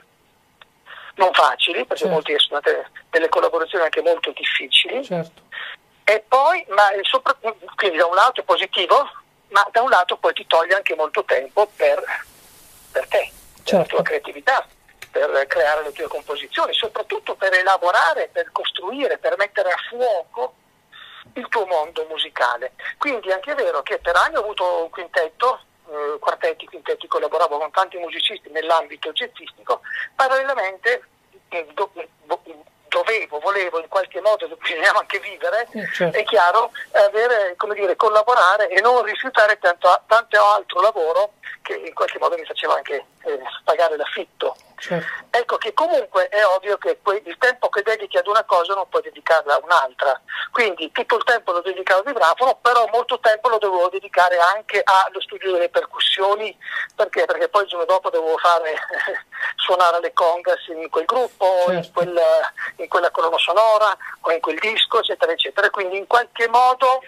[SPEAKER 3] non facili, perché
[SPEAKER 1] certo.
[SPEAKER 3] molti sono state delle collaborazioni anche molto difficili.
[SPEAKER 1] Certo.
[SPEAKER 3] E poi, ma sopra, quindi da un lato è positivo, ma da un lato poi ti toglie anche molto tempo per, per te. Per
[SPEAKER 1] certo.
[SPEAKER 3] la tua creatività, per creare le tue composizioni, soprattutto per elaborare, per costruire, per mettere a fuoco il tuo mondo musicale. Quindi è anche vero che per anni ho avuto un quintetto, eh, quartetti, quintetti, collaboravo con tanti musicisti nell'ambito jazzistico, parallelamente eh, do, do, dovevo, volevo in qualche modo, bisognava anche vivere,
[SPEAKER 1] eh, certo.
[SPEAKER 3] è chiaro, avere, come dire, collaborare e non rifiutare tanto, tanto altro lavoro che in qualche modo mi faceva anche eh, pagare l'affitto.
[SPEAKER 1] Certo.
[SPEAKER 3] Ecco che comunque è ovvio che poi il tempo che dedichi ad una cosa non puoi dedicarla a un'altra, quindi tutto il tempo lo dedicavo al vibrafono, però molto tempo lo dovevo dedicare anche allo studio delle percussioni. Perché? Perché poi il giorno dopo dovevo fare suonare le congas in quel gruppo,
[SPEAKER 1] certo.
[SPEAKER 3] in, quel, in quella colonna sonora o in quel disco, eccetera eccetera, quindi in qualche modo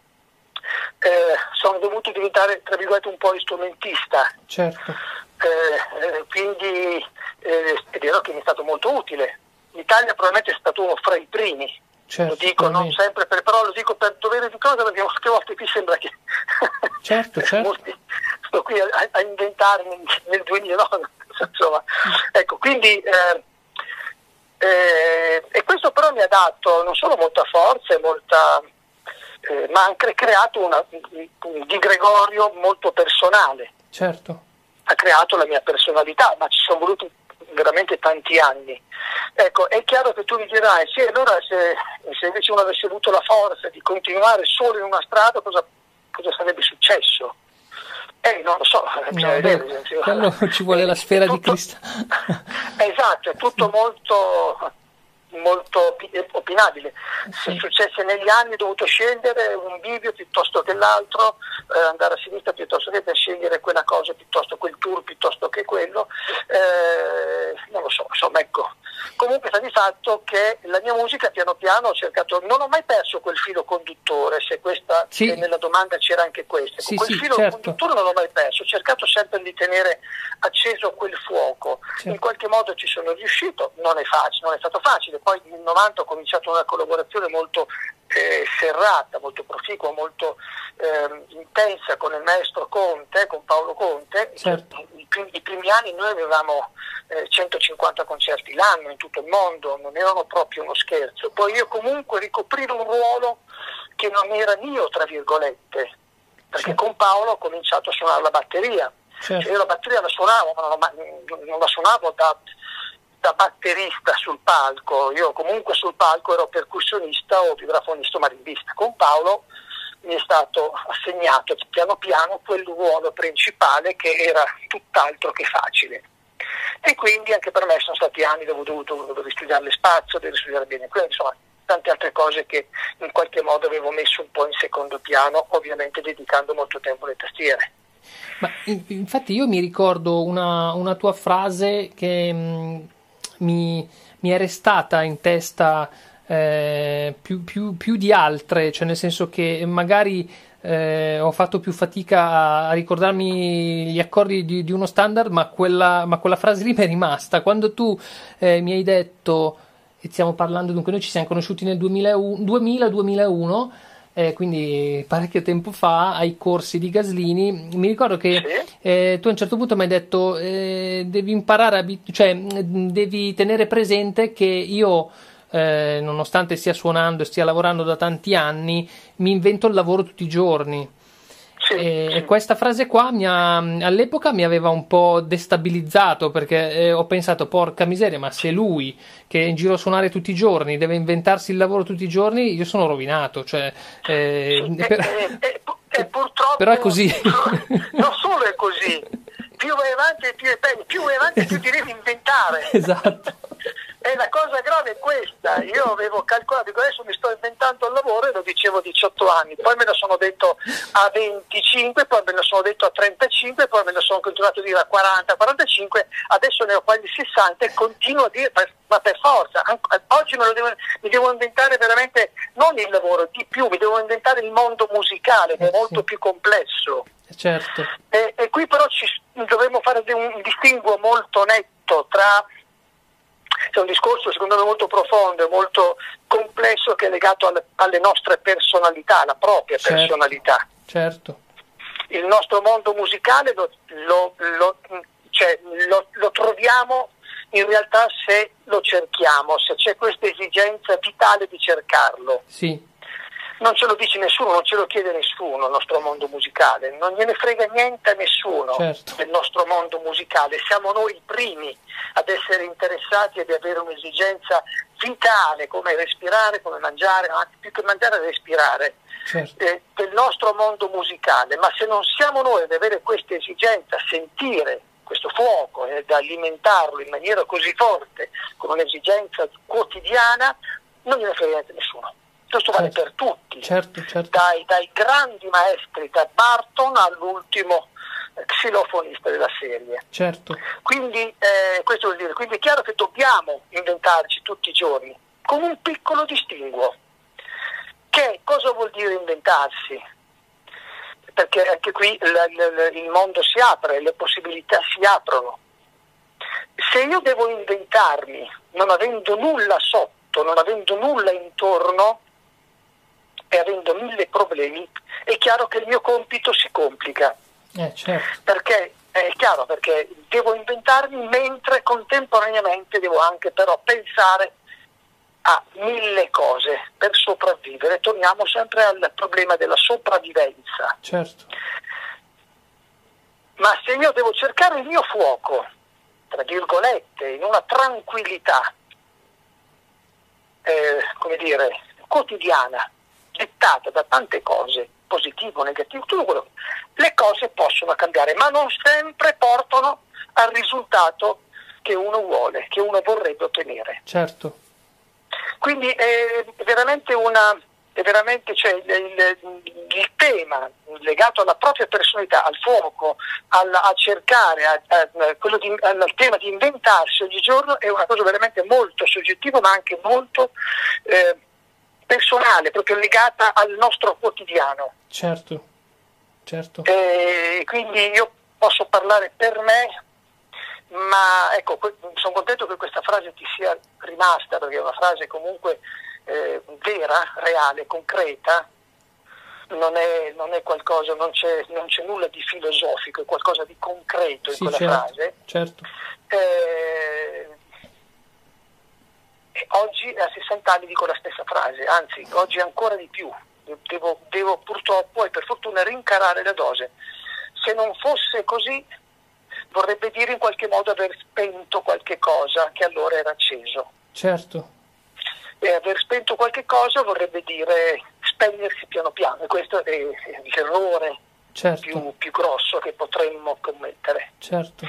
[SPEAKER 3] Eh, sono dovuto diventare, tra virgolette, un po' strumentista.
[SPEAKER 1] Certo.
[SPEAKER 3] Eh, eh, quindi eh, è vero che mi è stato molto utile. L'Italia probabilmente è stato uno fra i primi.
[SPEAKER 1] Certo,
[SPEAKER 3] lo dico non sempre per, però lo dico per dovere di cosa, perché molte volte qui sembra che
[SPEAKER 1] certo, certo.
[SPEAKER 3] molti, sto qui a, a inventarmi nel duemilanove, insomma. Ecco, quindi eh, eh, e questo però mi ha dato non solo molta forza e molta Eh, ma ha anche creato una, un Di Gregorio molto personale.
[SPEAKER 1] Certo.
[SPEAKER 3] Ha creato la mia personalità, ma ci sono voluti veramente tanti anni. Ecco, è chiaro che tu mi dirai, sì, allora se, se invece uno avesse avuto la forza di continuare solo in una strada, cosa, cosa sarebbe successo? Eh, non lo so.
[SPEAKER 1] No, beh, quello ci vuole la sfera tutto, di cristallo.
[SPEAKER 3] Esatto, è tutto molto... molto opinabile. Se
[SPEAKER 1] sì.
[SPEAKER 3] successe negli anni ho dovuto scegliere un bivio piuttosto che l'altro, eh, andare a sinistra piuttosto che per scegliere quella cosa, piuttosto quel tour piuttosto che quello, eh, non lo so, insomma, ecco. Comunque sta di fatto che la mia musica piano piano ho cercato, non ho mai perso quel filo conduttore, se questa
[SPEAKER 1] sì.
[SPEAKER 3] se nella domanda c'era anche questo,
[SPEAKER 1] sì,
[SPEAKER 3] quel
[SPEAKER 1] sì,
[SPEAKER 3] filo
[SPEAKER 1] certo.
[SPEAKER 3] conduttore non l'ho mai perso, ho cercato sempre di tenere acceso quel fuoco, certo. In qualche modo ci sono riuscito, non è facile, non è stato facile, poi nel novanta ho cominciato una collaborazione molto eh, serrata, molto proficua, molto eh, intensa con il maestro Conte, con Paolo Conte.
[SPEAKER 1] Certo.
[SPEAKER 3] I, primi, I primi anni noi avevamo eh, centocinquanta concerti l'anno in tutto il mondo, non erano proprio uno scherzo. Poi io comunque ricoprivo un ruolo che non era mio, tra virgolette, perché certo. Con Paolo ho cominciato a suonare la batteria. Certo. Cioè io la batteria la suonavo, ma non la, non la suonavo da da batterista sul palco, io comunque sul palco ero percussionista o vibrafonista o marimbista. Con Paolo mi è stato assegnato piano piano quel ruolo principale che era tutt'altro che facile. E quindi anche per me sono stati anni dove ho dovuto, dovuto studiare le spazio, devo studiare bene quello, insomma, tante altre cose che in qualche modo avevo messo un po' in secondo piano, ovviamente dedicando molto tempo alle tastiere.
[SPEAKER 1] Ma infatti io mi ricordo una, una tua frase che mh, mi, mi è restata in testa eh, più, più, più di altre, cioè nel senso che magari eh, ho fatto più fatica a, a ricordarmi gli accordi di, di uno standard, ma quella, ma quella frase lì mi è rimasta. Quando tu eh, mi hai detto, e stiamo parlando, dunque noi ci siamo conosciuti nel duemila duemilauno, Eh, quindi parecchio tempo fa, ai corsi di Gaslini, mi ricordo che
[SPEAKER 3] Sì.
[SPEAKER 1] eh, tu a un certo punto mi hai detto eh, devi imparare, a, cioè devi tenere presente che io, eh, nonostante stia suonando e stia lavorando da tanti anni, mi invento il lavoro tutti i giorni.
[SPEAKER 3] Sì,
[SPEAKER 1] E,
[SPEAKER 3] sì.
[SPEAKER 1] e questa frase qua mi ha, all'epoca mi aveva un po' destabilizzato, perché eh, ho pensato, porca miseria, ma se lui che è in giro a suonare tutti i giorni deve inventarsi il lavoro tutti i giorni, io sono rovinato, cioè, eh,
[SPEAKER 3] Sì,
[SPEAKER 1] per-
[SPEAKER 3] e, e- e purtroppo
[SPEAKER 1] però è così.
[SPEAKER 3] non solo è così, più vai avanti più è peggio, più vai avanti più ti devi inventare.
[SPEAKER 1] Esatto.
[SPEAKER 3] E la cosa grave è questa, io avevo calcolato, dico adesso mi sto inventando il lavoro e lo dicevo a diciotto anni, poi me lo sono detto a venticinque, poi me lo sono detto a trentacinque, poi me lo sono continuato a dire a quaranta, quarantacinque, adesso ne ho quasi sessanta e continuo a dire, per, ma per forza, an- oggi me lo devo, mi devo inventare veramente, non il lavoro, di più, mi devo inventare il mondo musicale, che è
[SPEAKER 1] Eh,
[SPEAKER 3] molto
[SPEAKER 1] sì.
[SPEAKER 3] più complesso.
[SPEAKER 1] Certo,
[SPEAKER 3] E, e qui però ci, dovremmo fare un, un distinguo molto netto tra, c'è un discorso secondo me molto profondo e molto complesso che è legato alle, alle nostre personalità, alla propria
[SPEAKER 1] Certo.
[SPEAKER 3] personalità.
[SPEAKER 1] certo,
[SPEAKER 3] Il nostro mondo musicale lo, lo, lo, cioè, lo, lo troviamo in realtà se lo cerchiamo, se c'è questa esigenza vitale di cercarlo.
[SPEAKER 1] sì,
[SPEAKER 3] Non ce lo dice nessuno, non ce lo chiede nessuno il nostro mondo musicale, non gliene frega niente a nessuno
[SPEAKER 1] Certo.
[SPEAKER 3] del nostro mondo musicale, siamo noi i primi ad essere interessati e ad avere un'esigenza vitale come respirare, come mangiare, anche più che mangiare respirare,
[SPEAKER 1] certo,
[SPEAKER 3] eh, del nostro mondo musicale, ma se non siamo noi ad avere questa esigenza, sentire questo fuoco e ad alimentarlo in maniera così forte, con un'esigenza quotidiana, non gliene frega niente a nessuno. Questo vale
[SPEAKER 1] Certo.
[SPEAKER 3] per tutti,
[SPEAKER 1] certo, certo,
[SPEAKER 3] dai, dai grandi maestri, da Barton all'ultimo eh, xilofonista della serie.
[SPEAKER 1] certo,
[SPEAKER 3] Quindi eh, questo vuol dire, quindi è chiaro che dobbiamo inventarci tutti i giorni, con un piccolo distinguo. Che cosa vuol dire inventarsi? Perché anche qui la, la, il mondo si apre, le possibilità si aprono. Se io devo inventarmi, non avendo nulla sotto, non avendo nulla intorno e avendo mille problemi, è chiaro che il mio compito si complica.
[SPEAKER 1] eh, certo,
[SPEAKER 3] Perché è chiaro, perché devo inventarmi mentre contemporaneamente devo anche però pensare a mille cose per sopravvivere. Torniamo sempre al problema della sopravvivenza.
[SPEAKER 1] certo,
[SPEAKER 3] Ma se io devo cercare il mio fuoco, tra virgolette, in una tranquillità, eh, come dire, quotidiana, dettata da tante cose, positivo, negativo, tutto quello, le cose possono cambiare, ma non sempre portano al risultato che uno vuole, che uno vorrebbe ottenere.
[SPEAKER 1] certo,
[SPEAKER 3] Quindi è veramente una, è veramente, cioè, il, il, il tema legato alla propria personalità, al fuoco, alla, a cercare, a, a, quello di, al tema di inventarsi ogni giorno è una cosa veramente molto soggettiva, ma anche molto eh, personale, proprio legata al nostro quotidiano.
[SPEAKER 1] certo, certo,
[SPEAKER 3] E quindi io posso parlare per me, ma ecco, que- sono contento che questa frase ti sia rimasta, perché è una frase comunque eh, vera, reale, concreta, non è, non è qualcosa, non c'è, non c'è nulla di filosofico, è qualcosa di concreto in
[SPEAKER 1] sì,
[SPEAKER 3] quella
[SPEAKER 1] certo,
[SPEAKER 3] frase.
[SPEAKER 1] certo,
[SPEAKER 3] Eh, e oggi a sessanta anni dico la stessa frase, anzi oggi ancora di più, devo, devo purtroppo e per fortuna rincarare la dose. Se non fosse così vorrebbe dire in qualche modo aver spento qualche cosa che allora era acceso.
[SPEAKER 1] Certo.
[SPEAKER 3] E aver spento qualche cosa vorrebbe dire spegnersi piano piano, e questo è l'errore
[SPEAKER 1] certo.
[SPEAKER 3] più, più grosso che potremmo commettere.
[SPEAKER 1] Certo.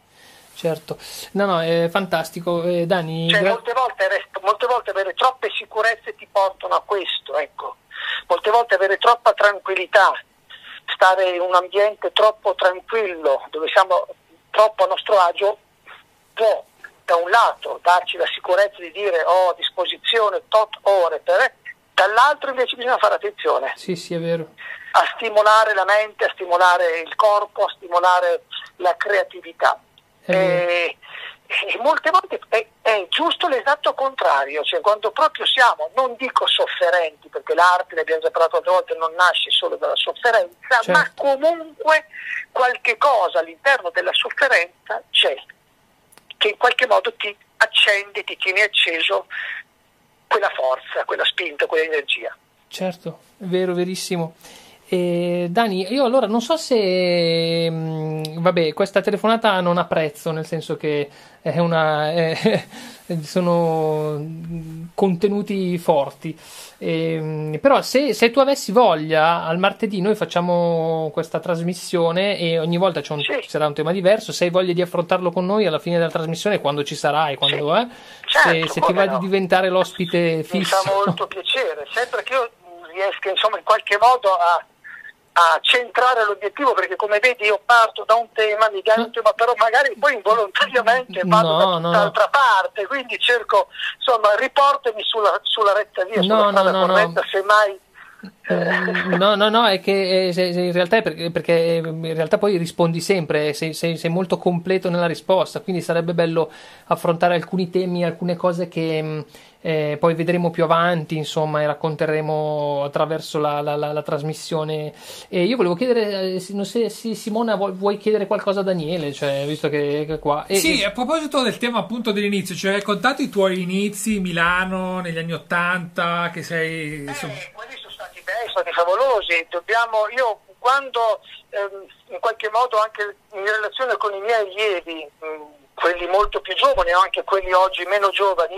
[SPEAKER 1] Certo, no, no, è fantastico, eh, Dani.
[SPEAKER 3] Cioè,
[SPEAKER 1] gra-
[SPEAKER 3] molte volte, rest- molte volte avere troppe sicurezze ti portano a questo, ecco. Molte volte avere troppa tranquillità, stare in un ambiente troppo tranquillo, dove siamo troppo a nostro agio, può da un lato darci la sicurezza di dire ho a disposizione tot ore per, dall'altro invece bisogna fare attenzione.
[SPEAKER 1] Sì, sì, è vero.
[SPEAKER 3] A stimolare la mente, a stimolare il corpo, a stimolare la creatività. E, e molte volte è, è giusto l'esatto contrario, cioè quando proprio siamo, non dico sofferenti, perché l'arte, ne abbiamo già parlato altre volte, non nasce solo dalla sofferenza,
[SPEAKER 1] certo.
[SPEAKER 3] ma comunque qualche cosa all'interno della sofferenza c'è, che in qualche modo ti accende, ti tiene acceso quella forza, quella spinta, quell'energia.
[SPEAKER 1] Certo, è vero, verissimo. Eh, Dani, io allora non so se mh, vabbè, questa telefonata non ha prezzo, nel senso che è una è, sono contenuti forti, eh, però se, se tu avessi voglia, al martedì noi facciamo questa trasmissione e ogni volta c'è un,
[SPEAKER 3] sì.
[SPEAKER 1] ci sarà un tema diverso. Se hai voglia di affrontarlo con noi alla fine della trasmissione, quando ci sarai, quando
[SPEAKER 3] sì.
[SPEAKER 1] è,
[SPEAKER 3] certo,
[SPEAKER 1] se, se ti va
[SPEAKER 3] no.
[SPEAKER 1] di diventare l'ospite fisso,
[SPEAKER 3] mi fa molto piacere, sempre che io riesca insomma in qualche modo a a centrare l'obiettivo, perché come vedi io parto da un tema, mi gano un tema, però magari poi involontariamente vado
[SPEAKER 1] no,
[SPEAKER 3] da
[SPEAKER 1] no,
[SPEAKER 3] tutt'altra
[SPEAKER 1] no.
[SPEAKER 3] parte, quindi cerco, insomma, riportami sulla, sulla retta via, sulla
[SPEAKER 1] no,
[SPEAKER 3] strada
[SPEAKER 1] no, no,
[SPEAKER 3] corretta,
[SPEAKER 1] no.
[SPEAKER 3] semmai.
[SPEAKER 1] No, no, no, è che eh, in realtà è perché, perché in realtà poi rispondi sempre, sei, sei, sei molto completo nella risposta, quindi sarebbe bello affrontare alcuni temi, alcune cose che eh, poi vedremo più avanti, insomma, e racconteremo attraverso la, la, la, la trasmissione. E io volevo chiedere, eh, non so se Simona vuoi, vuoi chiedere qualcosa a Daniele, cioè, visto che è qua. E,
[SPEAKER 2] sì,
[SPEAKER 1] e...
[SPEAKER 2] a proposito del tema appunto dell'inizio, cioè hai raccontato i tuoi inizi Milano negli anni Ottanta, che sei... Insomma...
[SPEAKER 3] Eh, quelli sono stati bei, sono stati favolosi. Dobbiamo, io quando ehm, in qualche modo anche in relazione con i miei allievi, mh, quelli molto più giovani o anche quelli oggi meno giovani,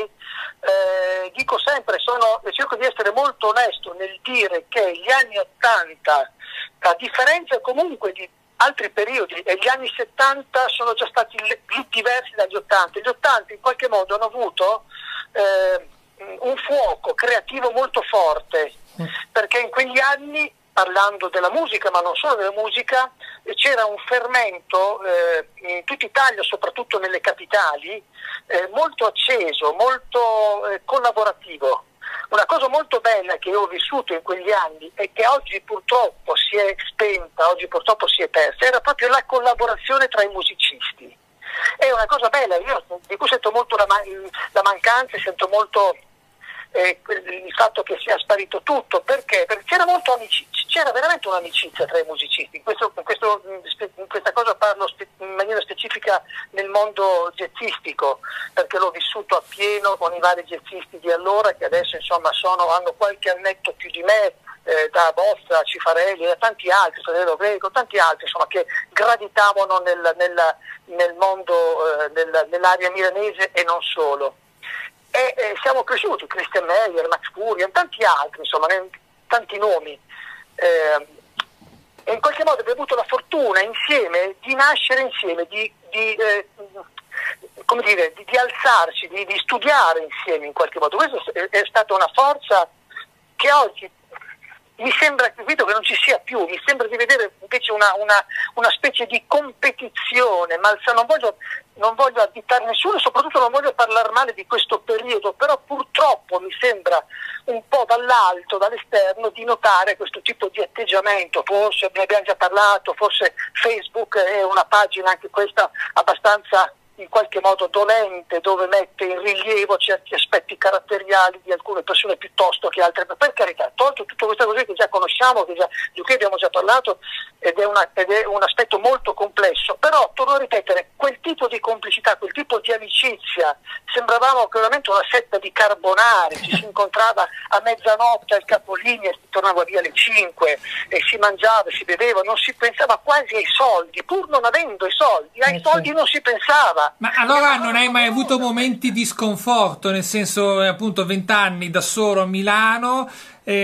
[SPEAKER 3] eh, dico sempre, sono, cerco di essere molto onesto nel dire che gli anni Ottanta, a differenza comunque di altri periodi, e gli anni settanta sono già stati diversi dagli ottanta. Gli ottanta in qualche modo hanno avuto eh, un fuoco creativo molto forte, perché in quegli anni, parlando della musica, ma non solo della musica, c'era un fermento eh, in tutta Italia, soprattutto nelle capitali, eh, molto acceso, molto eh, collaborativo. Una cosa molto bella che io ho vissuto in quegli anni e che oggi purtroppo si è spenta, oggi purtroppo si è persa, era proprio la collaborazione tra i musicisti. È una cosa bella, io di cui sento molto la, man- la mancanza, sento molto eh, il fatto che sia sparito tutto. Perché? Perché c'era molto amicizia, c'era veramente un'amicizia tra i musicisti. In, questo, in, questo, in questa cosa parlo spe- in maniera specifica nel mondo jazzistico, perché l'ho vissuto appieno con i vari jazzisti di allora, che adesso insomma sono, hanno qualche annetto più di me, eh, da Bozza, Cifarelli, da tanti altri, Federico Greco, tanti altri insomma che gravitavano nel, nel, nel mondo, eh, nel, nell'area milanese e non solo. E eh, siamo cresciuti, Christian Meyer, Max Furian, tanti altri, insomma, tanti nomi. Eh, e in qualche modo abbiamo avuto la fortuna insieme di nascere insieme, di, di, eh, come dire, di, di alzarci, di, di studiare insieme in qualche modo. Questa è, è stata una forza che oggi mi sembra, vedo che non ci sia più, mi sembra di vedere invece una, una, una specie di competizione malsana. Non voglio, non voglio additare nessuno, soprattutto non voglio parlare male di questo periodo, però purtroppo mi sembra un po' dall'alto, dall'esterno, di notare questo tipo di atteggiamento. Forse ne abbiamo già parlato, forse Facebook è una pagina anche questa abbastanza in qualche modo dolente, dove mette in rilievo certi aspetti caratteriali di alcune persone piuttosto che altre. Per carità, tolto tutto queste cose che già conosciamo, che già, di cui abbiamo già parlato, ed è, una, ed è un aspetto molto complesso, però torno a ripetere, quel tipo di complicità, quel tipo di amicizia, sembravamo veramente una setta di carbonari, ci si incontrava a mezzanotte al capolinea e si tornava via alle cinque e si mangiava, si beveva, non si pensava quasi ai soldi, pur non avendo i soldi, ai soldi non si pensava.
[SPEAKER 2] Ma allora non hai mai avuto momenti di sconforto, nel senso, appunto, vent'anni da solo a Milano,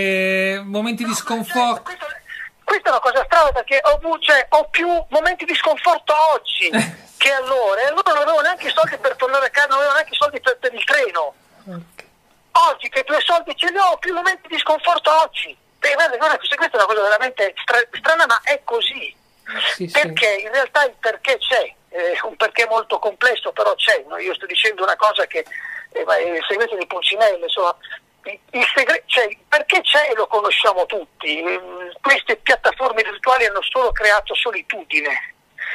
[SPEAKER 2] eh, momenti
[SPEAKER 3] no,
[SPEAKER 2] di sconforto?
[SPEAKER 3] Certo, questo, questa è una cosa strana, perché ho, cioè, ho più momenti di sconforto oggi che allora, e allora non avevo neanche i soldi per tornare a casa, non avevo neanche i soldi per, per il treno. Okay. Oggi che due soldi ce li ho, ho più momenti di sconforto oggi. Beh, guarda, guarda, questa è una cosa veramente stra- strana, ma è così. Sì, perché sì. In realtà il perché c'è, è un perché molto complesso, però c'è. No? Io sto dicendo una cosa che eh, è il segreto di Pulcinella, insomma, il, il segreto, cioè, il perché c'è lo conosciamo tutti. Queste piattaforme virtuali hanno solo creato solitudine.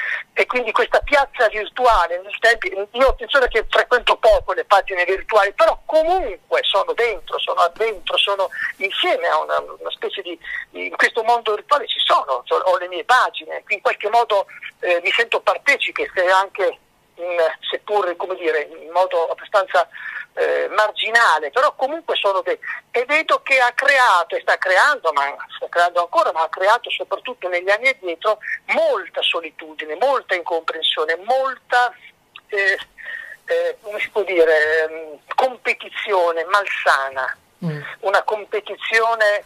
[SPEAKER 3] E quindi questa piazza virtuale nel tempo, io attenzione che frequento poco le pagine virtuali, però comunque sono dentro, sono dentro, sono insieme a una, una specie di, in questo mondo virtuale ci sono, cioè, ho le mie pagine, in qualche modo eh, mi sento partecipe, se anche in, seppur come dire in modo abbastanza eh, marginale, però comunque sono dentro e vedo che ha creato e sta creando, ma sta creando ancora, ma ha creato soprattutto negli anni addietro molta solitudine, molta incomprensione, molta eh, eh, come si può dire eh, competizione malsana, mm. una competizione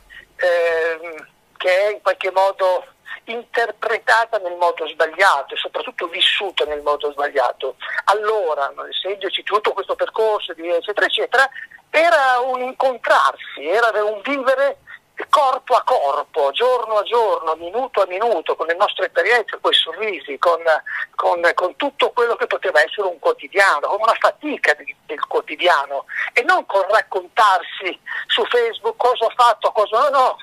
[SPEAKER 3] eh, che è in qualche modo interpretata nel modo sbagliato e soprattutto vissuta nel modo sbagliato. Allora, essendoci tutto questo percorso di eccetera eccetera, era un incontrarsi, era un vivere corpo a corpo, giorno a giorno, minuto a minuto, con le nostre esperienze, con i sorrisi, con, con, con tutto quello che poteva essere un quotidiano, con una fatica di, del quotidiano, e non con raccontarsi su Facebook cosa ho fatto, cosa no, no.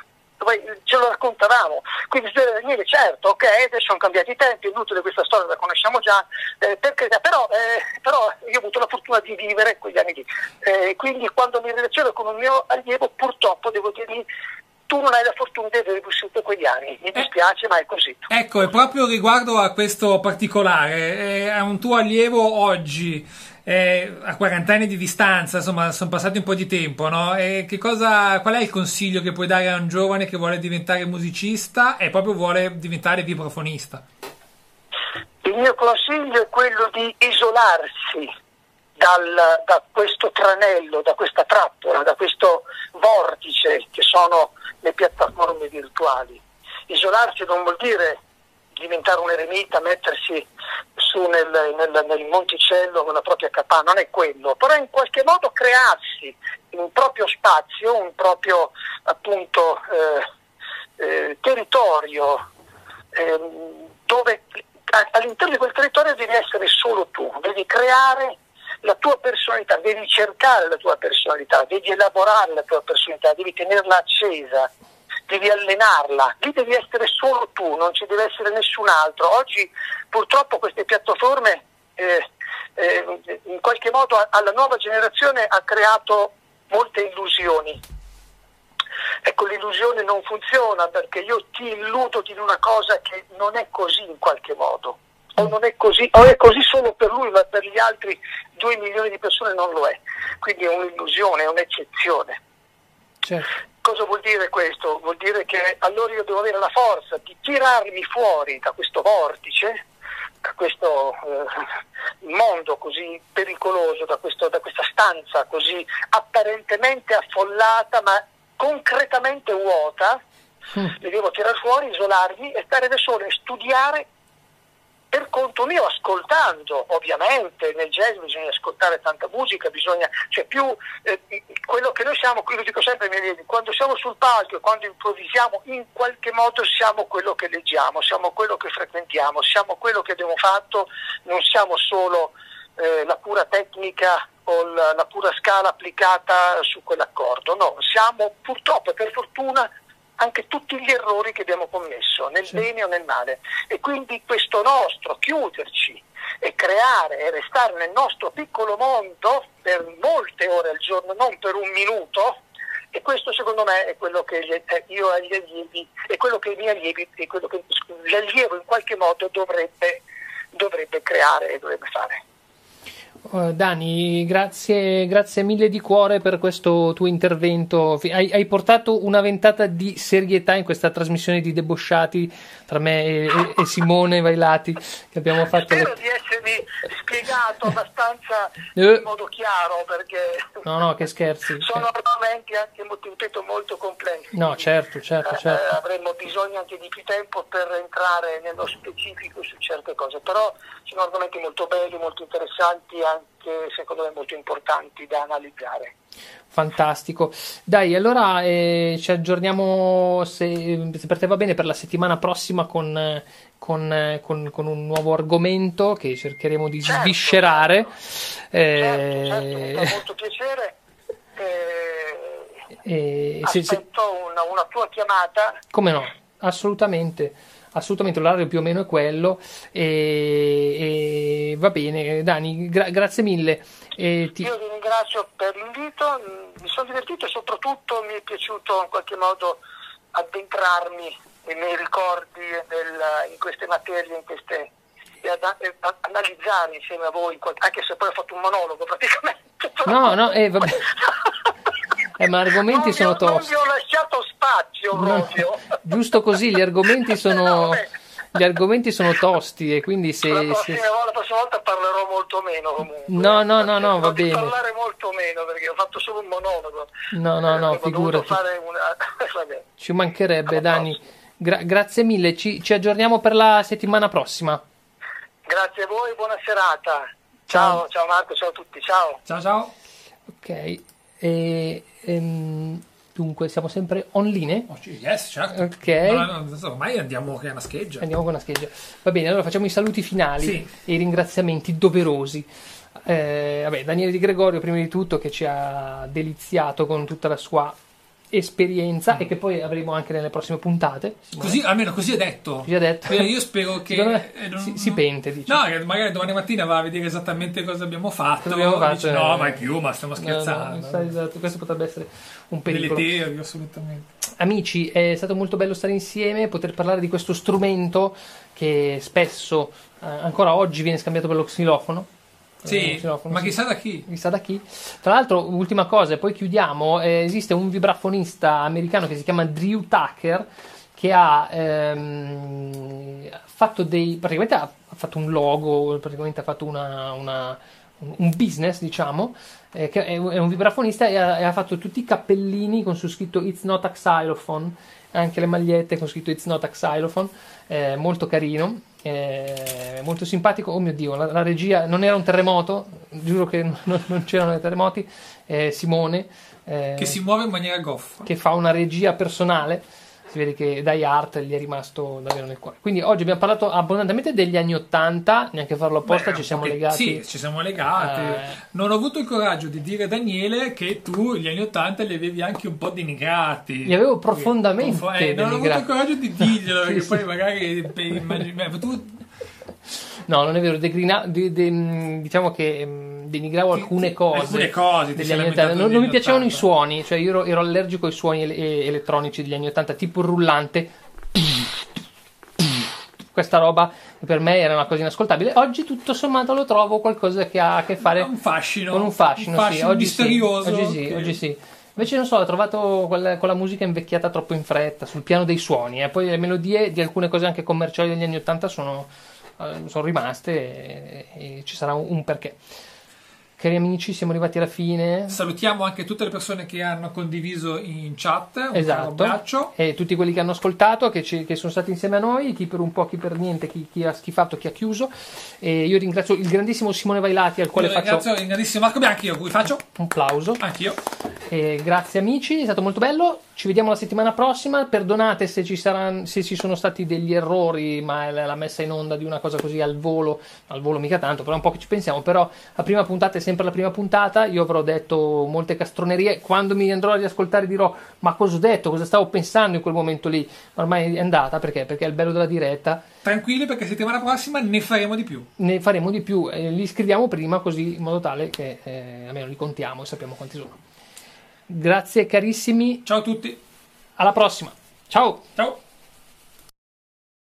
[SPEAKER 3] Ce lo raccontavamo, quindi bisogna dire certo, ok, adesso sono cambiati i tempi, è inutile, questa storia la conosciamo già, eh, perché, però, eh, però io ho avuto la fortuna di vivere quegli anni lì, eh, quindi quando mi relaziono con un mio allievo purtroppo devo dirgli tu non hai la fortuna di aver vissuto quegli anni, mi dispiace, eh, ma è così.
[SPEAKER 2] Ecco, e proprio riguardo a questo particolare, è un tuo allievo oggi, Eh, a quaranta anni di distanza, insomma, sono passati un po' di tempo, no? E che cosa, qual è il consiglio che puoi dare a un giovane che vuole diventare musicista e proprio vuole diventare vibrafonista?
[SPEAKER 3] Il mio consiglio è quello di isolarsi dal, da questo tranello, da questa trappola, da questo vortice che sono le piattaforme virtuali. Isolarsi non vuol dire diventare un eremita, mettersi su nel, nel, nel monticello con la propria capanna, non è quello, però in qualche modo crearsi un proprio spazio, un proprio appunto eh, eh, territorio eh, dove all'interno di quel territorio devi essere solo tu, devi creare la tua personalità, devi cercare la tua personalità, devi elaborare la tua personalità, devi tenerla accesa, devi allenarla, lì devi essere solo tu, non ci deve essere nessun altro. Oggi purtroppo queste piattaforme eh, eh, in qualche modo alla nuova generazione ha creato molte illusioni. Ecco, l'illusione non funziona perché io ti illudo di una cosa che non è così in qualche modo, o non è così, o è così solo per lui, ma per gli altri due milioni di persone non lo è. Quindi è un'illusione, è un'eccezione. Certo. Cosa vuol dire questo? Vuol dire che allora io devo avere la forza di tirarmi fuori da questo vortice, da questo eh, mondo così pericoloso, da, questo, da questa stanza così apparentemente affollata ma concretamente vuota, mm. mi devo tirare fuori, isolarmi e stare da solo e studiare per conto mio, ascoltando. Ovviamente nel jazz bisogna ascoltare tanta musica, bisogna, cioè più eh, quello che noi siamo, qui lo dico sempre, quando siamo sul palco e quando improvvisiamo, in qualche modo siamo quello che leggiamo, siamo quello che frequentiamo, siamo quello che abbiamo fatto, non siamo solo eh, la pura tecnica o la, la pura scala applicata su quell'accordo, no, siamo purtroppo e per fortuna anche tutti gli errori che abbiamo commesso, nel sì. bene o nel male, e quindi questo nostro chiuderci e creare e restare nel nostro piccolo mondo per molte ore al giorno, non per un minuto. E questo secondo me è quello che io agli allievi, è quello che i miei allievi, è quello che l'allievo in qualche modo dovrebbe, dovrebbe creare e dovrebbe fare.
[SPEAKER 1] Uh, Dani, grazie, grazie mille di cuore per questo tuo intervento. Hai, hai portato una ventata di serietà in questa trasmissione di debosciati tra me e, e, e Simone Vailati che abbiamo fatto.
[SPEAKER 3] Spero
[SPEAKER 1] le...
[SPEAKER 3] di essermi spiegato abbastanza
[SPEAKER 1] eh.
[SPEAKER 3] in modo chiaro, perché
[SPEAKER 1] no, no, che scherzi.
[SPEAKER 3] sono argomenti anche molto, molto complessi.
[SPEAKER 1] No, certo, certo, certo.
[SPEAKER 3] Eh, avremmo bisogno anche di più tempo per entrare nello specifico su certe cose, però sono argomenti molto belli, molto interessanti, anche secondo me molto importanti da analizzare.
[SPEAKER 1] Fantastico. Dai, allora eh, ci aggiorniamo, se, se per te va bene, per la settimana prossima con, con, con, con un nuovo argomento che cercheremo di
[SPEAKER 3] certo,
[SPEAKER 1] sviscerare.
[SPEAKER 3] Certo,
[SPEAKER 1] eh,
[SPEAKER 3] certo, mi fa molto piacere. Eh,
[SPEAKER 1] eh,
[SPEAKER 3] aspetto
[SPEAKER 1] se, se,
[SPEAKER 3] una, una tua chiamata.
[SPEAKER 1] Come no? Assolutamente. Assolutamente, l'orario più o meno è quello e, e va bene. Dani, gra- grazie mille. E ti...
[SPEAKER 3] Io vi ringrazio per l'invito, mi sono divertito e soprattutto mi è piaciuto in qualche modo addentrarmi nei ricordi del, in queste materie, in queste, e ad, e ad analizzare insieme a voi, anche se poi ho fatto un monologo praticamente.
[SPEAKER 1] No, no, eh, vabbè. Eh, ma argomenti
[SPEAKER 3] non
[SPEAKER 1] sono
[SPEAKER 3] ho,
[SPEAKER 1] tosti.
[SPEAKER 3] Non vi ho lasciato spazio proprio.
[SPEAKER 1] No, giusto così, gli argomenti sono...
[SPEAKER 3] No,
[SPEAKER 1] gli argomenti sono tosti e quindi se...
[SPEAKER 3] La
[SPEAKER 1] se...
[SPEAKER 3] prossima, volta, la prossima volta parlerò molto meno comunque.
[SPEAKER 1] No, no, no, no, va bene.
[SPEAKER 3] Devo parlare molto meno perché ho fatto solo un monologo.
[SPEAKER 1] No, no, no,
[SPEAKER 3] eh,
[SPEAKER 1] figurati.
[SPEAKER 3] Fare una...
[SPEAKER 1] Ci mancherebbe, Dani. Gra- grazie mille, ci, ci aggiorniamo per la settimana prossima.
[SPEAKER 3] Grazie a voi, buona serata. Ciao, ciao, ciao Marco, ciao a tutti, ciao.
[SPEAKER 2] Ciao ciao.
[SPEAKER 1] Ok, e, ehm, dunque siamo sempre online?
[SPEAKER 2] Oh, yes, certo.
[SPEAKER 1] Ok.
[SPEAKER 2] No, no, no, ormai andiamo che è una scheggia.
[SPEAKER 1] Andiamo con una scheggia. Va bene, allora facciamo i saluti finali
[SPEAKER 2] Sì.
[SPEAKER 1] e i ringraziamenti doverosi. Eh, vabbè, Daniele Di Gregorio, prima di tutto, che ci ha deliziato con tutta la sua esperienza mm. e che poi avremo anche nelle prossime puntate.
[SPEAKER 2] Così, almeno così è detto.
[SPEAKER 1] Così è detto.
[SPEAKER 2] Io spero che
[SPEAKER 1] me,
[SPEAKER 2] eh, non,
[SPEAKER 1] si, si pente, diciamo.
[SPEAKER 2] No, che magari domani mattina va a vedere esattamente cosa abbiamo fatto.
[SPEAKER 1] Cosa abbiamo fatto
[SPEAKER 2] dice,
[SPEAKER 1] eh,
[SPEAKER 2] no, mai più, ma stiamo scherzando.
[SPEAKER 1] No, no, esatto, questo potrebbe essere un pericolo.
[SPEAKER 2] Deleterio, assolutamente.
[SPEAKER 1] Amici, è stato molto bello stare insieme, poter parlare di questo strumento che spesso, eh, ancora oggi, viene scambiato per lo xilofono.
[SPEAKER 2] Sì, ma
[SPEAKER 1] sì.
[SPEAKER 2] chissà da chi?
[SPEAKER 1] Chissà da chi. Tra l'altro, ultima cosa, e poi chiudiamo, eh, esiste un vibrafonista americano che si chiama Drew Tucker, che ha ehm, fatto dei... praticamente ha fatto un logo, praticamente ha fatto una, una, un business, diciamo, eh, che è un vibrafonista e ha, e ha fatto tutti i cappellini con su scritto It's not a xylophone, anche le magliette con scritto It's not a xylophone, eh, molto carino. Eh, molto simpatico. Oh mio Dio, la, la regia non era un terremoto, giuro che non, non c'erano terremoti. eh, Simone eh,
[SPEAKER 2] che si muove in maniera goffa,
[SPEAKER 1] che fa una regia personale, si vede che Die Hard gli è rimasto davvero nel cuore. Quindi oggi abbiamo parlato abbondantemente degli anni ottanta, neanche farlo apposta. Beh, ci siamo legati.
[SPEAKER 2] Sì, ci siamo legati.
[SPEAKER 1] Eh,
[SPEAKER 2] non ho avuto il coraggio di dire a Daniele che tu gli anni ottanta li avevi anche un po' denigrati.
[SPEAKER 1] Li avevo profondamente
[SPEAKER 2] Profo- eh, non ho avuto il coraggio di dirglielo perché sì, poi sì. magari immagini, tu...
[SPEAKER 1] No, non è vero, degrina, de, de, diciamo che mh, denigravo alcune
[SPEAKER 2] sì,
[SPEAKER 1] cose,
[SPEAKER 2] alcune cose
[SPEAKER 1] degli anni ottanta. Non, non mi piacevano i suoni, cioè io ero, ero allergico ai suoni ele- elettronici degli anni ottanta, tipo il rullante. Questa roba per me era una cosa inascoltabile. Oggi tutto sommato lo trovo qualcosa che ha a che fare
[SPEAKER 2] un fascino,
[SPEAKER 1] con un fascino,
[SPEAKER 2] un fascino
[SPEAKER 1] sì, oggi
[SPEAKER 2] misterioso.
[SPEAKER 1] Sì, oggi sì,
[SPEAKER 2] che...
[SPEAKER 1] oggi sì. Invece non so, ho trovato quella, quella musica invecchiata troppo in fretta sul piano dei suoni, e eh. poi le melodie di alcune cose anche commerciali degli anni ottanta sono sono rimaste e, e ci sarà un, un perché. Cari amici, siamo arrivati alla fine.
[SPEAKER 2] Salutiamo anche tutte le persone che hanno condiviso in chat, un
[SPEAKER 1] esatto,
[SPEAKER 2] abbraccio,
[SPEAKER 1] e tutti quelli che hanno ascoltato, che, ci, che sono stati insieme a noi, chi per un po', chi per niente, chi, chi ha schifato, chi ha chiuso. E io ringrazio il grandissimo Simone Vailati, al quale
[SPEAKER 2] io
[SPEAKER 1] faccio
[SPEAKER 2] ringrazio il grandissimo Marco Bianchi, io cui faccio
[SPEAKER 1] un plauso.
[SPEAKER 2] anch'io.
[SPEAKER 1] E grazie amici, è stato molto bello. Ci vediamo la settimana prossima. Perdonate se ci saranno, se ci sono stati degli errori, ma è la messa in onda di una cosa così al volo, al volo mica tanto, però un po' che ci pensiamo. Però la prima puntata è sempre la prima puntata. Io avrò detto molte castronerie. Quando mi andrò a riascoltare dirò: ma cosa ho detto? Cosa stavo pensando in quel momento lì? Ormai è andata, perché? Perché è il bello della diretta.
[SPEAKER 2] Tranquilli, perché settimana prossima ne faremo di più.
[SPEAKER 1] Ne faremo di più, eh, li scriviamo prima, così in modo tale che eh, almeno li contiamo e sappiamo quanti sono. Grazie carissimi.
[SPEAKER 2] Ciao a tutti.
[SPEAKER 1] Alla prossima. Ciao.
[SPEAKER 2] Ciao.